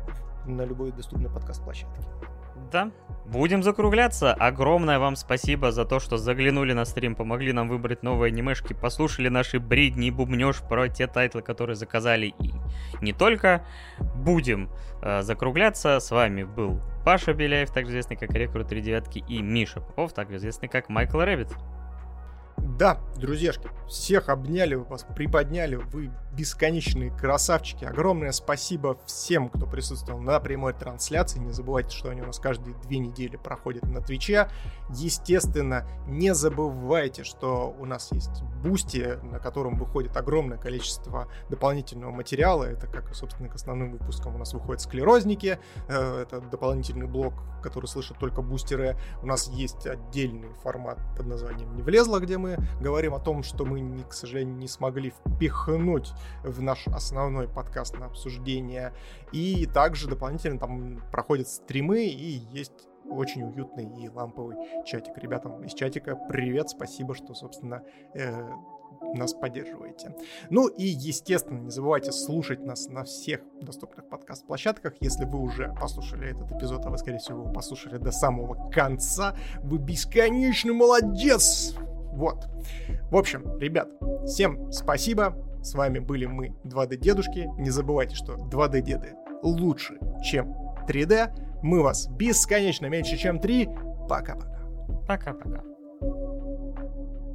на любой доступной подкаст-площадке. Да, будем закругляться. Огромное вам спасибо за то, что заглянули на стрим, помогли нам выбрать новые анимешки, послушали наши бредни и бубнёж про те тайтлы, которые заказали, и не только. Будем э, закругляться. С вами был Паша Беляев, также известный как Рекрут три девятки, и Миша Попов, также известный как Майкл Рэббит. Да, друзьяшки, всех обняли, вас приподняли, вы бесконечные красавчики. Огромное спасибо всем, кто присутствовал на прямой трансляции. Не забывайте, что они у нас каждые две недели проходят на Твиче. Естественно, не забывайте, что у нас есть Бусти, на котором выходит огромное количество дополнительного материала. Это как, собственно, к основным выпускам у нас выходят склерозники. Это дополнительный блок, который слышат только бустеры. У нас есть отдельный формат под названием «Не влезло», где мы говорим о том, что мы, не, к сожалению, не смогли впихнуть в наш основной подкаст на обсуждение. И также дополнительно там проходят стримы, и есть очень уютный и ламповый чатик. Ребятам из чатика привет, спасибо, что, собственно, э, нас поддерживаете. Ну и, естественно, не забывайте слушать нас на всех доступных подкаст-площадках. Если вы уже послушали этот эпизод, а вы, скорее всего, его послушали до самого конца, вы бесконечный молодец! Вот. В общем, ребят, всем спасибо. С вами были мы, два дэ-дедушки. Не забывайте, что два дэ-деды лучше, чем три дэ. Мы вас бесконечно меньше, чем три. Пока-пока. Пока-пока.